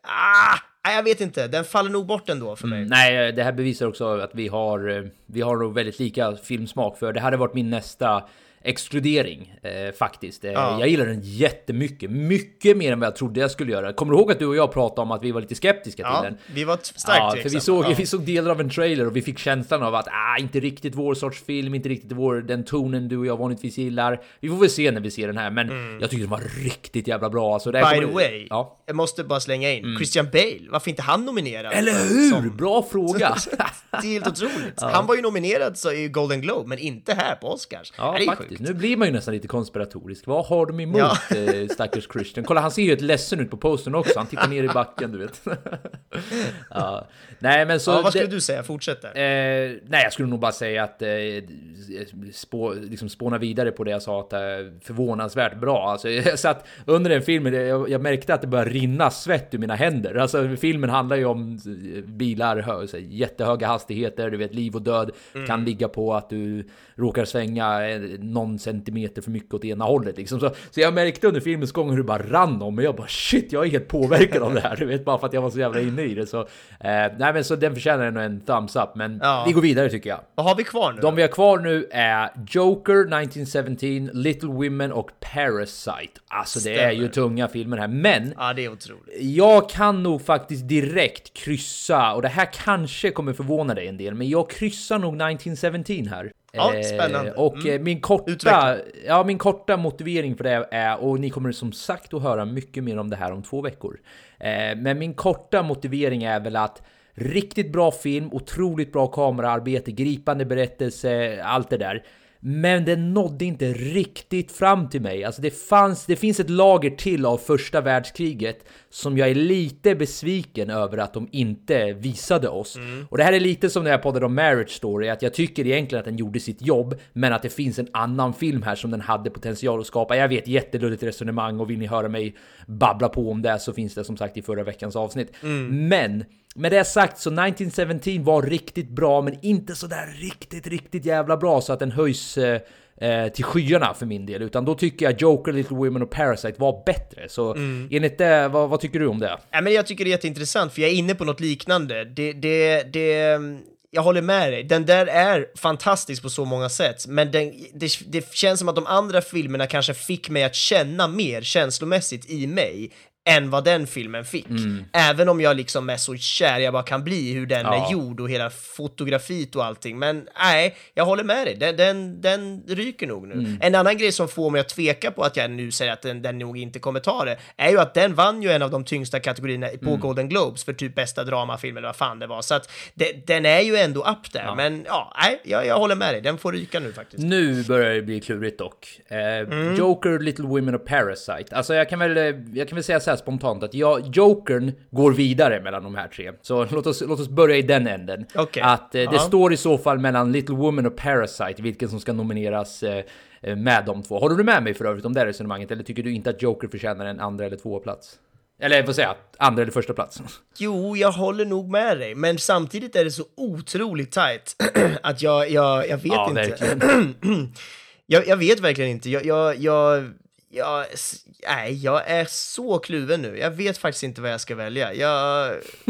ah, jag vet inte, den faller nog bort ändå för mig. Mm, nej, det här bevisar också att vi har, vi har nog väldigt lika filmsmak, för det här har varit min nästa... exkludering eh, faktiskt. Eh, ja. Jag gillar den jättemycket. Mycket mer än vad jag trodde jag skulle göra. Kommer du ihåg att du och jag pratade om att vi var lite skeptiska ja, till den? Vi var starkt ja, för vi såg, ja. vi såg delar av en trailer och vi fick känslan av att ah, inte riktigt vår sorts film, inte riktigt vår, den tonen du och jag vanligtvis gillar. Vi får väl se när vi ser den här, men mm. jag tycker den var riktigt jävla bra. Alltså, By kommer... the way, ja. jag måste bara slänga in mm. Christian Bale, varför inte han nominerad? Eller hur? Som... Bra fråga. Det är helt otroligt. Ja. Han var ju nominerad så i Golden Globe, men inte här på Oscars. Ja, det är faktiskt. faktiskt. Nu blir man ju nästan lite konspiratorisk. Vad har de emot ja. eh, stackars Christian? Kolla, han ser ju ett ledsen ut på posten också. Han tittar ner i backen, du vet. ja. Nej, men så... Ja, vad skulle det, du säga? Fortsätt där. Eh, nej, jag skulle nog bara säga att eh, spå, liksom spåna vidare på det jag sa, att det är förvånansvärt bra. Alltså, jag satt under den filmen, jag, jag märkte att det började rinna svett ur mina händer. Alltså, filmen handlar ju om bilar, hö, så, jättehöga hastigheter, du vet, liv och död mm. kan ligga på att du råkar svänga någon centimeter för mycket åt ena hållet liksom. så, så jag märkte under filmens gång hur det bara rann om mig. Jag bara shit, jag är helt påverkad av det här, du vet, bara för att jag var så jävla inne i det. Så, eh, nej men så den förtjänar ändå en thumbs up, men ja. vi går vidare tycker jag. Vad har vi kvar nu? De vi har kvar nu är Joker nitton seventeen, Little Women och Parasite. Alltså det Stämmer. är ju tunga filmer här, men ja, det är otroligt. Jag kan nog faktiskt direkt kryssa, och det här kanske kommer förvåna dig en del, men jag kryssar nog nitton seventeen här. Ja, spännande. Eh, och mm. min korta ja, min korta motivering för det är, och ni kommer som sagt att höra mycket mer om det här om två veckor. Eh, men min korta motivering är väl att riktigt bra film, otroligt bra kameraarbete, gripande berättelse, allt det där. Men den nådde inte riktigt fram till mig. Alltså det fanns, det finns ett lager till av första världskriget som jag är lite besviken över att de inte visade oss. Mm. Och det här är lite som när jag poddade om Marriage Story, att jag tycker egentligen att den gjorde sitt jobb, men att det finns en annan film här som den hade potential att skapa. Jag vet, jätteluddigt resonemang, och vill ni höra mig babbla på om det så finns det som sagt i förra veckans avsnitt. Mm. Men med det sagt så nitton seventeen var riktigt bra, men inte så där riktigt, riktigt jävla bra så att den höjs eh, till skyarna för min del. Utan då tycker jag Joker, Little Women och Parasite var bättre. Så mm. enligt det, vad, vad tycker du om det? Ja, men jag tycker det är jätteintressant, för jag är inne på något liknande. Det, det, det, jag håller med dig. Den där är fantastisk på så många sätt, men den, det, det känns som att de andra filmerna kanske fick mig att känna mer känslomässigt i mig än vad den filmen fick. Mm. Även om jag liksom är så kär jag bara kan bli hur den ja. är gjord och hela fotografiet och allting. Men nej, jag håller med dig. Den, den, den ryker nog nu. Mm. En annan grej som får mig att tveka på att jag nu säger att den, den nog inte kommer ta det är ju att den vann ju en av de tyngsta kategorierna på mm. Golden Globes för typ bästa dramafilm eller vad fan det var. Så att det, den är ju ändå upp där. Ja. Men ja, nej, jag, jag håller med dig. Den får ryka nu faktiskt. Nu börjar det bli klurigt dock. Eh, mm. Joker, Little Women och Parasite. Alltså jag kan väl, jag kan väl säga så här spontant att jag, Jokern går vidare mellan de här tre. Så låt oss, låt oss börja i den änden. Okay. Att eh, det ja. står i så fall mellan Little Women och Parasite, vilken som ska nomineras eh, med de två. Har du med mig för övrigt om det resonemanget, eller tycker du inte att Joker förtjänar en andra eller två plats? Eller vad säger jag? Andra eller första plats? Jo, jag håller nog med dig. Men samtidigt är det så otroligt tajt att jag, jag, jag vet ja, inte. Verkligen. jag, jag vet verkligen inte. Jag... jag, jag... Jag, nej, jag är så kluven nu. Jag vet faktiskt inte vad jag ska välja. Jag,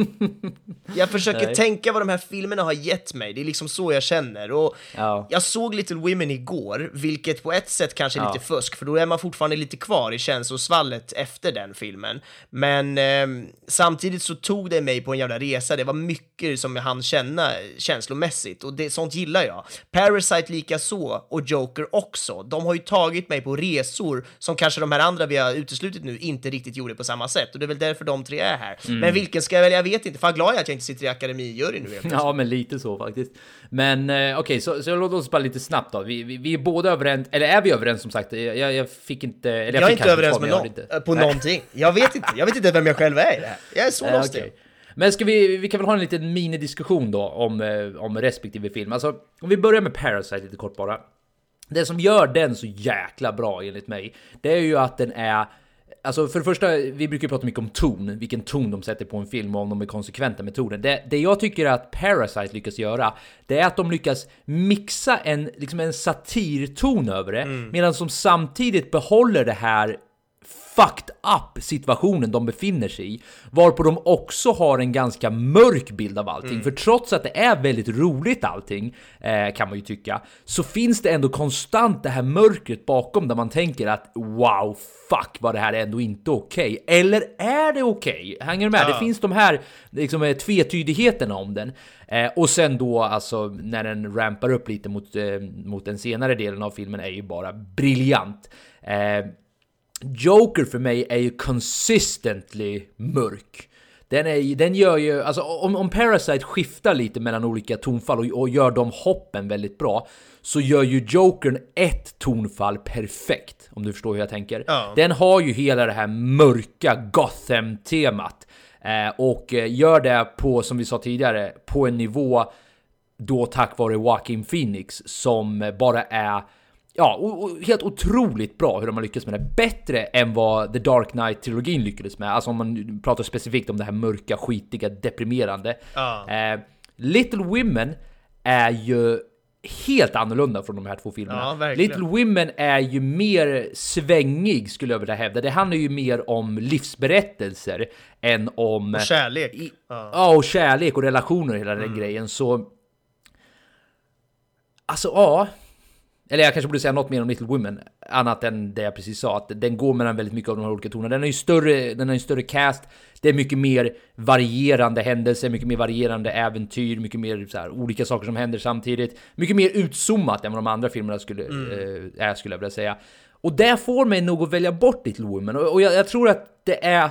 jag försöker tänka vad de här filmerna har gett mig. Det är liksom så jag känner. Och ja. jag såg Little Women igår, vilket på ett sätt kanske är ja. lite fusk, för då är man fortfarande lite kvar i känslosvallet efter den filmen. Men eh, samtidigt så tog det mig på en jävla resa. Det var mycket som jag hann känna känslomässigt, och det, sånt gillar jag. Parasite lika så, och Joker också. De har ju tagit mig på resor som kanske de här andra vi har uteslutit nu inte riktigt gjorde på samma sätt, och det är väl därför de tre är här. Mm. Men vilken ska jag välja? Jag vet inte. Fan, glad jag att jag inte sitter i akademijuryn nu. Ja, men lite så faktiskt. Men eh, okej, okay, så, så låt oss bara lite snabbt då. Vi, vi, vi är båda överens, eller är vi överens som sagt? Jag, jag fick inte... Eller jag, jag fick är inte överens med någon, inte. på Nej. någonting. Jag vet inte. Jag vet inte vem jag själv är i det här. Jag är så eh, lost. Okay. Men ska vi, vi kan väl ha en liten minidiskussion då om, om respektive film. Alltså, om vi börjar med Parasite lite kort bara. Det som gör den så jäkla bra enligt mig, det är ju att den är... Alltså för det första, vi brukar prata mycket om ton, vilken ton de sätter på en film och om de är konsekventa med tonen. Det, det jag tycker att Parasite lyckas göra, det är att de lyckas mixa en, liksom en satirton över det, mm. medan de samtidigt behåller det här fucked up situationen de befinner sig i, varpå de också har en ganska mörk bild av allting. Mm. För trots att det är väldigt roligt allting, eh, kan man ju tycka, så finns det ändå konstant det här mörkret bakom, där man tänker att wow, fuck, var det här ändå inte okej. Okay. Eller är det okej? Okay? Hänger du med? Ja. Det finns de här liksom, tvetydigheterna om den. Eh, och sen då, alltså, när den rampar upp lite mot, eh, mot den senare delen av filmen, är ju bara briljant. Eh, Joker för mig är ju consistently mörk. Den, är, den gör ju, alltså om, om Parasite skiftar lite mellan olika tonfall och, och gör de hoppen väldigt bra, så gör ju Jokern ett tonfall perfekt, om du förstår hur jag tänker. Ja. Den har ju hela det här mörka Gotham-temat eh, och gör det på, som vi sa tidigare, på en nivå då tack vare Joaquin Phoenix som bara är ja, och, och helt otroligt bra hur de har lyckats med det. Bättre än vad The Dark Knight-trilogin lyckades med. Alltså om man pratar specifikt om det här mörka, skitiga, deprimerande. Ja. Eh, Little Women är ju helt annorlunda från de här två filmerna. Ja, verkligen. Little Women är ju mer svängig, skulle jag vilja hävda. Det handlar ju mer om livsberättelser än om... Och kärlek. I, ja. ja, och kärlek och relationer och hela Mm. den grejen. Så... Alltså, ja... Eller jag kanske borde säga något mer om Little Women, annat än det jag precis sa, att den går mellan väldigt mycket av de här olika tonerna. Den är ju större, den har ju större cast, det är mycket mer varierande händelser, mycket mer varierande äventyr, mycket mer så här, olika saker som händer samtidigt, mycket mer utzoomat än vad de andra filmerna skulle, Mm. äh, är, skulle jag vilja säga. Och där får mig nog att välja bort Little Women, och, och jag, jag tror att det är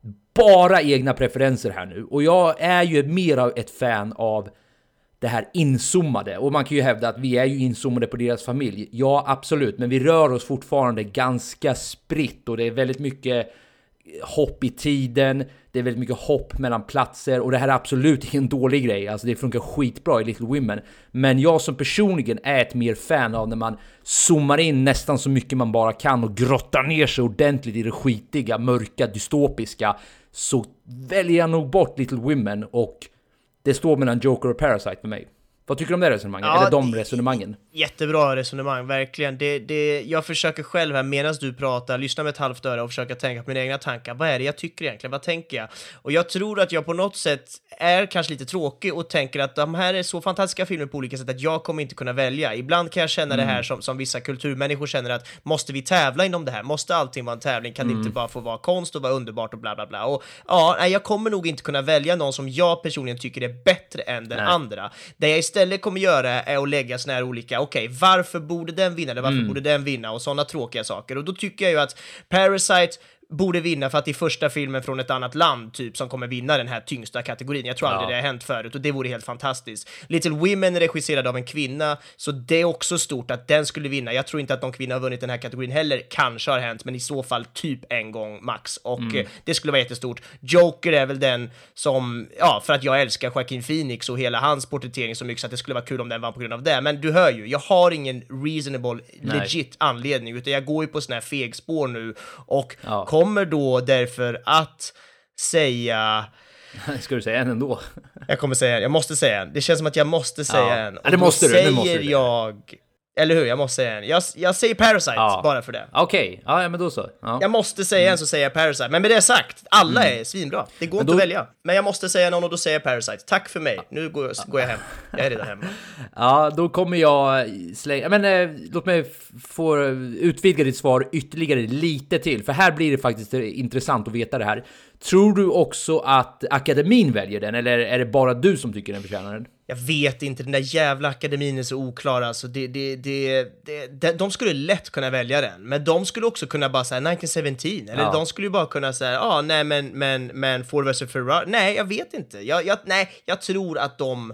bara egna preferenser här nu, och jag är ju mer av ett fan av det här inzoomade. Och man kan ju hävda att vi är ju inzoomade på deras familj. Ja, absolut. Men vi rör oss fortfarande ganska spritt. Och det är väldigt mycket hopp i tiden. Det är väldigt mycket hopp mellan platser. Och det här är absolut ingen dålig grej. Alltså det funkar skitbra i Little Women. Men jag som personligen är ett mer fan av när man zoomar in nästan så mycket man bara kan och grottar ner sig ordentligt i det skitiga, mörka, dystopiska. Så väljer jag nog bort Little Women, och det står mellan Joker och Parasite för mig. Vad tycker du om det resonemanget? Ja, Eller de det, resonemangen? Jättebra resonemang, verkligen. Det, det, jag försöker själv här, medan du pratar, lyssna med ett halvt öra och försöka tänka på mina egna tankar. Vad är det jag tycker egentligen? Vad tänker jag? Och jag tror att jag på något sätt är kanske lite tråkig och tänker att de här är så fantastiska filmer på olika sätt att jag kommer inte kunna välja. Ibland kan jag känna mm. det här som, som vissa kulturmänniskor känner, att måste vi tävla inom det här? Måste allting vara en tävling? Kan mm. det inte bara få vara konst och vara underbart och bla bla bla? Och ja, nej, jag kommer nog inte kunna välja någon som jag personligen tycker är bättre än den nej. andra. Det jag istället kommer göra är att lägga såna här olika, okej, okay, varför borde den vinna? Eller varför mm. borde den vinna? Och sådana tråkiga saker. Och då tycker jag ju att Parasite borde vinna för att det är första filmen från ett annat land typ som kommer vinna den här tyngsta kategorin. Jag tror aldrig ja. det har hänt förut, och det vore helt fantastiskt. Little Women är regisserad av en kvinna, så det är också stort att den skulle vinna. Jag tror inte att någon kvinna har vunnit den här kategorin heller. Kanske har hänt, men i så fall typ en gång max. Och mm. eh, det skulle vara jättestort. Joker är väl den som, ja, för att jag älskar Joaquin Phoenix och hela hans porträttering så mycket, så att det skulle vara kul om den vann på grund av det. Men du hör ju, jag har ingen reasonable, Nej. legit anledning, utan jag går ju på såna här fegspår nu och ja. kommer då därför att säga... Ska du säga en ändå? Jag kommer säga en. Jag måste säga en. Det känns som att jag måste säga ja. en. Och ja, det måste då du. säger det måste jag... Eller hur? Jag måste säga en. Jag, jag säger Parasite ja. bara för det. Okej. Okay. Ja, men då så. Ja. Jag måste säga mm. en, så säger jag Parasite. Men med det sagt, alla mm. är svinbra. Det går men inte då... att välja. Men jag måste säga någon, och då säger jag Parasite. Tack för mig. Nu går, går jag hem. Jag är redan hemma. Ja, då kommer jag slänga... Men eh, låt mig få utvidga ditt svar ytterligare lite till. För här blir det faktiskt intressant att veta det här. Tror du också att akademin väljer den? Eller är det bara du som tycker den förtjänar den? Jag vet inte, den där jävla akademin är så oklar, alltså det, det, det, det, det, de skulle lätt kunna välja den, men de skulle också kunna bara säga nitton seventeen, eller ja. de skulle ju bara kunna säga, ja, ah, nej men, men, men Ford versus Ferrari, nej jag vet inte, jag, jag, nej, jag tror att de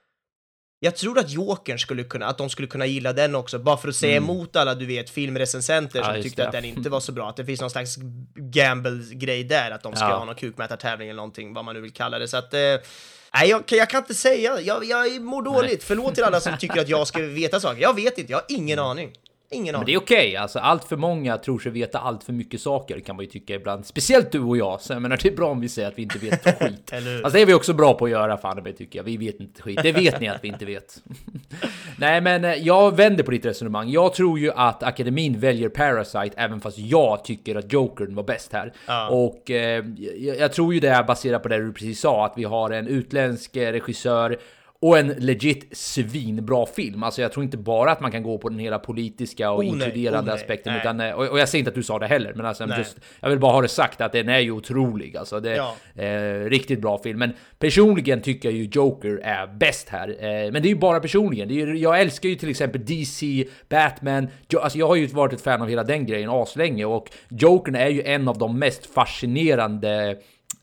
jag tror att Jokern skulle kunna, att de skulle kunna gilla den också, bara för att säga mm. emot alla, du vet, filmrecensenter som ja, tyckte det. att den inte var så bra, att det finns någon slags gamble-grej där, att de ska ja. ha någon kukmätartävling eller någonting, vad man nu vill kalla det, så att eh, nej, jag, jag kan inte säga. Jag, jag mår dåligt. Nej. Förlåt till alla som tycker att jag ska veta saker. Jag vet inte. Jag har ingen aning. Ingen aning. Men det är okej. Okay. Alltså, allt för många tror sig veta allt för mycket saker, kan man ju tycka ibland. Speciellt du och jag. Så jag menar, det är bra om vi säger att vi inte vet skit. Alltså, det är vi också bra på att göra, fan det tycker jag. Vi vet inte skit. Det vet ni att vi inte vet. Nej, men jag vänder på ditt resonemang. Jag tror ju att akademin väljer Parasite, även fast jag tycker att Jokern var bäst här. Ja. Och eh, jag, jag tror ju det är baserat på det du precis sa, att vi har en utländsk regissör och en legit svinbra film. Alltså jag tror inte bara att man kan gå på den hela politiska och oh, inkluderande oh, aspekten. Nej. Utan, och, och jag säger inte att du sa det heller. Men alltså, just, jag vill bara ha det sagt att den är ju otrolig. Alltså det är ja. eh, riktigt bra film. Men personligen tycker jag ju Joker är bäst här. Eh, men det är ju bara personligen. Det är ju, jag älskar ju till exempel D C, Batman. Jo, alltså jag har ju varit ett fan av hela den grejen aslänge. Och Jokern är ju en av de mest fascinerande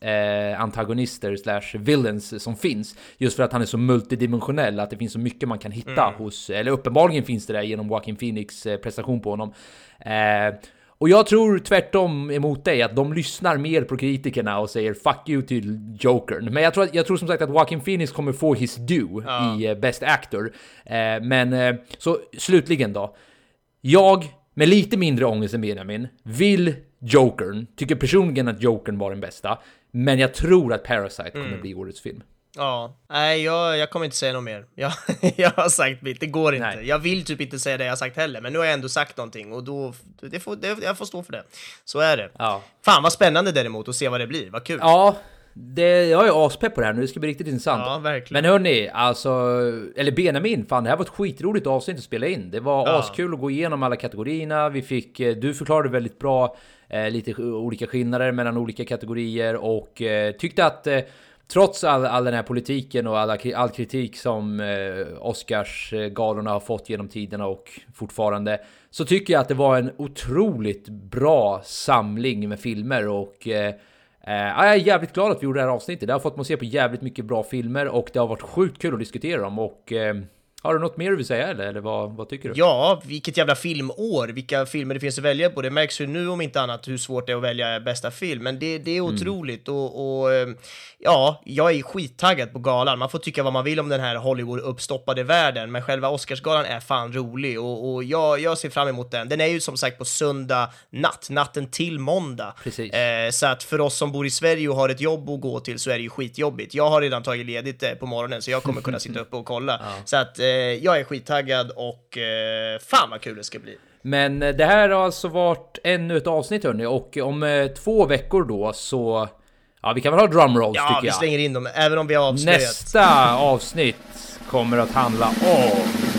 eh, antagonister slash villains som finns. Just för att han är så multidimensionell, att det finns så mycket man kan hitta mm. hos, eller uppenbarligen finns det där genom Joaquin Phoenix eh, prestation på honom. Eh, och jag tror tvärtom emot dig, att de lyssnar mer på kritikerna och säger fuck you till Jokern. Men jag tror, jag tror som sagt att Joaquin Phoenix kommer få his due ja. i eh, Best Actor. Eh, men eh, så slutligen då. Jag, med lite mindre ångest än Benjamin, vill Jokern, tycker personligen att Jokern var den bästa, men jag tror att Parasite kommer mm. bli årets film. Ja, nej jag, jag kommer inte säga något mer. Jag, jag har sagt mitt, det går inte. Nej. Jag vill typ inte säga det jag har sagt heller, men nu har jag ändå sagt någonting och då, det får, det, jag får stå för det. Så är det. Ja. Fan vad spännande däremot att se vad det blir, vad kul. Ja, det, jag är aspepp på det här nu, det ska bli riktigt intressant. Ja, verkligen. Men hörni, alltså, eller Benjamin, fan det här var ett skitroligt avsnitt att spela in. Det var ja. askul att gå igenom alla kategorierna. Vi fick, du förklarade väldigt bra eh, lite olika skillnader mellan olika kategorier och eh, tyckte att eh, trots all, all den här politiken och alla, all kritik som eh, Oscarsgalorna har fått genom tiderna och fortfarande, så tycker jag att det var en otroligt bra samling med filmer och eh, Uh, jag är jävligt glad att vi gjorde det här avsnittet. Det har fått mig att se på jävligt mycket bra filmer och det har varit sjukt kul att diskutera dem. Och uh, har du något mer du vill säga eller, eller vad, vad tycker du? Ja, vilket jävla filmår. Vilka filmer det finns att välja på. Det märks ju nu om inte annat hur svårt det är att välja bästa film. Men det, det är otroligt mm. och, och ja, jag är skittaggad på galan. Man får tycka vad man vill om den här Hollywood-uppstoppade världen, men själva Oscarsgalan är fan rolig och, och jag, jag ser fram emot den. Den är ju som sagt på söndag natt, natten till måndag. Precis. Eh, så att för oss som bor i Sverige och har ett jobb att gå till så är det ju skitjobbigt. Jag har redan tagit ledigt eh, på morgonen så jag kommer kunna sitta uppe och kolla. Ja. Så att eh, jag är skittaggad och eh, fan vad kul det ska bli. Men det här har alltså varit ännu ett avsnitt hörni, och om eh, två veckor då så ja, vi kan väl ha drumrolls ja, tycker jag. Ja, vi slänger in dem, även om vi har avslöjat. Nästa avsnitt kommer att handla om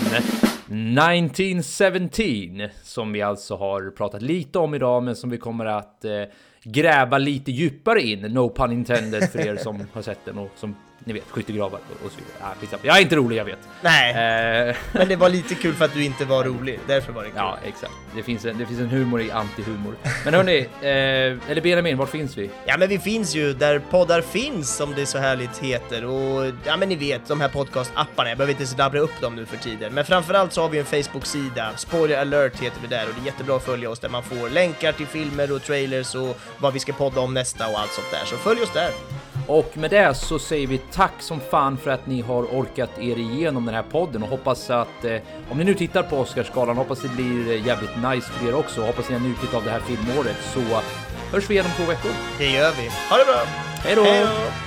nitton seventeen, som vi alltså har pratat lite om idag, men som vi kommer att eh, gräva lite djupare in. No pun intended för er som har sett den och som ni vet, skyttegravar och så vidare. Jag är inte rolig, jag vet. Nej, eh. men det var lite kul för att du inte var rolig. Därför var det kul. Ja, exakt. Det finns en, det finns en humor i antihumor. Men hörni, eh, eller Benjamin, var finns vi? Ja, men vi finns ju där poddar finns, som det så härligt heter. Och ja, men ni vet, de här podcast-apparna. Jag behöver inte snabbla upp dem nu för tiden. Men framförallt så har vi en Facebook-sida. Spoiler alert heter vi där. Och det är jättebra att följa oss där man får länkar till filmer och trailers och vad vi ska podda om nästa och allt sånt där. Så följ oss där. Och med det så säger vi tack som fan för att ni har orkat er igenom den här podden och hoppas att eh, om ni nu tittar på Oscarsgalan, hoppas det blir jävligt nice för er också. Hoppas ni har njutit av det här filmåret, så hörs vi igen om två veckor. Det gör vi. Ha det bra. Hej då. Hej då.